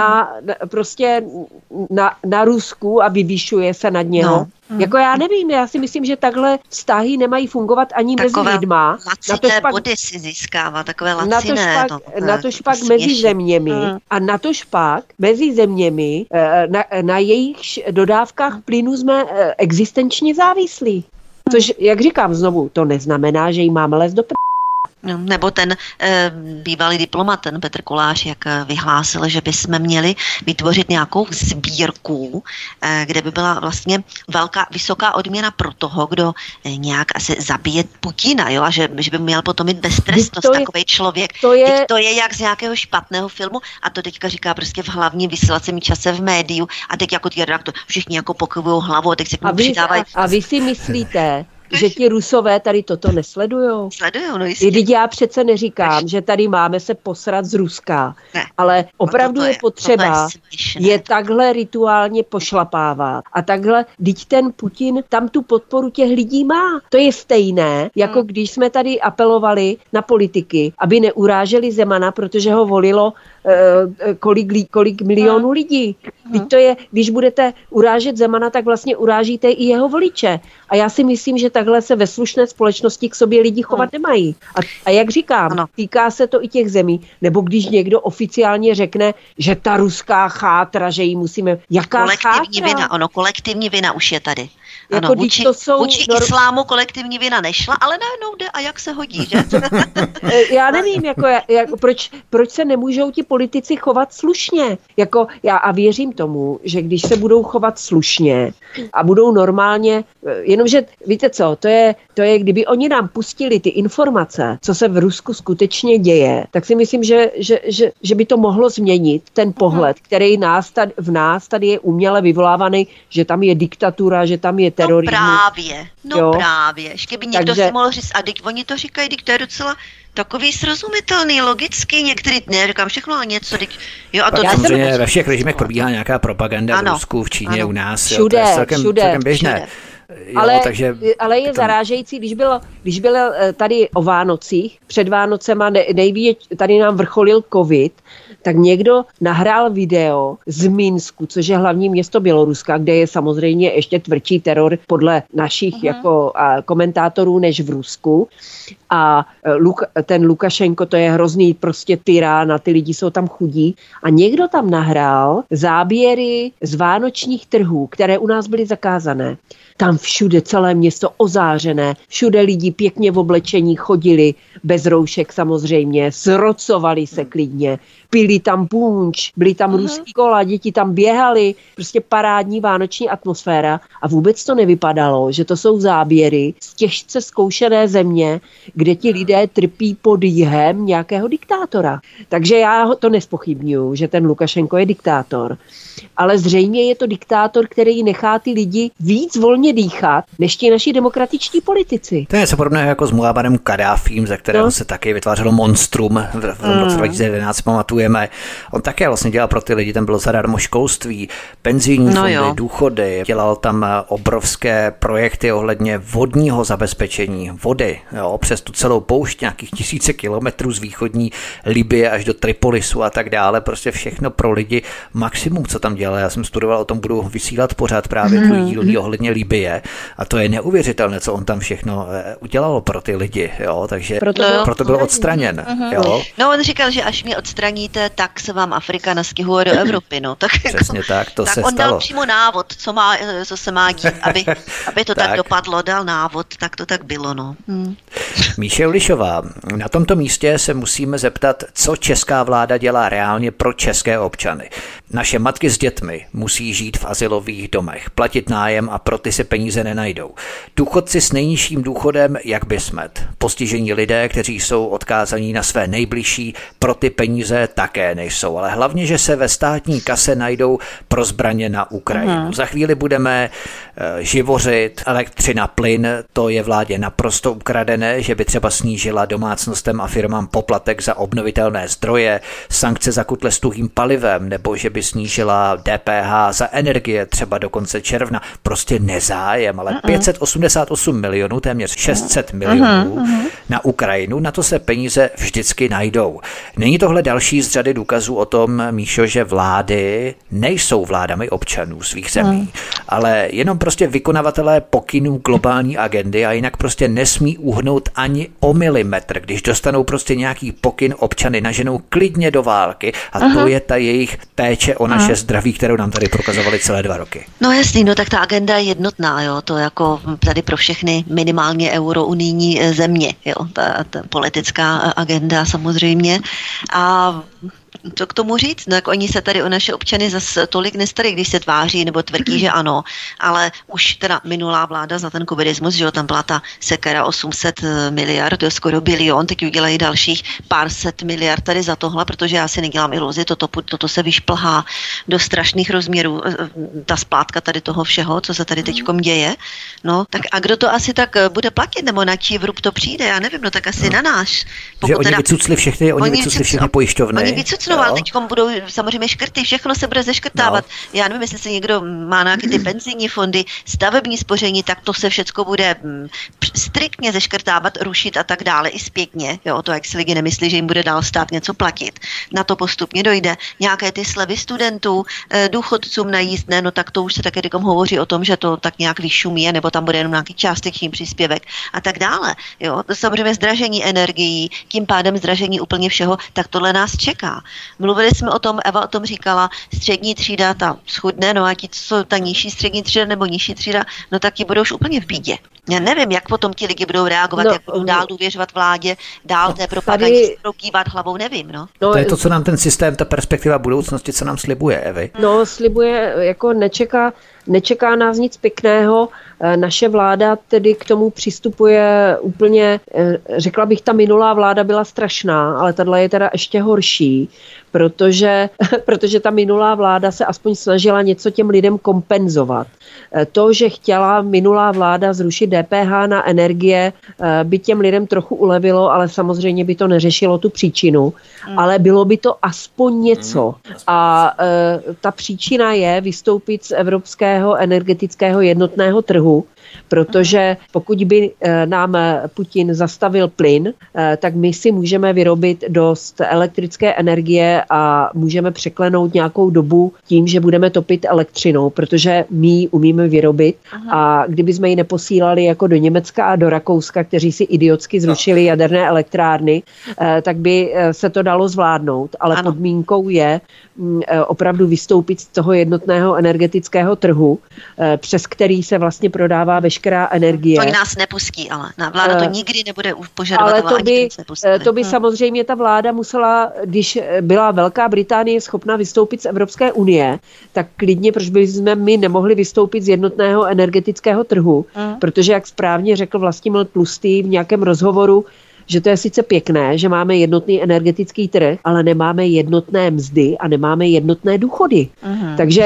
na Rusku a vyvyšuje se nad něho. No. Jako já nevím, já si myslím, že takhle vztahy nemají fungovat ani takové mezi lidma. laciné body si získává, takové laciné. Natož pak mezi zeměmi a natož pak mezi zeměmi na jejich dodávkách plynu jsme existenčně závislí. Což, jak říkám znovu, to neznamená, že jí máme les do No, nebo ten bývalý diplomat, ten Petr Kolář, jak vyhlásil, že bychom měli vytvořit nějakou sbírku, kde by byla vlastně vysoká odměna pro toho, kdo nějak asi zabije Putina, jo, a že by měl potom mít beztrestnost takovej člověk. To je jak z nějakého špatného filmu a to teďka říká prostě v hlavním vysílacím čase v médiu a teď jako ty redaktoři všichni jako pokyvují hlavu a teď se k tomu přidávají. A vy si myslíte, že ti Rusové tady toto nesledujou? Sledujou, no jistě. Vždyť já přece neříkám, že tady máme se posrat z Ruska, ale opravdu je potřeba je takhle rituálně pošlapávat. A takhle, vždyť ten Putin tam tu podporu těch lidí má. To je stejné, jako když jsme tady apelovali na politiky, aby neuráželi Zemana, protože ho volilo kolik milionů lidí. Vždyť to je, když budete urážet Zemana, tak vlastně urážíte i jeho voliče. A já si myslím, že takhle se ve slušné společnosti k sobě lidi chovat nemají. A jak říkám, týká se to i těch zemí, nebo když někdo oficiálně řekne, že ta ruská chátra, že jí musíme... Jaká kolektivní chátra? vina, kolektivní vina už je tady. Jako Ano, vůči islámu kolektivní vina nešla, ale najednou jde a jak se hodí, že? Já nevím, proč se nemůžou ti politici chovat slušně. Jako já a věřím tomu, že když se budou chovat slušně a budou normálně, jenomže víte co, to je, kdyby oni nám pustili ty informace, co se v Rusku skutečně děje, tak si myslím, že by to mohlo změnit ten pohled, který v nás tady je uměle vyvolávaný, že tam je diktatura, že tam je terorismus. Právě. Ještě by někdo si mohl říct, a teď oni to říkají, to je docela takový srozumitelný, logický, některý, neříkám všechno, ale něco, jo, a to samozřejmě ve všech režimech probíhá nějaká propaganda v Rusku, v Číně, u nás, všude, jo, to je celkem běžné. Jo, ale je zarážející, když bylo tady o Vánocích, před Vánocema tady nám vrcholil covid, tak někdo nahrál video z Minsku, což je hlavní město Běloruska, kde je samozřejmě ještě tvrdší teror podle našich jako komentátorů než v Rusku. A ten Lukašenko, to je hrozný prostě tyrán a ty lidi jsou tam chudí. A někdo tam nahrál záběry z vánočních trhů, které u nás byly zakázané. Tam všude celé město ozářené, všude lidi pěkně v oblečení chodili, bez roušek samozřejmě, zrocovali se klidně, pili tam punč, byli tam ruský kola, děti tam běhali, prostě parádní vánoční atmosféra a vůbec to nevypadalo, že to jsou záběry z těžce zkoušené země, kde ti lidé trpí pod jihem nějakého diktátora. Takže já to nespochybňuju, že ten Lukašenko je diktátor. Ale zřejmě je to diktátor, který nechá ty lidi víc volně dýchat, než ti naši demokratičtí politici. To je něco podobného jako s Muammarem Kaddáfím, ze kterého se taky vytvářelo monstrum v roce 2011, pamatujeme. On také vlastně dělal pro ty lidi, tam bylo zadarmo školství, penzijní fondy, důchody, dělal tam obrovské projekty ohledně vodního zabezpečení, vody, jo, přes tu celou poušť, nějakých 1000 kilometrů z východní Libye až do Tripolisu a tak dále, prostě všechno pro lidi, maximum, co tam dělal. Já jsem studoval, o tom budu vysílat pořád právě dílný ohledně Libye a to je neuvěřitelné, co on tam všechno udělalo pro ty lidi, jo, takže proto byl odstraněn. Jo. No on říkal, že až mě odstraníte, tak se vám Afrika nastěhuje do Evropy, no. Tak přesně jako, tak, to tak se on stalo. Dal přímo návod, co se má dít, aby to tak dopadlo, dal návod, tak to tak bylo, no. Míše Ulišová, na tomto místě se musíme zeptat, co česká vláda dělá reálně pro české občany. Naše matky s dětmi musí žít v azylových domech, platit nájem a pro ty se peníze nenajdou. Důchodci s nejnižším důchodem jak by smet. Postižení lidé, kteří jsou odkázaní na své nejbližší, pro ty peníze také nejsou, ale hlavně, že se ve státní kase najdou pro zbraně na Ukrajinu. Za chvíli budeme živořit, elektřina, plyn, to je vládě naprosto ukradené, že by třeba snížila domácnostem a firmám poplatek za obnovitelné zdroje, sankce za kutle s tuhým palivem, nebo že by snížila DPH za energie třeba do konce června. Prostě nezájem, ale 588 milionů, téměř 600 milionů na Ukrajinu, na to se peníze vždycky najdou. Není tohle další z řady důkazů o tom, Míšo, že vlády nejsou vládami občanů svých zemí, ale jenom prostě vykonavatelé pokynů globální agendy a jinak prostě nesmí uhnout ani o milimetr, když dostanou prostě nějaký pokyn, občany naženou klidně do války a to je ta jejich péče o naše zdraví, kterou nám tady prokazovali celé 2 roky. No jasný, no tak ta agenda je jednotná, jo, to jako tady pro všechny minimálně eurounijní země, jo, ta politická agenda samozřejmě. A co k tomu říct? No, jak oni se tady o naše občany zase tolik nestarají, když se tváří nebo tvrdí, že ano, ale už teda minulá vláda za ten covidismus, že jo, tam byla ta sekera 800 miliard, to je skoro bilion, teď udělají dalších pár set miliard tady za tohle, protože já si nedělám iluzi, toto se vyšplhá do strašných rozměrů, ta splátka tady toho všeho, co se tady teďkom děje. No, tak a kdo to asi tak bude platit, nebo na čí vrub to přijde, já nevím, no tak asi na náš. Že oni vycucli všechny pojišťovny. Ale teďkom budou samozřejmě škrty, všechno se bude zeškrtávat. No. Já nevím, jestli se někdo má nějaké ty penzijní fondy, stavební spoření, tak to se všecko bude striktně zeškrtávat, rušit a tak dále i zpětně. Jo, to jak si lidi nemyslí, že jim bude dál stát něco platit. Na to postupně dojde. Nějaké ty slevy studentů, důchodcům na jízdné, no tak to už se také teďkom hovoří o tom, že to tak nějak vyšumí, nebo tam bude jenom nějaký částečný příspěvek a tak dále. Jo, to samozřejmě zdražení energií, tím pádem zdražení úplně všeho, tak tohle nás čeká. Mluvili jsme o tom, Eva o tom říkala, střední třída, ta schudne, no a ti, co ta nižší střední třída nebo nižší třída, no tak ti budou už úplně v bídě. Já nevím, jak potom ti lidi budou reagovat, jak budou dál důvěřovat vládě, dál té propagandě kývat hlavou, nevím, no. To je to, co nám ten systém, ta perspektiva budoucnosti, co nám slibuje, Evi. No, slibuje, jako nečeká nás nic pěkného. Naše vláda tedy k tomu přistupuje úplně, řekla bych, ta minulá vláda byla strašná, ale tahle je teda ještě horší, protože ta minulá vláda se aspoň snažila něco těm lidem kompenzovat. To, že chtěla minulá vláda zrušit DPH na energie, by těm lidem trochu ulevilo, ale samozřejmě by to neřešilo tu příčinu, ale bylo by to aspoň něco. A ta příčina je vystoupit z evropského energetického jednotného trhu, protože pokud by nám Putin zastavil plyn, tak my si můžeme vyrobit dost elektrické energie a můžeme překlenout nějakou dobu tím, že budeme topit elektřinou, protože my ji umíme vyrobit. A kdyby jsme ji neposílali jako do Německa a do Rakouska, kteří si idiotsky zrušili jaderné elektrárny, tak by se to dalo zvládnout. Ale podmínkou je opravdu vystoupit z toho jednotného energetického trhu, přes který se vlastně prodává veškerá energie. To nás nepustí, ale vláda to nikdy nebude požadovat. Ale to by samozřejmě ta vláda musela, když byla Velká Británie schopna vystoupit z Evropské unie, tak klidně, proč by jsme my nemohli vystoupit z jednotného energetického trhu, protože, jak správně řekl Vlastimil Tlustý v nějakém rozhovoru, že to je sice pěkné, že máme jednotný energetický trh, ale nemáme jednotné mzdy a nemáme jednotné důchody. Takže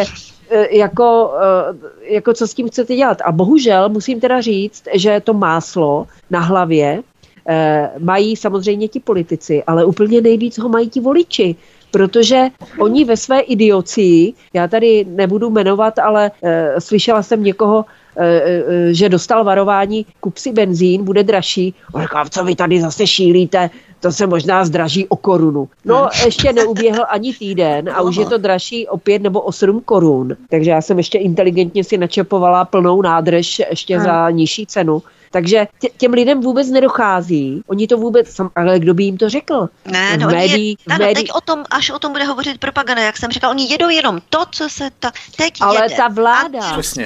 jako co s tím chcete dělat? A bohužel musím teda říct, že to máslo na hlavě mají samozřejmě ti politici, ale úplně nejvíc ho mají ti voliči, protože oni ve své idiocii, já tady nebudu jmenovat, ale slyšela jsem někoho, že dostal varování, kup si benzín, bude dražší. On říkal, co vy tady zase šílíte, to se možná zdraží o korunu. No, ještě neuběhl ani týden a už je to dražší o 5 nebo o 7 korun. Takže já jsem ještě inteligentně si načepovala plnou nádrž ještě za nižší cenu. Takže těm lidem vůbec nedochází. Oni to vůbec, ale kdo by jim to řekl? Ne, no teď až o tom bude hovořit propaganda, jak jsem říkal, oni jedou jenom to, co se teď jede. Ale ta vláda,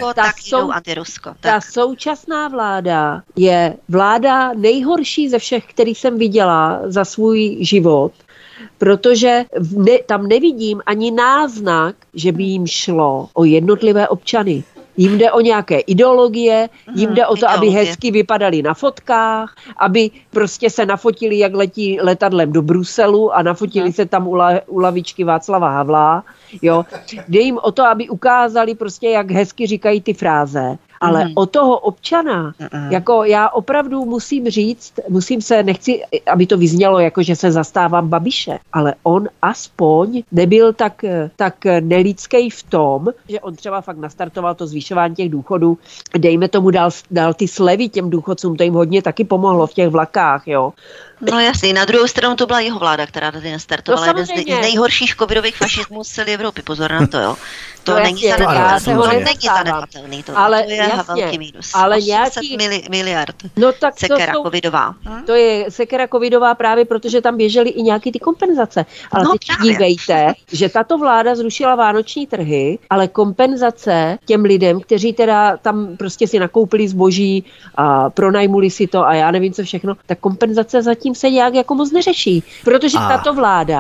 ta současná vláda je vláda nejhorší ze všech, který jsem viděla za svůj život, protože tam nevidím ani náznak, že by jim šlo o jednotlivé občany. Jim jde o nějaké ideologie, jim jde o to, aby ideologie. hezky vypadali na fotkách, aby prostě se nafotili, jak letí letadlem do Bruselu a nafotili se tam u lavičky Václava Havla. Jo. Jde jim o to, aby ukázali prostě, jak hezky říkají ty fráze. Ale o toho občana, jako já opravdu musím říct, nechci, aby to vyznělo, jako že se zastávám Babiše, ale on aspoň nebyl tak nelidský v tom, že on třeba fakt nastartoval to zvyšování těch důchodů, dejme tomu dal ty slevy těm důchodcům, to jim hodně taky pomohlo v těch vlakách, jo. No jasný, na druhou stranu to byla jeho vláda, která tady nastartovala jeden z nejhorších covidových fašismů z celé Evropy. Pozor na to, jo. To není zanedbatelný. To je velký mínus. Ale 800 miliard. No tak sekera covidová. To je sekera covidová právě, protože tam běžely i nějaký ty kompenzace. Ale teď dívejte, že tato vláda zrušila vánoční trhy, ale kompenzace těm lidem, kteří teda tam prostě si nakoupili zboží a pronajmuli si to a já nevím co všechno, tak kompenzace zatím se nějak jako moc neřeší. Protože tato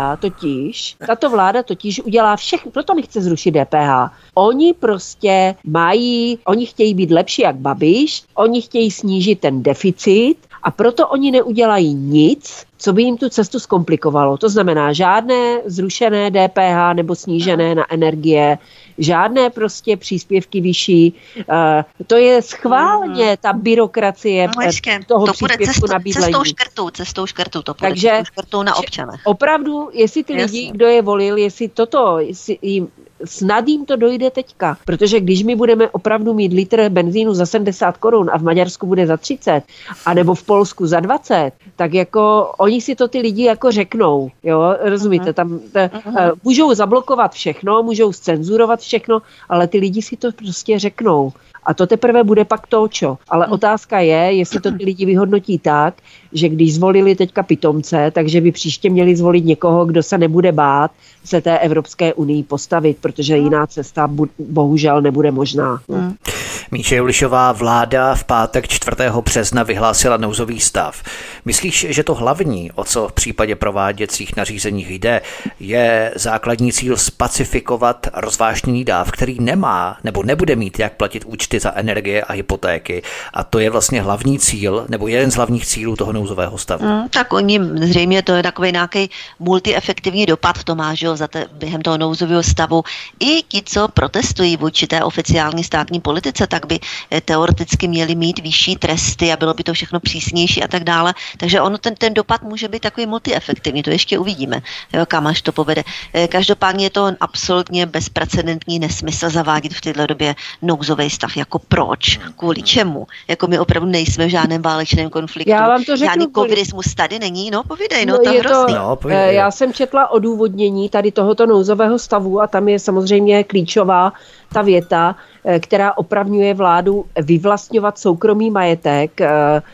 vláda totiž udělá všechno, proto nechce zrušit DPH. Oni prostě oni chtějí být lepší jak Babiš, oni chtějí snížit ten deficit a proto oni neudělají nic, co by jim tu cestu zkomplikovalo. To znamená žádné zrušené DPH nebo snížené na energie, žádné prostě příspěvky vyšší. To je schválně ta byrokracie toho příspěvku na bydlení. Cestou škrtů to bude. Takže škrtou na občana. Opravdu, jestli ty lidi, kdo je volil, jestli snad jim to dojde teďka. Protože když my budeme opravdu mít litr benzínu za 70 korun a v Maďarsku bude za 30, anebo v Polsku za 20, tak jako oni si to ty lidi jako řeknou. Jo, rozumíte? Tam můžou zablokovat všechno, můžou zcenzurovat všechno, ale ty lidi si to prostě řeknou. A to teprve bude pak točo. Ale otázka je, jestli to ty lidi vyhodnotí tak, že když zvolili teďka pitomce, takže by příště měli zvolit někoho, kdo se nebude bát se té Evropské unii postavit, protože jiná cesta bohužel nebude možná. Míše Julišová, vláda v pátek 4. března vyhlásila nouzový stav. Myslíš, že to hlavní, o co v případě prováděcích nařízeních jde, je základní cíl spacifikovat rozvážněný dáv, který nemá nebo nebude mít jak platit účty za energie a hypotéky. A to je vlastně hlavní cíl, nebo jeden z hlavních cílů toho nouzového stavu. Tak oni zřejmě to je takový nějaký multiefektivní dopad, to má, že jo, během toho nouzového stavu. I ti, co protestují vůči té oficiální státní politice, tak by teoreticky měli mít vyšší tresty a bylo by to všechno přísnější a tak dále. Takže ono ten dopad může být takový multiefektivní, to ještě uvidíme, jo, kam až to povede. Každopádně je to absolutně bezprecedentní nesmysl zavádět v této době nouzový stav. Jako proč? Kvůli čemu? Jako my opravdu nejsme v žádném válečném konfliktu. Já vám to řeknu. Žádný covidismus tady není, no povídej, to je hrozný. Já jsem četla odůvodnění tady tohoto nouzového stavu a tam je samozřejmě klíčová ta věta, která opravňuje vládu vyvlastňovat soukromý majetek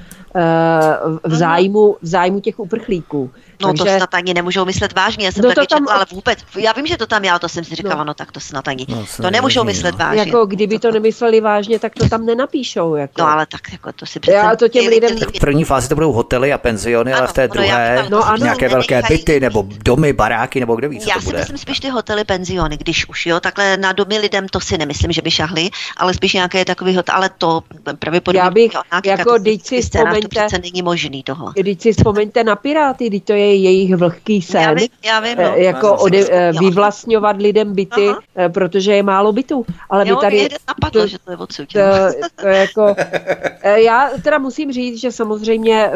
v zájmu těch uprchlíků. No takže, to snad ani nemůžou myslet vážně, já jsem taky četla, ale vůbec, já vím, že to tam to jsem si říkala, no tak to snad ani, to nemůžou myslet vážně. Jako kdyby to nemysleli vážně, tak to tam nenapíšou. Jako. No ale tak jako to si představím. To těm lidem... V první fázi to budou hotely a penziony, ale v té druhé nějaké velké byty nebo domy, baráky, nebo kde víc, co to bude. Já si myslím spíš ty hotely, penziony, když už, jo, takhle na domy lidem to si nemyslím, že by šahli, ale spíš nějaké takový hotel, ale to pravděpodobně já bych, jako to přece není možný tohle. Když si vzpomeňte na Piráty, když to je jejich vlhký sen, já vím, jako vyvlastňovat lidem byty, protože je málo bytů. Ale my tady napadlo, že to je odsud. To jako, já teda musím říct, že samozřejmě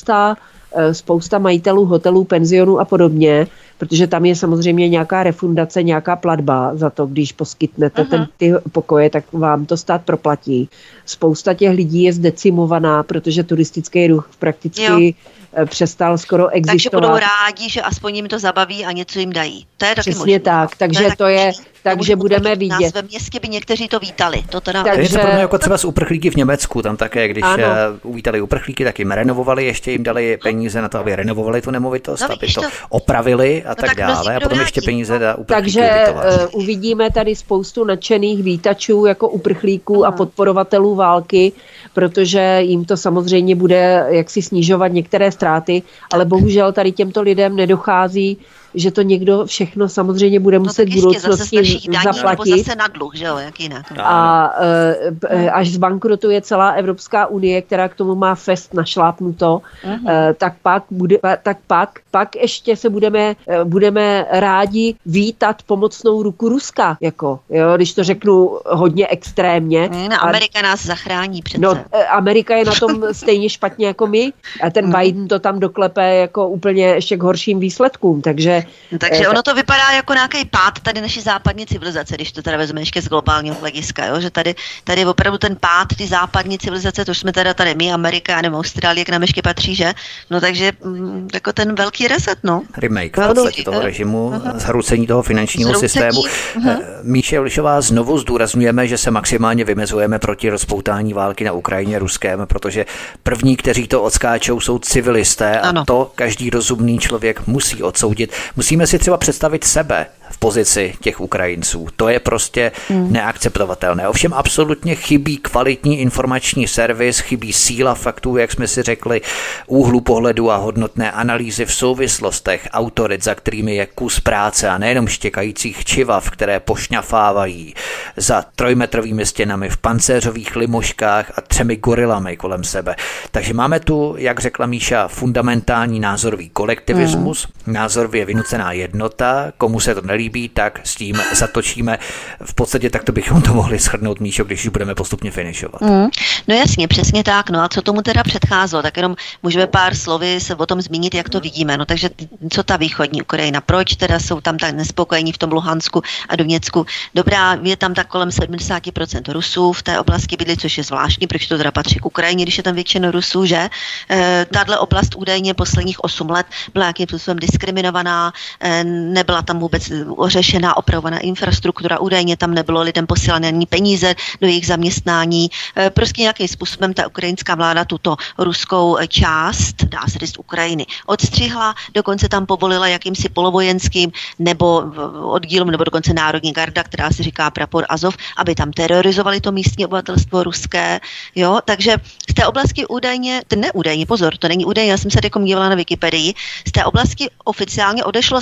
spousta majitelů hotelů, penzionů a podobně, protože tam je samozřejmě nějaká refundace, nějaká platba za to, když poskytnete ty pokoje, tak vám to stát proplatí. Spousta těch lidí je zdecimovaná, protože turistický ruch prakticky přestal skoro existovat. Takže budou rádi, že aspoň jim to zabaví a něco jim dají. To je taky přesně tak, takže to je, takže budeme vidět. Ve městě by někteří to vítali. Takže to pro mě jako třeba z uprchlíky v Německu, tam také, když uvítali uprchlíky, tak jim renovovali, ještě jim dali peníze na to, aby renovovali tu nemovitost, aby to opravili a tak dále. A potom ještě peníze na uprchlíky ubytovat. Takže uvidíme tady spoustu nadšených vítačů jako uprchlíků a podporovatelů války, protože jim to samozřejmě bude jaksi snižovat některé ztráty, ale bohužel tady těmto lidem nedochází, že to někdo všechno samozřejmě bude muset v budoucnosti zaplatit. Nebo zase na dluh, že jo, jak jinak. A až zbankrotuje celá Evropská unie, která k tomu má fest našlápnuto, tak pak ještě se budeme rádi vítat pomocnou ruku Ruska, jako, jo, když to řeknu hodně extrémně. Amerika nás zachrání přece. No, Amerika je na tom stejně špatně jako my a ten Biden to tam doklepe jako úplně ještě k horším výsledkům, takže ono to vypadá jako nějaký pád tady naší západní civilizace, když to teda vezmeme ještě z globálního hlediska, jo? Že tady opravdu ten pád ty západní civilizace, to jsme teda tady my, Amerika, nebo Austrálie, k nám ještě patří, že? No takže jako ten velký reset, no. Remake v podstatě toho režimu, zhroucení toho finančního systému. Míše Olišová, znovu zdůrazňujeme, že se maximálně vymezujeme proti rozpoutání války na Ukrajině Ruskem, protože první, kteří to odskáčou, jsou civilisté a to každý rozumný člověk musí odsoudit. Musíme si třeba představit sebe v pozici těch Ukrajinců. To je prostě neakceptovatelné. Ovšem absolutně chybí kvalitní informační servis, chybí síla faktů, jak jsme si řekli, úhlu pohledu a hodnotné analýzy v souvislostech autorit, za kterými je kus práce a nejenom štěkajících čivav, které pošňafávají za 3metrovými stěnami v pancéřových limoškách a 3 gorilami kolem sebe. Takže máme tu, jak řekla Míša, fundamentální názorový kolektivismus, názorově vynucená jednota, komu se to nelíbí, tak s tím zatočíme. V podstatě takto bychom to mohli shrnout, Míšo, když už budeme postupně finišovat. No jasně, přesně tak. No a co tomu teda předcházelo? Tak jenom můžeme pár slovy se o tom zmínit, jak to vidíme. No takže co ta východní Ukrajina? Proč teda jsou tam tak nespokojení v tom Luhansku a Doněcku? Dobrá, je tam tak kolem 70% Rusů v té oblasti bydlí, což je zvláštní, proč to teda patří k Ukrajině, když je tam většina Rusů, že? Tahle oblast údajně posledních 8 let byla nějakým způsobem diskriminovaná, nebyla tam vůbec ořešená, opravovaná infrastruktura, údajně tam nebylo lidem posílané ani peníze do jejich zaměstnání. Prostě nějakým způsobem ta ukrajinská vláda tuto ruskou část, dá se říct Ukrajiny, odstřihla, dokonce tam povolila jakýmsi polovojenským nebo oddílům, nebo dokonce Národní garda, která se říká Prapor Azov, aby tam terorizovali to místní obyvatelstvo ruské. Jo? Takže z té oblasti údajně, pozor, to není údajně, já jsem se dívala na Wikipedii, z té oblasti oficiálně odešlo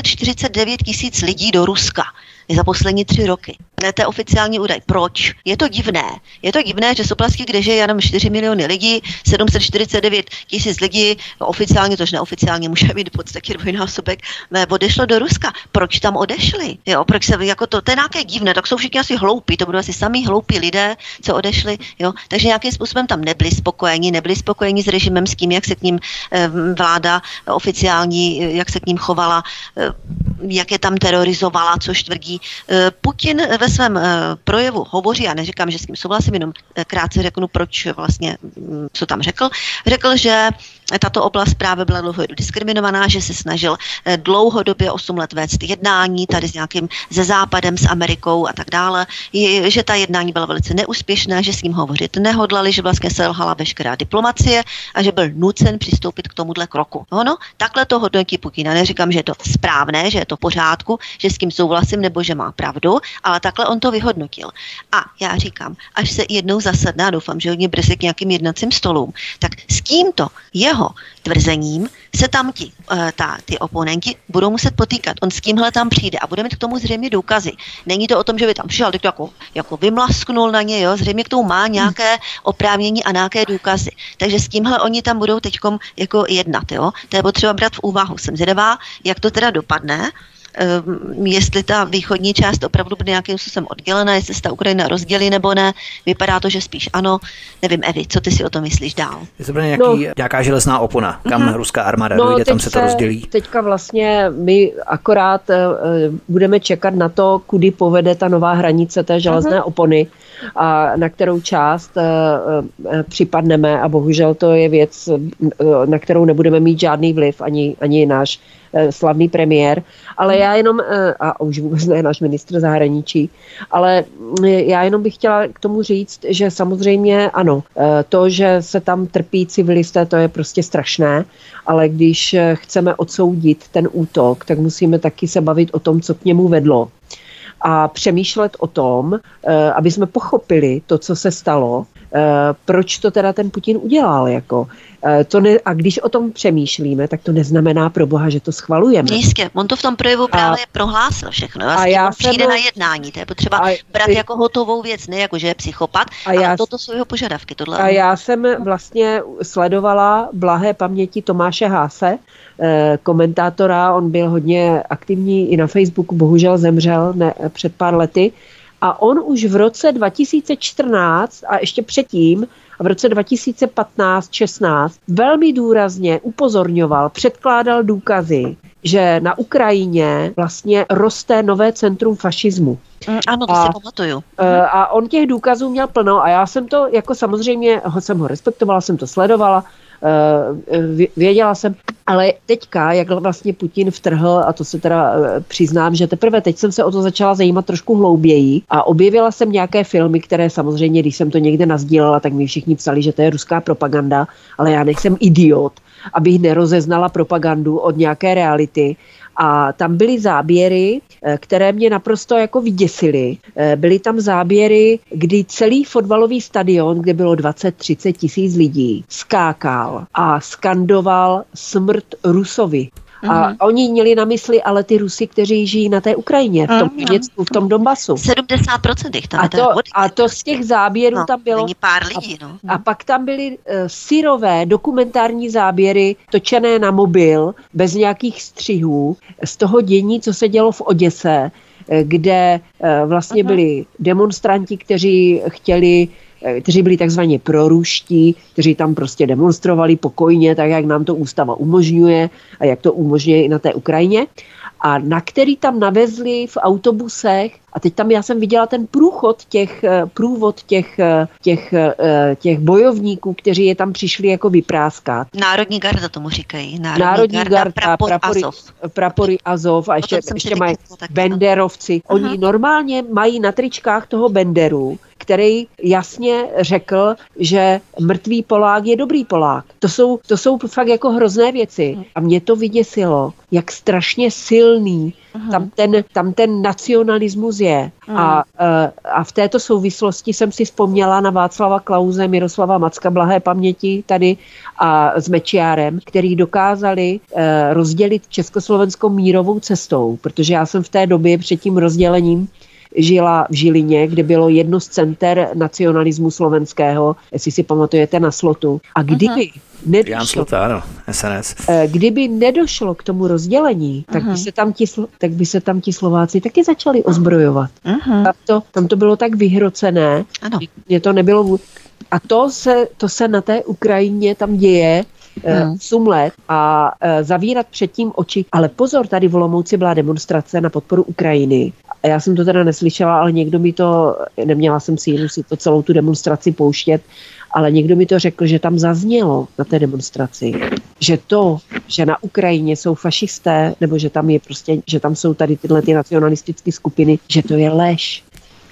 749 000 lidí do Ruska za poslední 3 roky. To je oficiální údaj. Proč? Je to divné. Je to divné, že z oblasti, kde žije jenom 4 miliony lidí, 749 000 lidí, oficiálně, tož neoficiálně může být v podstatě dvojnásobek, odešlo do Ruska. Proč tam odešli? Jo, proč se, jako to je nějaké divné, tak jsou všichni asi hloupí, to budou asi samý hloupí lidé, co odešli, jo. Takže nějakým způsobem tam nebyli spokojeni s režimem, s tím, jak se k ním vláda oficiální, jak se k ním chovala, jak je tam terorizovala, což tvrdí Putin ve svém projevu hovoří, já neříkám, že s tím souhlasím, jenom krátce řeknu, proč vlastně, co tam řekl. Řekl, že tato oblast právě byla dlouhodobě diskriminovaná, že se snažil dlouhodobě 8 let vést jednání tady s nějakým se Západem, s Amerikou a tak dále, že ta jednání byla velice neúspěšná, že s ním hovořit nehodlali, že vlastně selhala veškerá diplomacie a že byl nucen přistoupit k tomuhle kroku. No, takhle to hodnotí Putina. Neříkám, že je to správné, že je to v pořádku, že s tím souhlasím nebo že má pravdu, ale takhle on to vyhodnotil. A já říkám, až se jednou zasedne, a doufám, že hodně brzy k nějakým jednacím stolům, tak s tímto jeho tvrzením se tam ty oponenti budou muset potýkat. On s tímhle tam přijde a bude mít k tomu zřejmě důkazy. Není to o tom, že by tam přišel, tak to jako vymlasknul na ně, jo? Zřejmě k tomu má nějaké oprávnění a nějaké důkazy. Takže s tímhle oni tam budou teďkom jako jednat, jo? To je potřeba brát v úvahu. Jsem zvědavá, jak to teda dopadne. Jestli ta východní část opravdu bude nějakým způsobem oddělená, jestli se ta Ukrajina rozdělí nebo ne. Vypadá to, že spíš ano. Nevím, Evi, co ty si o tom myslíš dál? Je to bude nějaká železná opona, kam ruská armáda dojde, tam se to rozdělí? Teďka vlastně my akorát budeme čekat na to, kudy povede ta nová hranice té železné opony a na kterou část připadneme a bohužel to je věc, na kterou nebudeme mít žádný vliv, ani náš slavný premiér, ale já jenom, a už vůbec ne náš ministr zahraničí, ale já jenom bych chtěla k tomu říct, že samozřejmě ano, to, že se tam trpí civilisté, to je prostě strašné, ale když chceme odsoudit ten útok, tak musíme taky se bavit o tom, co k němu vedlo. A přemýšlet o tom, aby jsme pochopili to, co se stalo, proč to teda ten Putin udělal. Jako. A když o tom přemýšlíme, tak to neznamená pro Boha, že to schvalujeme. Jistě, on to v tom projevu právě prohlásil všechno. Vlastně on přijde na jednání, to je potřeba brát jako hotovou věc, ne jako, že je psychopat, ale toto jsou jeho požadavky. A já jsem vlastně sledovala blahé paměti Tomáše Haase, komentátora, on byl hodně aktivní i na Facebooku, bohužel zemřel před pár lety. A on už v roce 2014 a ještě předtím, v roce 2015-16 velmi důrazně upozorňoval, předkládal důkazy, že na Ukrajině vlastně roste nové centrum fašismu. Ano, to si pamatuju. A on těch důkazů měl plno a já jsem to, jako samozřejmě, jsem ho respektovala, jsem to sledovala, věděla jsem, ale teďka, jak vlastně Putin vtrhl, a to se teda přiznám, že teprve teď jsem se o to začala zajímat trošku hlouběji a objevila jsem nějaké filmy, které samozřejmě, když jsem to někde nasdílela, tak mi všichni psali, že to je ruská propaganda, ale já nejsem idiot, abych nerozeznala propagandu od nějaké reality. A tam byly záběry, které mě naprosto jako vyděsily. Byly tam záběry, kdy celý fotbalový stadion, kde bylo 20-30 tisíc lidí, skákal a skandoval smrt Rusovi. A oni měli na mysli ale ty Rusy, kteří žijí na té Ukrajině, v tom Německu, v tom Donbasu. 70% jich tam. A to z těch záběrů tam bylo. Není pár lidí, A pak tam byly syrové dokumentární záběry, točené na mobil, bez nějakých střihů, z toho dění, co se dělo v Oděse, kde vlastně byli demonstranti, kteří byli takzvaně proruští, kteří tam prostě demonstrovali pokojně, tak jak nám to ústava umožňuje a jak to umožňuje i na té Ukrajině. A na který tam navezli v autobusech, a teď tam já jsem viděla ten průvod těch bojovníků, kteří je tam přišli jako vypráskat. Národní garda tomu říkají. Národní garda, prapory Azov a ještě mají benderovci. Oni normálně mají na tričkách toho Benderu, který jasně řekl, že mrtvý Polák je dobrý Polák. To jsou fakt jako hrozné věci. A mě to vyděsilo, jak strašně silný tam ten nacionalismus je. A v této souvislosti jsem si vzpomněla na Václava Klause, Miroslava Macka, blahé paměti tady a s Mečiarem, který dokázali rozdělit Československou mírovou cestou, protože já jsem v té době před tím rozdělením žila v Žilině, kde bylo jedno z center nacionalismu slovenského, jestli si pamatujete, na Slotu. A kdyby nedošlo k tomu rozdělení, tak by se tam ti Slováci taky začali ozbrojovat. Tam to bylo tak vyhrocené, že to nebylo. A to se na té Ukrajině tam děje 8 let a zavírat předtím oči. Ale pozor, tady v Olomouci byla demonstrace na podporu Ukrajiny. A já jsem to teda neslyšela, ale někdo mi to, neměla jsem sílu si to celou tu demonstraci pouštět, ale někdo mi to řekl, že tam zaznělo na té demonstraci, že na Ukrajině jsou fašisté, nebo že tam je prostě, že tam jsou tady tyhle ty nacionalistické skupiny, že to je lež.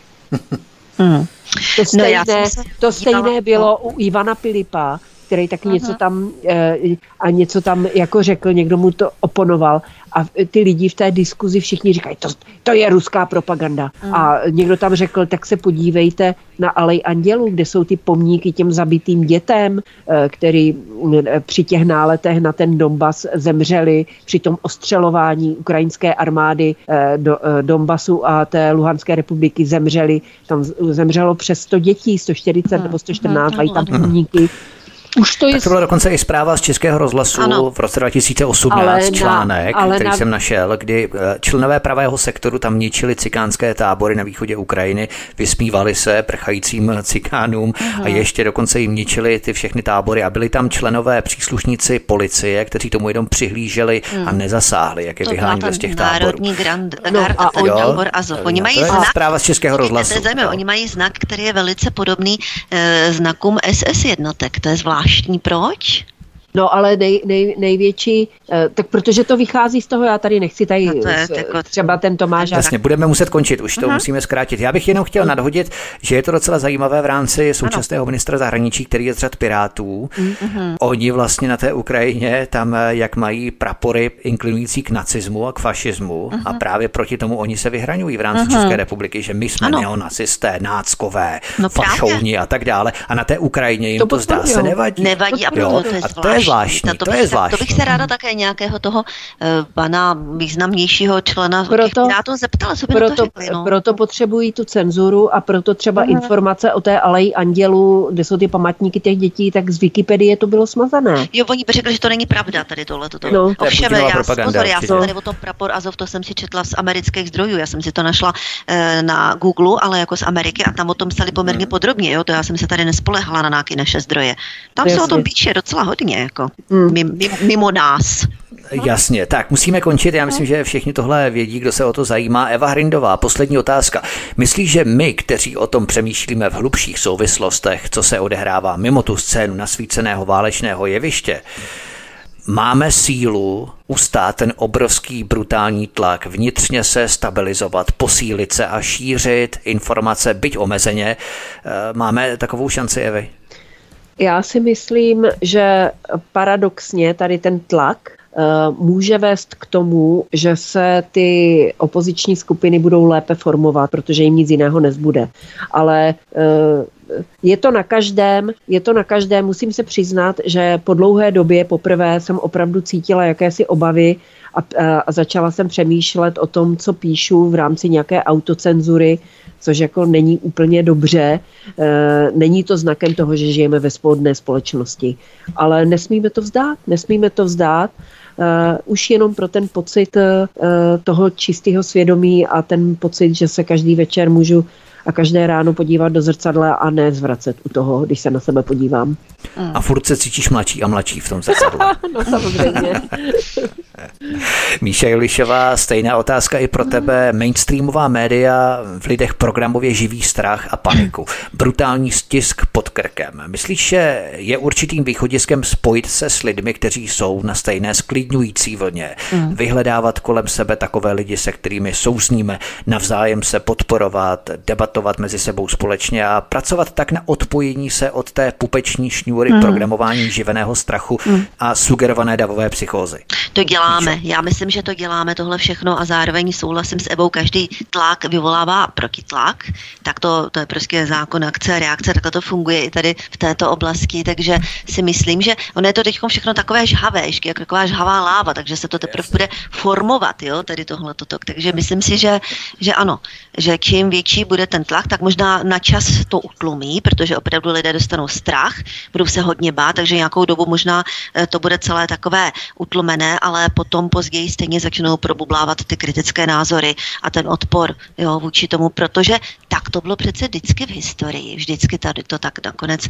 To stejné bylo u Ivana Pilipa, který taky něco tam jako řekl, někdo mu to oponoval a ty lidi v té diskuzi všichni říkají, to je ruská propaganda. A někdo tam řekl, tak se podívejte na Alej Andělů, kde jsou ty pomníky těm zabitým dětem, který při těch náletech na ten Donbas zemřeli, při tom ostřelování ukrajinské armády do Donbasu a té Luhanské republiky zemřelo přes 100 dětí, 140 nebo 114, mají tam pomníky. Tak to byla dokonce i zpráva z Českého rozhlasu v roce 2018, článek, který jsem našel, kdy členové pravého sektoru tam ničili cikánské tábory na východě Ukrajiny, vysmívali se prchajícím cikánům a ještě dokonce jim ničili ty všechny tábory a byli tam členové příslušníci policie, kteří tomu jenom přihlíželi a nezasáhli, jak je vyhánili z těch táborů. Národní tábor Azov. Oni mají znak, zpráva z Českého rozhlasu. To je zajímavé, oni mají znak, který je velice podobný znakům SS jednotek. To je zvláštní. Proč? No ale největší, tak protože to vychází z toho, já tady nechci tady třeba ten Tomáš. Jasně, budeme muset končit, už to musíme zkrátit. Já bych jenom chtěl nadhodit, že je to docela zajímavé v rámci současného ministra zahraničí, který je z řad Pirátů. Oni vlastně na té Ukrajině tam, jak mají prapory inklinující k nacismu a k fašismu a právě proti tomu oni se vyhraňují v rámci České republiky, že my jsme neonacisté, náckové, fašouni a tak dále. A na té Ukrajině jim to zdá se nevadí. Nevadí a to je zvláštní. To bych se ráda také nějakého toho pana významnějšího člena Pirátů zeptala, co by na to řekli. Proto potřebují tu cenzuru a proto třeba informace o té aleji andělů, kde jsou ty památníky těch dětí, tak z Wikipedie to bylo smazané. Jo, oni by řekli, že to není pravda tady tohle. No. Ovšem, já jsem tady o tom prapor Azov, to jsem si četla z amerických zdrojů, já jsem si to našla na Google, ale jako z Ameriky a tam o tom psali poměrně podrobně, jo, to já jsem se tady nespolehala na nějaké naše zdroje. Tam se o tom píše docela hodně, jako mimo nás. Jasně, tak musíme končit. Já myslím, že všichni tohle vědí, kdo se o to zajímá. Eva Hrindová, poslední otázka. Myslíš, že my, kteří o tom přemýšlíme v hlubších souvislostech, co se odehrává mimo tu scénu nasvíceného válečného jeviště, máme sílu ustát ten obrovský brutální tlak, vnitřně se stabilizovat, posílit se a šířit informace, byť omezeně? Máme takovou šanci, Evy? Já si myslím, že paradoxně tady ten tlak může vést k tomu, že se ty opoziční skupiny budou lépe formovat, protože jim nic jiného nezbude. Ale je to na každém, musím se přiznat, že po dlouhé době poprvé jsem opravdu cítila jakési obavy a začala jsem přemýšlet o tom, co píšu v rámci nějaké autocenzury, což jako není úplně dobře. Není to znakem toho, že žijeme ve svobodné společnosti. Ale nesmíme to vzdát. Už jenom pro ten pocit toho čistého svědomí a ten pocit, že se každý večer můžu a každé ráno podívat do zrcadla a ne zvracet u toho, když se na sebe podívám. A furt se cítíš mladší a mladší v tom zrcadle. No samozřejmě. Míša Julišová, stejná otázka i pro tebe. Mainstreamová média v lidech programově živí strach a paniku. Brutální stisk pod krkem. Myslíš, že je určitým východiskem spojit se s lidmi, kteří jsou na stejné sklidňující vlně? Vyhledávat kolem sebe takové lidi, se kterými souzníme, navzájem se podporovat, debatovat mezi sebou společně a pracovat tak na odpojení se od té pupeční šňůry programování živeného strachu a sugerované davové psychózy. To děláme. Já myslím, že to děláme tohle všechno a zároveň souhlasím s Evou, každý tlak vyvolává protitlak, tak to je prostě zákon akce a reakce, takhle to funguje i tady v této oblasti, takže si myslím, že ono je to teď všechno takové žhavé, ještě jako taková žhavá láva, takže se to teprve bude formovat, jo, tady tohleto. Takže myslím si, že ano, že čím větší bude ten tlak, tak možná na čas to utlumí, protože opravdu lidé dostanou strach, budou se hodně bát, takže nějakou dobu možná to bude celé takové utlumené, ale potom později stejně začnou probublávat ty kritické názory a ten odpor, jo, vůči tomu, protože tak to bylo přece vždycky v historii. Vždycky tady to tak nakonec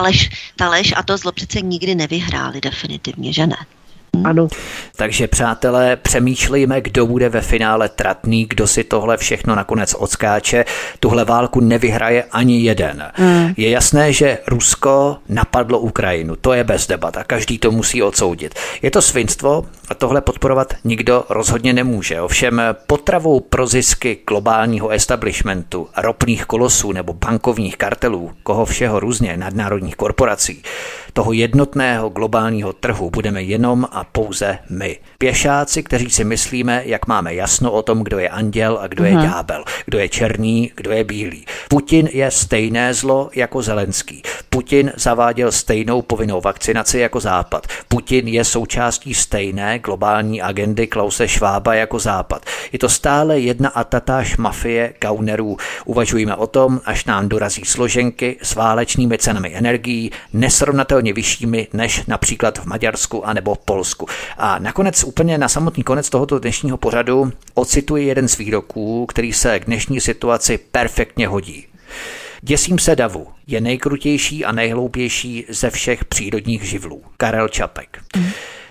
ta lež a to zlo přece nikdy nevyhráli definitivně, že ne? Ano. Takže přátelé, přemýšlejme, kdo bude ve finále tratný, kdo si tohle všechno nakonec odskáče. Tuhle válku nevyhraje ani jeden. Je jasné, že Rusko napadlo Ukrajinu. To je bez debat a každý to musí odsoudit. Je to svinstvo a tohle podporovat nikdo rozhodně nemůže. Ovšem potravou pro zisky globálního establishmentu, ropných kolosů nebo bankovních kartelů, koho všeho různě nadnárodních korporací, toho jednotného globálního trhu budeme jenom a pouze my. Pěšáci, kteří si myslíme, jak máme jasno o tom, kdo je anděl a kdo je ďábel, kdo je černý, kdo je bílý. Putin je stejné zlo jako Zelenský. Putin zaváděl stejnou povinnou vakcinaci jako Západ. Putin je součástí stejné globální agendy Klause Schwaba jako Západ. Je to stále jedna a tatáž mafie gaunerů. Uvažujeme o tom, až nám dorazí složenky s válečnými cenami energií, nesrovnatelně vyššími než například v Maďarsku anebo Polsku. A nakonec úplně na samotný konec tohoto dnešního pořadu ocituji jeden z výroků, který se k dnešní situaci perfektně hodí. Děsím se davu. Je nejkrutější a nejhloupější ze všech přírodních živlů. Karel Čapek.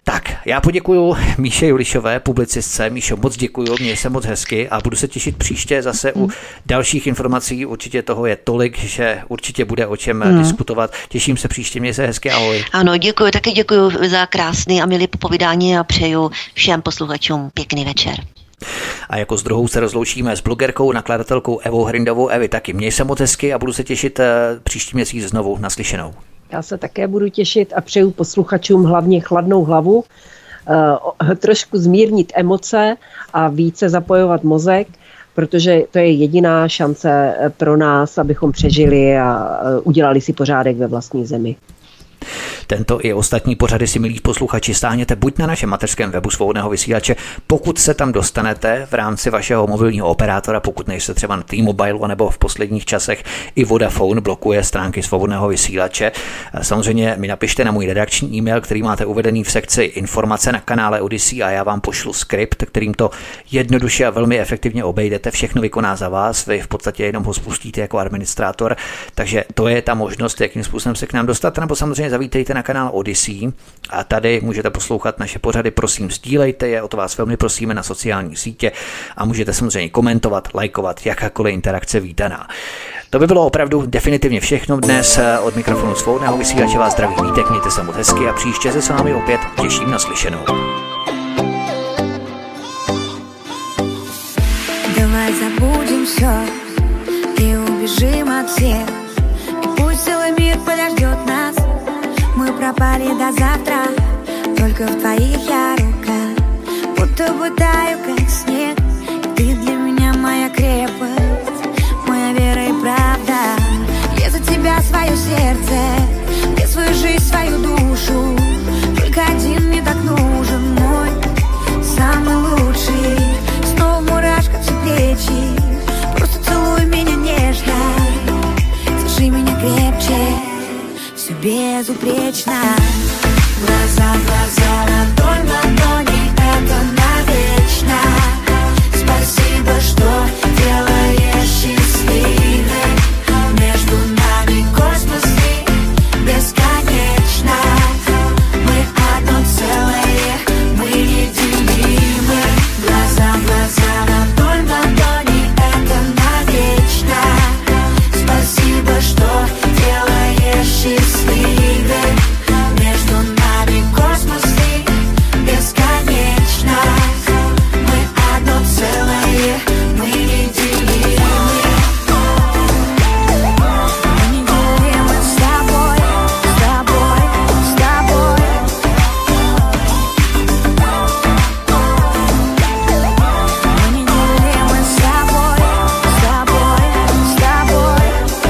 Tak, já poděkuju Míše Julišové, publicistce. Míšo, moc děkuju, měj se moc hezky a budu se těšit příště zase u dalších informací. Určitě toho je tolik, že určitě bude o čem diskutovat. Těším se příště, měj se hezky, ahoj. Ano, děkuji, taky děkuji za krásný a milý popovídání a přeju všem posluchačům pěkný večer. A jako s druhou se rozloučíme s blogerkou, nakladatelkou Evou Hrindovou. Evi, taky měj se moc hezky a budu se těšit příští měsíc znovu naslyšenou. Já se také budu těšit a přeju posluchačům hlavně chladnou hlavu, trošku zmírnit emoce a více zapojovat mozek, protože to je jediná šance pro nás, abychom přežili a udělali si pořádek ve vlastní zemi. Tento i ostatní pořady si, milí posluchači, stáhněte buď na našem mateřském webu Svobodného vysílače, pokud se tam dostanete v rámci vašeho mobilního operátora, pokud nejste třeba na T-Mobile, nebo v posledních časech i Vodafone blokuje stránky Svobodného vysílače. Samozřejmě mi napište na můj redakční e-mail, který máte uvedený v sekci informace na kanále Odyssey a já vám pošlu skript, kterým to jednoduše a velmi efektivně obejdete. Všechno vykoná za vás, vy v podstatě jenom ho spustíte jako administrátor, takže to je ta možnost, jakým způsobem se k nám dostat, nebo samozřejmě zavítejte na kanál Odyssey a tady můžete poslouchat naše pořady, prosím sdílejte je, o to vás velmi prosíme na sociální sítě a můžete samozřejmě komentovat, lajkovat, jakákoliv interakce vítaná. To by bylo opravdu definitivně všechno dnes. Od mikrofonu Svobodného vysílače vás zdraví Vítek, mějte se moc hezky a příště se s vámi opět těším na slyšenou. Давай забудем все и убежим от всех, и пусть целый мир подождет нас. Мы пропали до завтра, только в твоих я руках, будто бы таю, как снег. Ты для меня моя крепость, моя вера и правда. Я за тебя свое сердце, я свою жизнь, свою душу. Только один мне так нужен, мой самый лучший. Снова мурашка все плечи, просто целуй меня нежно, держи меня крепче. Все безупречно. Глаза в глаза, ладонь в ладони, это навечно. Спасибо, что делаешь счастливой. Между нами космосы бесконечно. Мы одно целое, мы неделимы. Глаза в глаза, ладонь в ладони, это навечно. Спасибо, что делаешь счастливой. Между нами космосы бесконечно. Мы одно целое, мы неделимы. Мы неделимы с тобой, с тобой, с тобой. Мы неделимы с тобой, с тобой, с тобой.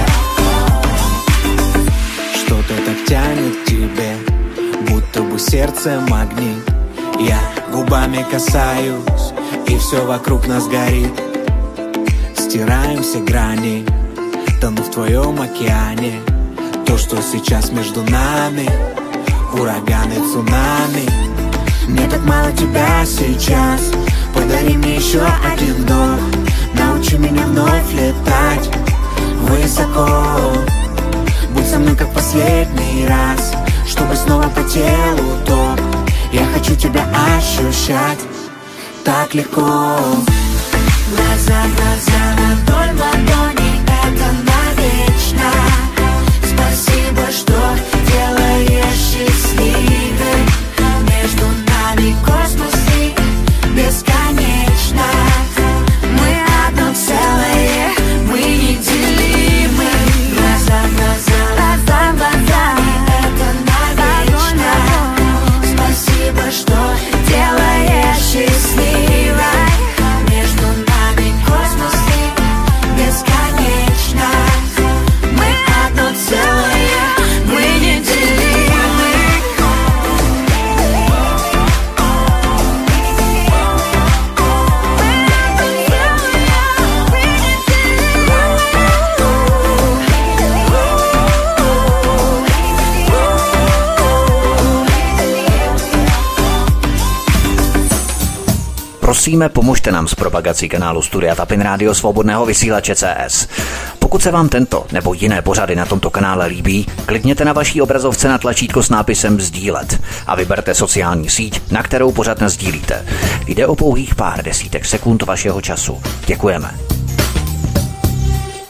Что-то так тянет к тебе, будто бы сердце магнит. Я губами касаюсь, и все вокруг нас горит. Стираем все грани, тону в твоем океане. То, что сейчас между нами, ураганы, цунами. Мне так мало тебя сейчас, подари мне еще один вдох. Научи меня вновь летать высоко. Будь со мной как последний раз, чтобы снова по телу ток. Я хочу тебя ощущать так легко. Глаза в глаза, ладонь в ладони, это навечно. Спасибо, что делаешь счастливой. Между нами космосы бесконечно. Мы одно целое, мы неделимы. Глаза в глаза, это навечно. Спасибо, что делаешь счастливой. Между нами космосы бесконечно. Мы одно целое, мы неделимы. Prosíme, pomožte nám s propagací kanálu Studia Tapin Rádio Svobodného vysílače CS. Pokud se vám tento nebo jiné pořady na tomto kanále líbí, klikněte na vaší obrazovce na tlačítko s nápisem sdílet a vyberte sociální síť, na kterou pořad nasdílíte. Jde o pouhých pár desítek sekund vašeho času. Děkujeme.